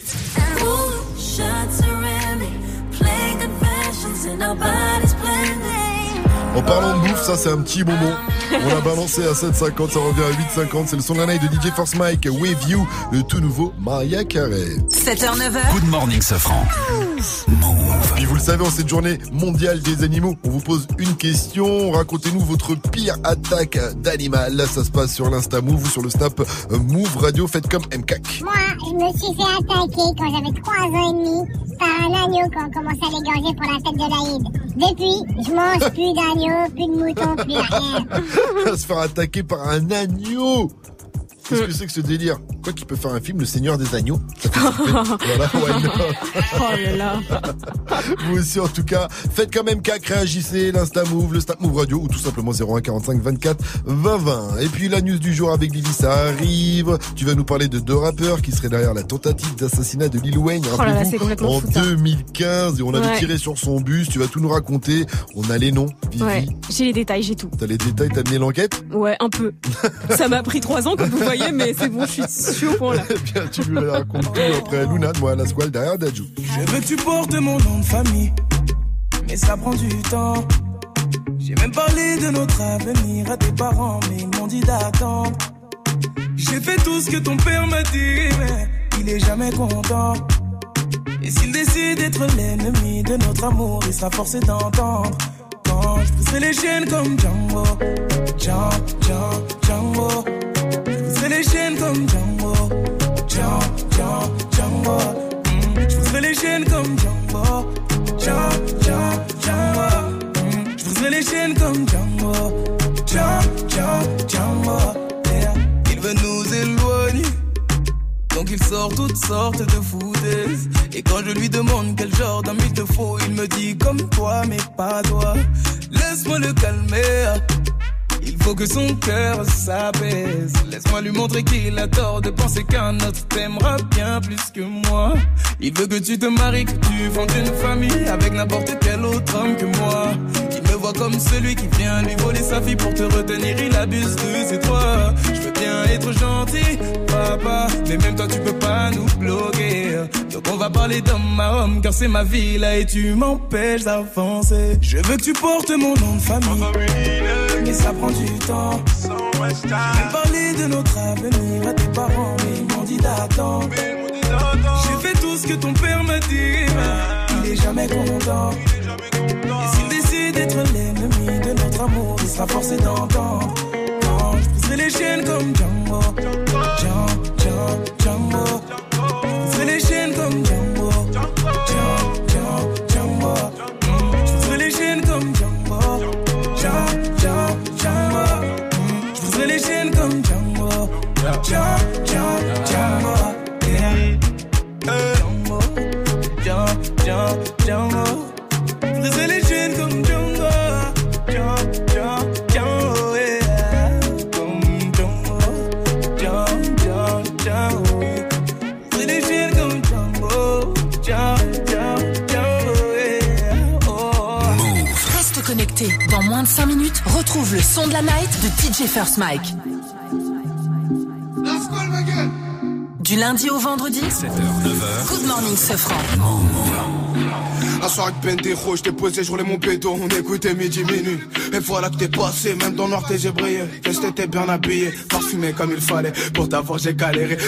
En parlant de bouffe, ça c'est un petit moment. On l'a balancé à 7,50, ça revient à 8,50. C'est le son de la night de DJ First Mike, With You, le tout nouveau Maria Carey. 7h, 9h. Good morning, Sofran. Puis vous le savez, en cette journée mondiale des animaux, on vous pose une question. Racontez-nous votre pire attaque d'animal. Ça se passe sur l'Insta Move ou sur le Snap Move Radio. Faites comme MCAC. Moi, je me suis fait attaquer quand j'avais 3 ans et demi par un agneau quand on commençait à l'égorger pour la fête de l'Aïd. Depuis, je mange plus d'agneaux, plus de moutons, plus rien. Se faire attaquer par un agneau. Qu'est-ce que c'est que ce délire? Quoi qu'il peut faire un film, Le Seigneur des Agneaux. Voilà, why not? Oh là là. Vous aussi, en tout cas, faites quand même qu'à réagissez, l'Insta Move, le Snap Move Radio, ou tout simplement 01 45 24 20 20. Et puis la news du jour avec Lily, ça arrive. Tu vas nous parler de 2 rappeurs qui seraient derrière la tentative d'assassinat de Lil Wayne. Oh là là, c'est complètement en fou, ça. 2015, et on avait tiré sur son bus. Tu vas tout nous raconter. On a les noms, Vivi. Ouais, j'ai les détails, j'ai tout. T'as les détails, t'as mené l'enquête? Ouais, un peu. Ça m'a pris 3 ans, comme vous voyez, mais c'est bon, je suis au point là. Eh bien, tu lui racontes tout après Luna, moi, la squale derrière Dadju. Je veux que tu portes mon nom de famille, mais ça prend du temps. J'ai même parlé de notre avenir à tes parents, mais ils m'ont dit d'attendre. J'ai fait tout ce que ton père m'a dit, mais il est jamais content. Et s'il décide d'être l'ennemi de notre amour, il sera forcé d'entendre. Quand je briserai les chaînes comme Django, Django. Je briserai les chaînes comme Django, Django. Je briserai les chaînes comme Django, Django. Je briserai les chaînes chiennes comme Django. Django. Yeah. Il veut nous éloigner, donc il sort toutes sortes de foutaises. Et quand je lui demande quel genre d'homme il te faut, il me dit comme toi mais pas toi. Laisse-moi le calmer, il faut que son cœur s'apaise. Laisse-moi lui montrer qu'il a tort de penser qu'un autre t'aimera bien plus que moi. Il veut que tu te maries, que tu fondes une famille avec n'importe quel autre homme que moi. Il me voit comme celui qui vient lui voler sa fille pour te retenir, il abuse de ses droits. Je veux bien être gentil, papa, mais même toi tu peux pas nous bloquer. Donc on va parler d'homme à homme, car c'est ma vie là et tu m'empêches d'avancer. Je veux que tu portes mon nom de famille, mais ça prend du temps. Même parler de notre avenir à tes parents, mais ils m'ont dit d'attendre. J'ai fait tout ce que ton père m'a dit, il est jamais content. Et s'il décide d'être l'ennemi de notre amour, il sera forcé d'entendre. Non, je briserai les chaînes comme Django. Django. Je briserai les chaînes comme Django. Django. Je briserai les chaînes comme Django. Django. Je briserai les chaînes comme Django. Django. Django. Briser les chaînes comme Django. Django, yeah. Comme Django. Briser les chaînes comme Django. Django, yeah. Oh. Reste connecté. Dans moins de 5 minutes, retrouve le son de la night de DJ First Mike. Du lundi au vendredi, 7h, 9h. Good Morning Sofran. Un soir avec Bendejo, je t'ai posé, je roulais mon pédo, on écoutait midi, minuit. Et voilà que t'es passé, même dans le noir t'es brillé. Qu'est-ce que t'étais bien habillé, parfumé comme il fallait. Pour t'avoir j'ai galéré.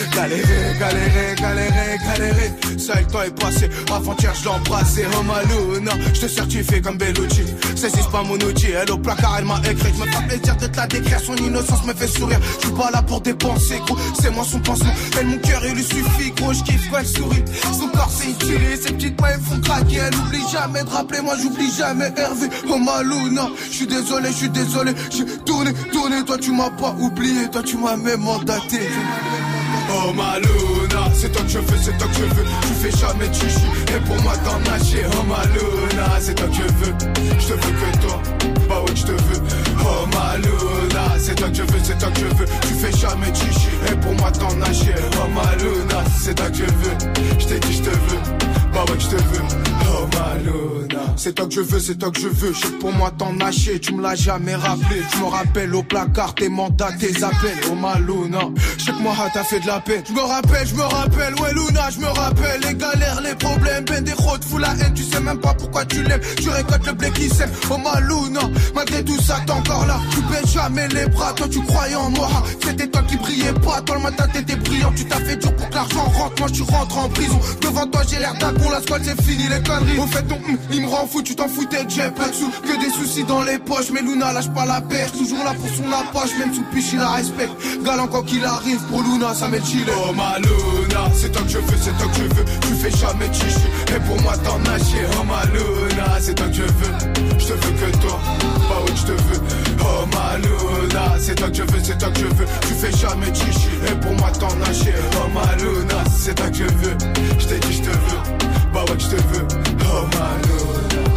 Ça le temps est passé, avant-hier je l'embrassais. Oh Maluna, je te certifie comme Bellucci. C'est pas mon outil, elle au placard elle m'a écrit. Je me fais plaisir de te la décrire, son innocence me fait sourire. Je suis pas là pour dépenser gros, c'est moi son pansement. Elle mon cœur il lui suffit gros, je kiffe quand elle sourit. Son corps c'est étiré, ses petites mains elles font craquer. Elle oublie jamais de rappeler, moi j'oublie jamais Hervé. Oh Maluna, je suis désolé, j'ai tourné, toi tu m'as pas oublié, toi tu m'as même mandaté. Oh Maluna, c'est toi que je veux, tu fais jamais de chichi, et pour moi t'en nager. Oh Maluna, c'est toi que je veux que toi, bah ouais que je te veux. Oh Maluna, c'est toi que je veux, tu fais jamais de chichi, et pour moi t'en nager. Oh Maluna, c'est toi que je veux, je t'ai dit je te veux, bah ouais que je te veux. Oh Maluna, c'est toi que je veux, je sais que pour moi t'en nager, tu me l'as jamais rappelé, tu me rappelles au placard tes mandats, tes appels. Oh Maluna, je sais que moi t'as fait de la peine. Je me rappelle, ouais Luna, je me rappelle les galères, les problèmes, ben des routes, fous la haine, tu sais même pas pourquoi tu l'aimes, tu récoltes le blé qui sème. Oh Maluna, malgré tout ça t'es encore là, tu baisses jamais les bras, toi tu croyais en moi, c'était toi qui brillais pas, toi le matin t'étais brillant, tu t'as fait dur pour que l'argent rentre, moi je rentre en prison, devant toi j'ai l'air d'un con, la squad c'est fini les conneries. Au fait ton il me rend fou, tu t'en foutais que j'ai pas de sous, que des soucis dans les poches, mais Luna lâche pas la perche, toujours là pour son approche, même sous piche il la respecte, galant quand qu'il arrive, pour Luna ça m'est chillé. Oh Maluna, c'est toi que je veux, tu fais jamais de chichi, et pour moi t'en nager. Oh Maluna, c'est toi que je te veux que toi, bah oui je te veux. Oh Maluna, c'est toi que je veux, tu fais jamais de chichi, et pour moi t'en nager. Oh Maluna, c'est toi que je veux, je t'ai dit je te veux, bah ouais que je te veux. Oh Maluna.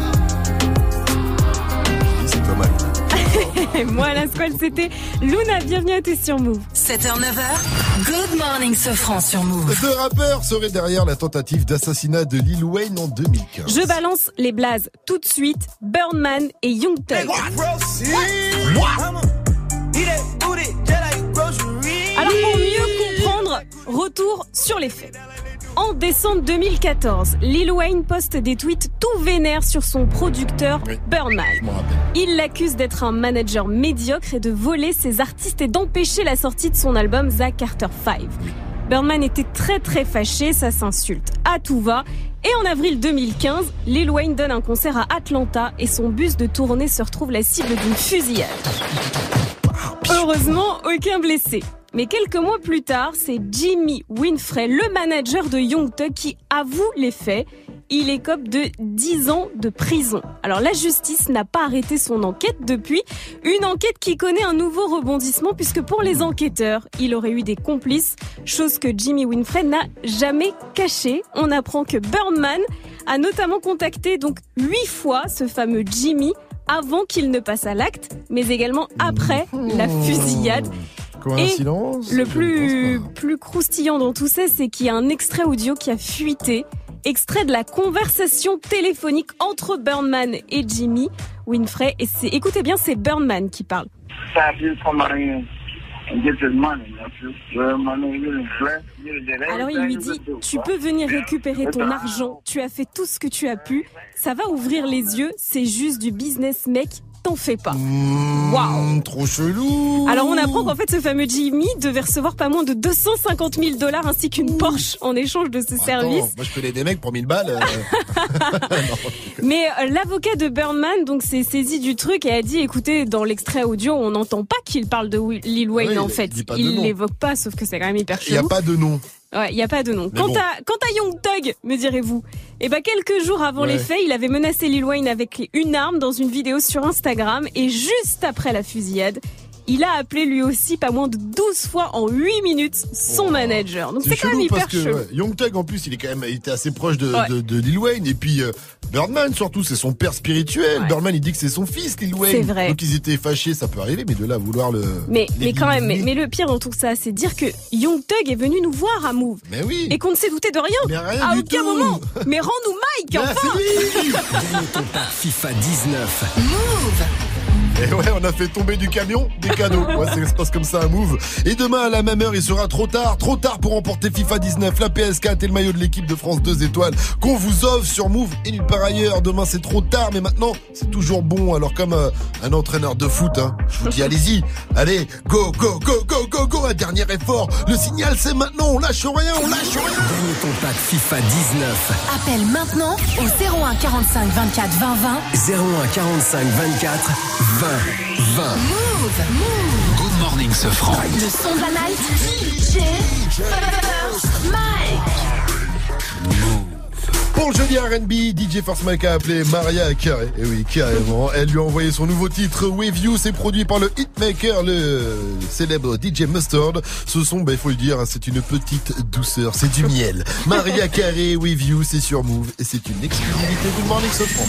C'est pas mal. Moi, la squale, c'était Luna. Bienvenue à tous sur Move. 7h, 9h. Good Morning Sofran sur Move. Deux rappeurs seraient derrière la tentative d'assassinat de Lil Wayne en 2015. Je balance les blazes tout de suite. Birdman et Young Thug. Alors pour mieux comprendre, retour sur les faits. En décembre 2014, Lil Wayne poste des tweets tout vénères sur son producteur Birdman. Il l'accuse d'être un manager médiocre et de voler ses artistes et d'empêcher la sortie de son album The Carter 5. Birdman était très fâché, ça s'insulte à tout va. Et en avril 2015, Lil Wayne donne un concert à Atlanta et son bus de tournée se retrouve la cible d'une fusillade. Heureusement, aucun blessé. Mais quelques mois plus tard, c'est Jimmy Winfrey, le manager de Young Thug, qui avoue les faits. il écope de 10 ans de prison. Alors la justice n'a pas arrêté son enquête depuis. Une enquête qui connaît un nouveau rebondissement puisque pour les enquêteurs, il aurait eu des complices, chose que Jimmy Winfrey n'a jamais cachée. On apprend que Birdman a notamment contacté donc 8 fois ce fameux Jimmy avant qu'il ne passe à l'acte, mais également après la fusillade. Coïncidence ? Et le plus croustillant dans tout ça, c'est qu'il y a un extrait audio qui a fuité. Extrait de la conversation téléphonique entre Birdman et Jimmy Winfrey. Et écoutez bien, c'est Birdman qui parle. Alors il lui dit, tu peux venir récupérer ton argent, tu as fait tout ce que tu as pu, ça va ouvrir les yeux, c'est juste du business mec, t'en fais pas. Waouh, trop chelou. Alors on apprend qu'en fait ce fameux Jimmy devait recevoir pas moins de $250 000 ainsi qu'une Porsche en échange de ce service. Moi je connais des mecs pour 1000 balles. Mais l'avocat de Birdman donc s'est saisi du truc et a dit, écoutez, dans l'extrait audio on n'entend pas qu'il parle de Lil Wayne en fait. Il l'évoque pas, sauf que c'est quand même hyper chelou. Il n'y a pas de nom. Ouais, il n'y a pas de nom. Quant à Young Thug, me direz-vous, quelques jours avant les faits, il avait menacé Lil Wayne avec une arme dans une vidéo sur Instagram et juste après la fusillade, il a appelé lui aussi pas moins de 12 fois en 8 minutes son manager. Donc c'est quand même hyper chelou. Young Thug en plus, il était assez proche de Lil Wayne et puis Birdman surtout, c'est son père spirituel. Ouais. Birdman il dit que c'est son fils Lil Wayne. C'est vrai. Donc ils étaient fâchés, ça peut arriver, mais de là à vouloir le. Mais quand même, mais le pire dans tout ça, c'est dire que Young Thug est venu nous voir à Move. Mais oui. Et qu'on ne s'est douté de rien. Mais rien à du aucun tout. moment. Mais rends-nous Mike, enfin. Gagne ton pack FIFA 19. Move. Et ouais, on a fait tomber du camion des cadeaux. Ouais, ça se passe comme ça à Move. Et demain à la même heure, il sera trop tard pour remporter FIFA 19, la PS4 et le maillot de l'équipe de France 2 étoiles qu'on vous offre sur Move et nulle part ailleurs. Demain c'est trop tard, mais maintenant c'est toujours bon. Alors comme un entraîneur de foot, je vous dis allez-y, allez, go, un dernier effort. Le signal c'est maintenant, on lâche rien. Gagne ton pack FIFA 19. Appelle maintenant au 01 45 24 20 20. 01 45 24 20 20. Move. Good morning, Sofran. Le son de la night. DJ First Mike. Pour le jeudi R&B, DJ First Mike a appelé Mariah Carey. Et oui, carrément. Elle lui a envoyé son nouveau titre With You. C'est produit par le hitmaker, le célèbre DJ Mustard. Ce son, il faut le dire, c'est une petite douceur. C'est du miel. Mariah Carey, With You, c'est sur Move. Et c'est une exclusivité Good Morning Sofran.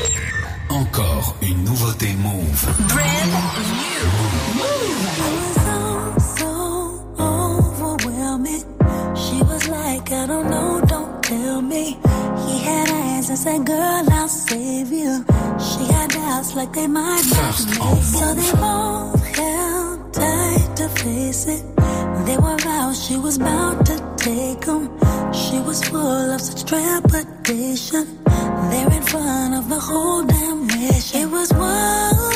Encore une nouveauté Move. Brand new. Move. So overwhelming. She was like, I don't know, don't tell me. He had eyes and said, girl, I'll save you. She had doubts like they might not make. So they both held tight to face it. They were vows she was about to take them. She was full of such trepidation. There in front of the whole damn nation. It was wild.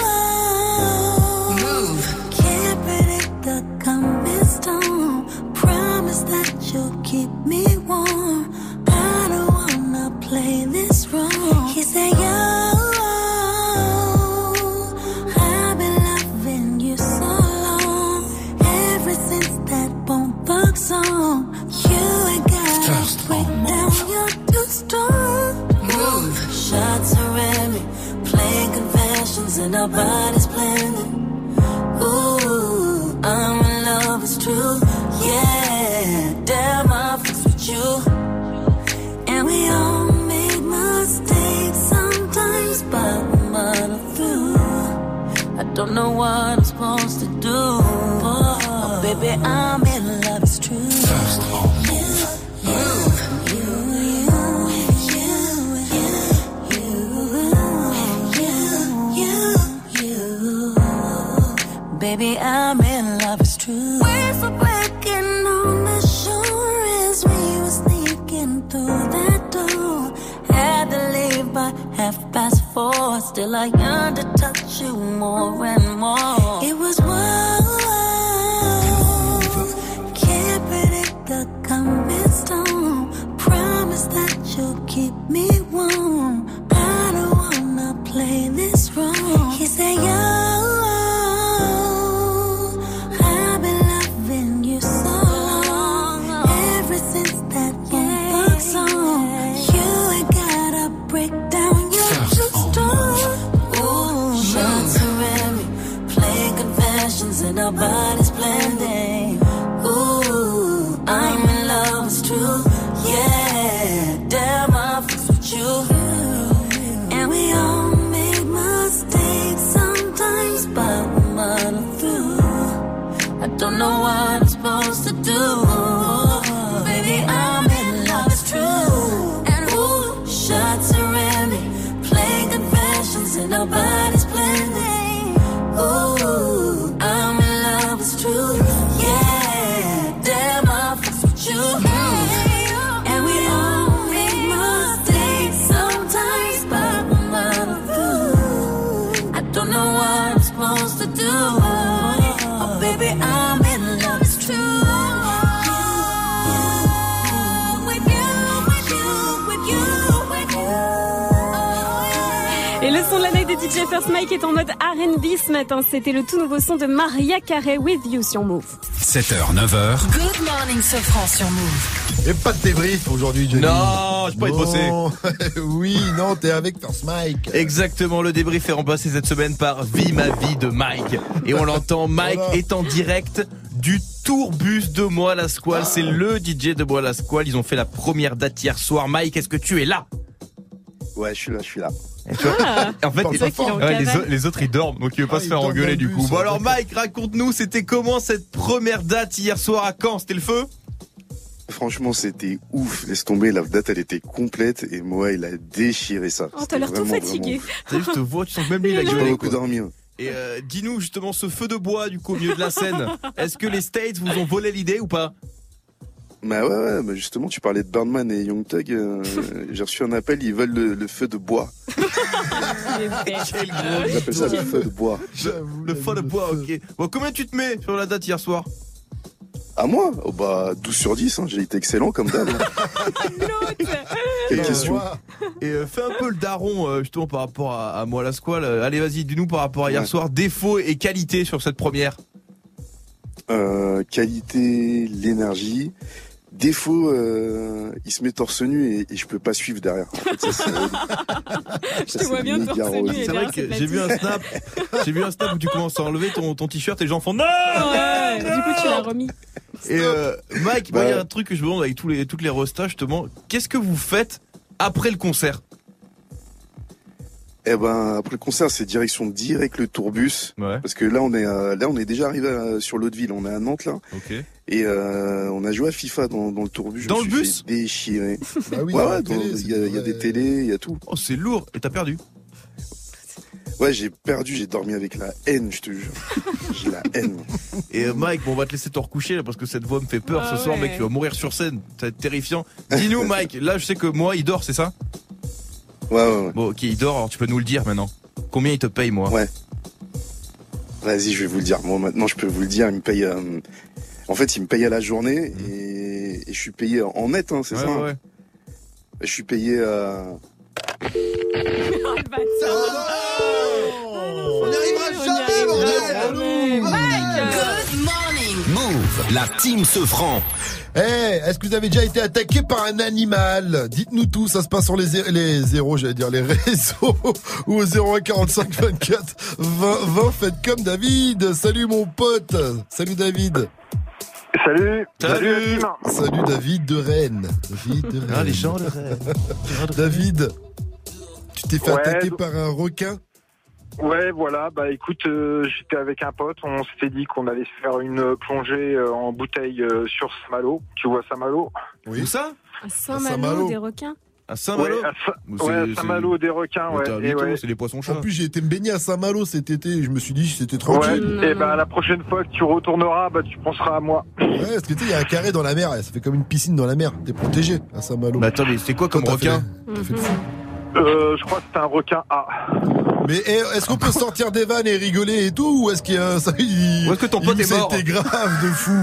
Move. Can't predict the coming storm. Promise that you'll keep me warm. I don't wanna play this wrong. He said, yo, I've been loving you so long. Ever since that Bone Thugs song. You ain't gotta break down, you're too strong. Move. Shots are at me, playing confessions and our bodies blending. Ooh, I'm in love, it's true. Yeah, damn, I'm fixed with you. And we all make mistakes sometimes, but we muddle through. I don't know what I'm supposed to do. Oh, baby, I'm in love, it's true. Baby, I'm in love, it's true. We're for breaking on the shore as we were sneaking through that door. Had to leave by 4:30. Still I yearn to touch you more and more. It was wild. Can't predict the coming storm. Promise that you'll keep me warm. I don't wanna play this wrong. He said, yo, DJ First Mike est en mode R&B ce matin. C'était le tout nouveau son de Maria Carey, With You sur Move. 7h, 9h. Good morning, Sofran sur Move. Et pas de débrief aujourd'hui, Johnny. Non, j'ai pas envie de bosser. Oui, non, t'es avec First Mike. Exactement, le débrief est remplacé cette semaine par Vie ma vie de Mike. Et on l'entend, Mike est en direct du Tourbus de Mois-la-Squale. C'est le DJ de Mois-la-Squale. Ils ont fait la première date hier soir. Mike, est-ce que tu es là? Ouais, je suis là. Et tu vois, en fait, les autres ils dorment, donc il veut pas se faire engueuler du coup. Bon alors Mike, raconte-nous, c'était comment cette première date hier soir à Caen? C'était le feu? Franchement, c'était ouf. Laisse tomber, la date elle était complète et moi il a déchiré ça. Oh, t'as l'air tout fatigué. T'as vu, je te vois, tu sens même lui il a J'ai pas beaucoup dormi. Et dis-nous justement ce feu de bois du coup au milieu de la scène. Est-ce que les States vous ont volé l'idée ou pas? Bah ouais, bah justement, tu parlais de Birdman et Young Thug. J'ai reçu un appel, ils veulent le feu de bois. Quel gros. J'appelle ça le feu de bois. Le feu de bois, ok. Bon, combien tu te mets sur la date hier soir? À moi? Oh bah 12 sur 10, hein. J'ai été excellent comme d'hab. Quelle question. Et fais un peu le daron justement par rapport à moi la squale. Allez vas-y, dis-nous par rapport à hier soir, défauts et qualités sur cette première. Qualité, l'énergie. Défaut, il se met torse nu et je peux pas suivre derrière. En fait, ça, je te vois bien torse nu. C'est vrai que j'ai vu un snap où tu commences à enlever ton t-shirt et les gens font non. Ouais, du coup tu l'as remis. Et Mike, il y a un truc que je me demande avec toutes les restas justement. Qu'est-ce que vous faites après le concert? Eh ben après le concert, c'est direction direct le tourbus, parce que là on est déjà arrivé sur l'autre ville, on est à Nantes là. Okay. Et on a joué à FIFA dans le tourbus. Dans le bus? Déchiré. Bah oui, il y a des télés, il y a tout. Oh c'est lourd. Et t'as perdu? Ouais, j'ai perdu, j'ai dormi avec la haine, je te jure. J'ai la haine. Et Mike, bon, on va te laisser te recoucher là, parce que cette voix me fait peur ce soir, mec, tu vas mourir sur scène, ça va être terrifiant. Dis-nous Mike, là je sais que moi il dort, c'est ça? Ouais. Bon, ok, il dort, alors tu peux nous le dire maintenant. Combien il te paye, moi? Ouais. Vas-y, je vais vous le dire. Moi, maintenant, je peux vous le dire. Il me paye. En fait, il me paye à la journée et je suis payé en net, hein, c'est ça? Ouais. Je suis payé à. On n'y arrivera jamais, bordel! Good morning. Move, la team Sofran. Est-ce que vous avez déjà été attaqué par un animal? Dites-nous tout, ça se passe sur les réseaux ou au 01 45 24 20 20. Faites comme David. Salut mon pote. Salut David. Salut. Salut David de Rennes. Ah, les gens de Rennes. David, tu t'es fait attaquer par un requin? Ouais, voilà, bah écoute, j'étais avec un pote, on s'était dit qu'on allait se faire une plongée en bouteille sur Saint-Malo. Tu vois Saint-Malo? Oui. Où ça? À Saint-Malo des requins? À Saint-Malo? Ouais, Saint-Malo des requins, ouais. C'est les poissons-chats. En plus, j'ai été me baigner à Saint-Malo cet été, je me suis dit c'était tranquille. Ouais, et bah la prochaine fois que tu retourneras, bah tu penseras à moi. Ouais, parce que tu sais, il y a un carré dans la mer, ça fait comme une piscine dans la mer, t'es protégé à Saint-Malo. Bah attends, mais c'est quoi comme requin? T'as fait le fou. Je crois que c'était un requin A. Mais est-ce qu'on peut sortir des vannes et rigoler et tout, ou est-ce qu'il y a ça? Ou est-ce que ton pote est mort? C'était grave de fou.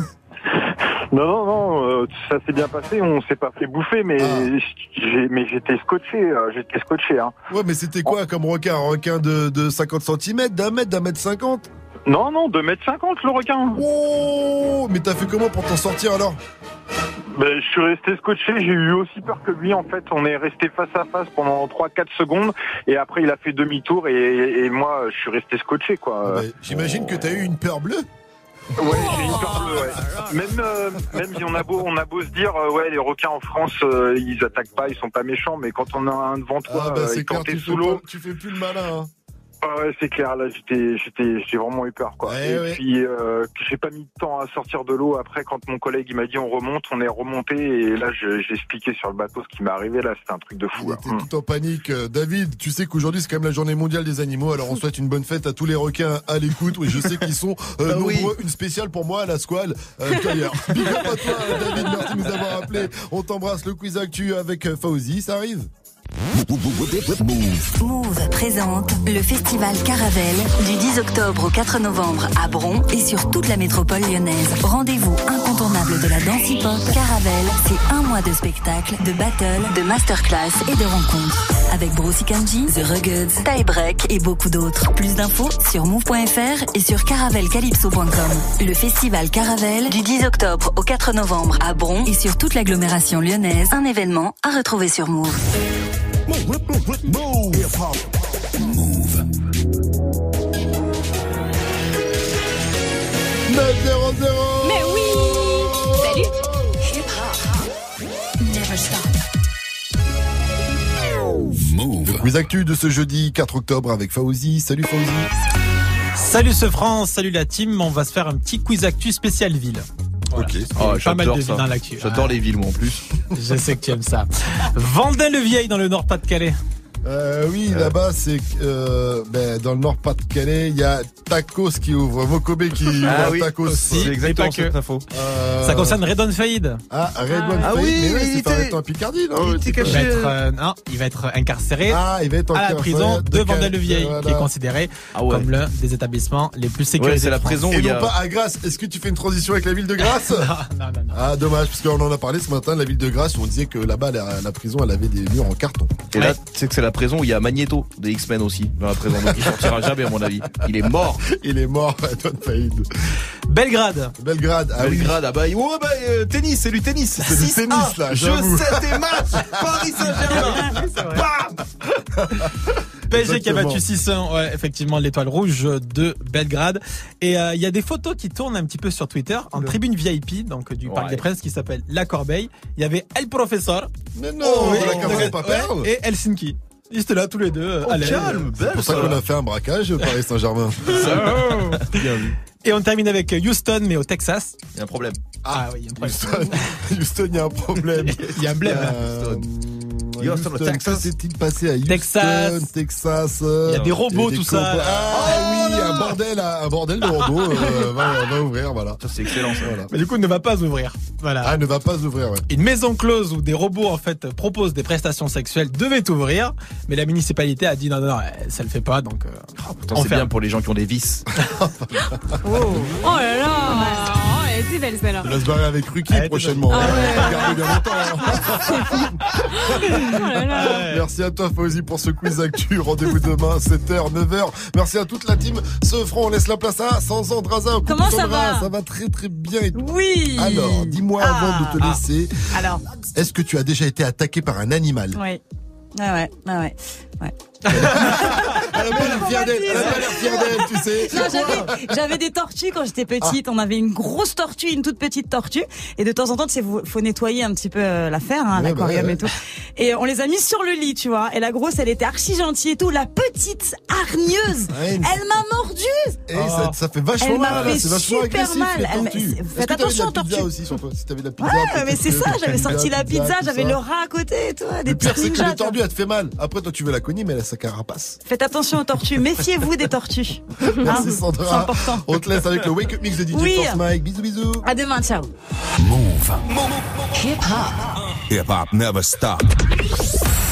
Non, ça s'est bien passé, on s'est pas fait bouffer, mais j'étais scotché, hein. Ouais, mais c'était quoi comme requin? Un requin de 50 cm, d'un mètre 50? Non, 2,50 m le requin. Oh, mais t'as fait comment pour t'en sortir alors? Ben, je suis resté scotché, j'ai eu aussi peur que lui, en fait, on est resté face à face pendant 3-4 secondes, et après il a fait demi-tour, et moi, je suis resté scotché, quoi. Ah bah, j'imagine que t'as eu une peur bleue. Ouais, j'ai une peur bleue, ouais. Même si on a beau se dire, les requins en France, ils attaquent pas, ils sont pas méchants, mais quand on a un devant toi, quand t'es sous l'eau. Tu fais plus le malin, hein. Ah ouais, c'est clair, là j'ai vraiment eu peur, quoi. Puis j'ai pas mis de temps à sortir de l'eau. Après, quand mon collègue il m'a dit on remonte, on est remonté, et là j'ai expliqué sur le bateau ce qui m'est arrivé. Là, c'était un truc de fou. T'es tout en panique. David, tu sais qu'aujourd'hui c'est quand même la journée mondiale des animaux, alors on souhaite une bonne fête à tous les requins à l'écoute. Oui, je sais qu'ils sont nombreux. Une spéciale pour moi à la squale d'ailleurs. Big up à toi David, merci de nous avoir appelé. On t'embrasse. Le quiz actu avec Fauzi, ça arrive. Move présente le festival Caravelle du 10 octobre au 4 novembre à Bron et sur toute la métropole lyonnaise. Rendez-vous incontournable incontournable de la danse hip-hop, Caravelle, c'est un mois de spectacles, de battles, de masterclass et de rencontres. Avec Brossy Kanji, The Ruggeds, Tie Break et beaucoup d'autres. Plus d'infos sur move.fr et sur caravelcalypso.com. Le festival Caravelle du 10 octobre au 4 novembre à Bron et sur toute l'agglomération lyonnaise. Un événement à retrouver sur Move. Move. 9-0-0. Mais oui. Salut. Never stop. Le quiz actu de ce jeudi 4 octobre avec Fauzi. Salut Fauzi. Salut ce France, salut la team. On va se faire un petit quiz actu spécial ville. Voilà. Ok. Pas mal de villes dans l'actu. J'adore les villes, moi, en plus. Je sais que tu aimes ça. Vendin-le-Vieil dans le Nord-Pas-de-Calais. Oui, là-bas, c'est dans le Nord-Pas-de-Calais, il y a Tacos qui ouvre, Mokobé qui ouvre Tacos. Aussi, c'est exactement ça, ta faute. Ça concerne Redouane Faïd. Redouane Faïd, oui, mais il c'est arrêté en Picardie, non? Il va être incarcéré il va être à la prison de Vendin-le-Vieil, voilà. qui est considéré comme l'un des établissements les plus sécurisés. C'est la prison où et il y non a... pas à Grasse. Est-ce que tu fais une transition avec la ville de Grasse? Non. Ah, dommage, parce qu'on en a parlé ce matin de la ville de Grasse où on disait que là-bas, la prison, elle avait des murs en carton. Et là, tu sais que c'est la prison où il y a Magneto des X-Men aussi dans la prison, donc il sortira jamais à mon avis. Il est mort. Redouane Faïd. Belgrade, Belgrade, tennis, c'est du tennis. C'est du tennis, là, j'avoue. Jeu 7 et match, Paris Saint-Germain. Bam. PSG qui a battu 6-1, ouais, effectivement, l'étoile rouge de Belgrade. Et il y a des photos qui tournent un petit peu sur Twitter en tribune VIP, donc du Parc des Princes, qui s'appelle La Corbeille. Il y avait El Professor. Mais non, la Corbeille pas perdre. Et Helsinki. Ils étaient là tous les deux. Calme, c'est pour ça qu'on a fait un braquage Paris Saint-Germain. Bien vu. Et on termine avec Houston, mais au Texas. Il y a un problème. Ah oui, il y a un problème. Houston, il y a un problème. Il y a un blême. Houston, que s'est-il passé à Houston, Texas? Il y a des robots, tout ça. Oui, un bordel de robots va ouvrir, voilà. Ça, c'est excellent, ça. Mais du coup, ne va pas ouvrir. Voilà. Ne va pas ouvrir, ouais. Une maison close où des robots, en fait, proposent des prestations sexuelles devait ouvrir, mais la municipalité a dit non, ça le fait pas, donc. C'est bien pour les gens qui ont des vices. Oh là là. Elle était belle celle-là. On va se barrer avec Ruki prochainement. Regardez bien longtemps. Merci à toi Fauzi pour ce quiz actu. Rendez-vous demain 7h, 9h. Merci à toute la team. Sofran, on laisse la place à Sandraza. Comment ça va? Ça va très très bien et tout. Oui. Alors, dis-moi avant de te laisser. Alors. Est-ce que tu as déjà été attaqué par un animal? Oui. Ouais. Elle a pas l'air fière d'elle, tu sais. Non, j'avais des tortues quand j'étais petite. On avait une grosse tortue, une toute petite tortue. Et de temps en temps, faut nettoyer un petit peu l'affaire, l'aquarium et tout. Et on les a mis sur le lit, tu vois. Et la grosse, elle était archi gentille et tout. La petite hargneuse, elle m'a mordu. Et ça fait vachement mal. C'est vachement agressif, les tortues. Faites attention aux tortues. Aussi sur toi, si t'avais de la pizza. Ouais, mais c'est ça. J'avais sorti la pizza, j'avais le rat à côté et tout. Le pire, c'est que les tortues, elle te fait mal. Après, toi, tu veux la cogner, mais elle a sa carapace. Faites attention aux tortues. Méfiez-vous des tortues. Merci Sandra. C'est important. On te laisse avec le Wake Up Mix de DJ Force Mike. Bisous. À demain, ciao. Move. Hip Hop. Hip Hop never stop.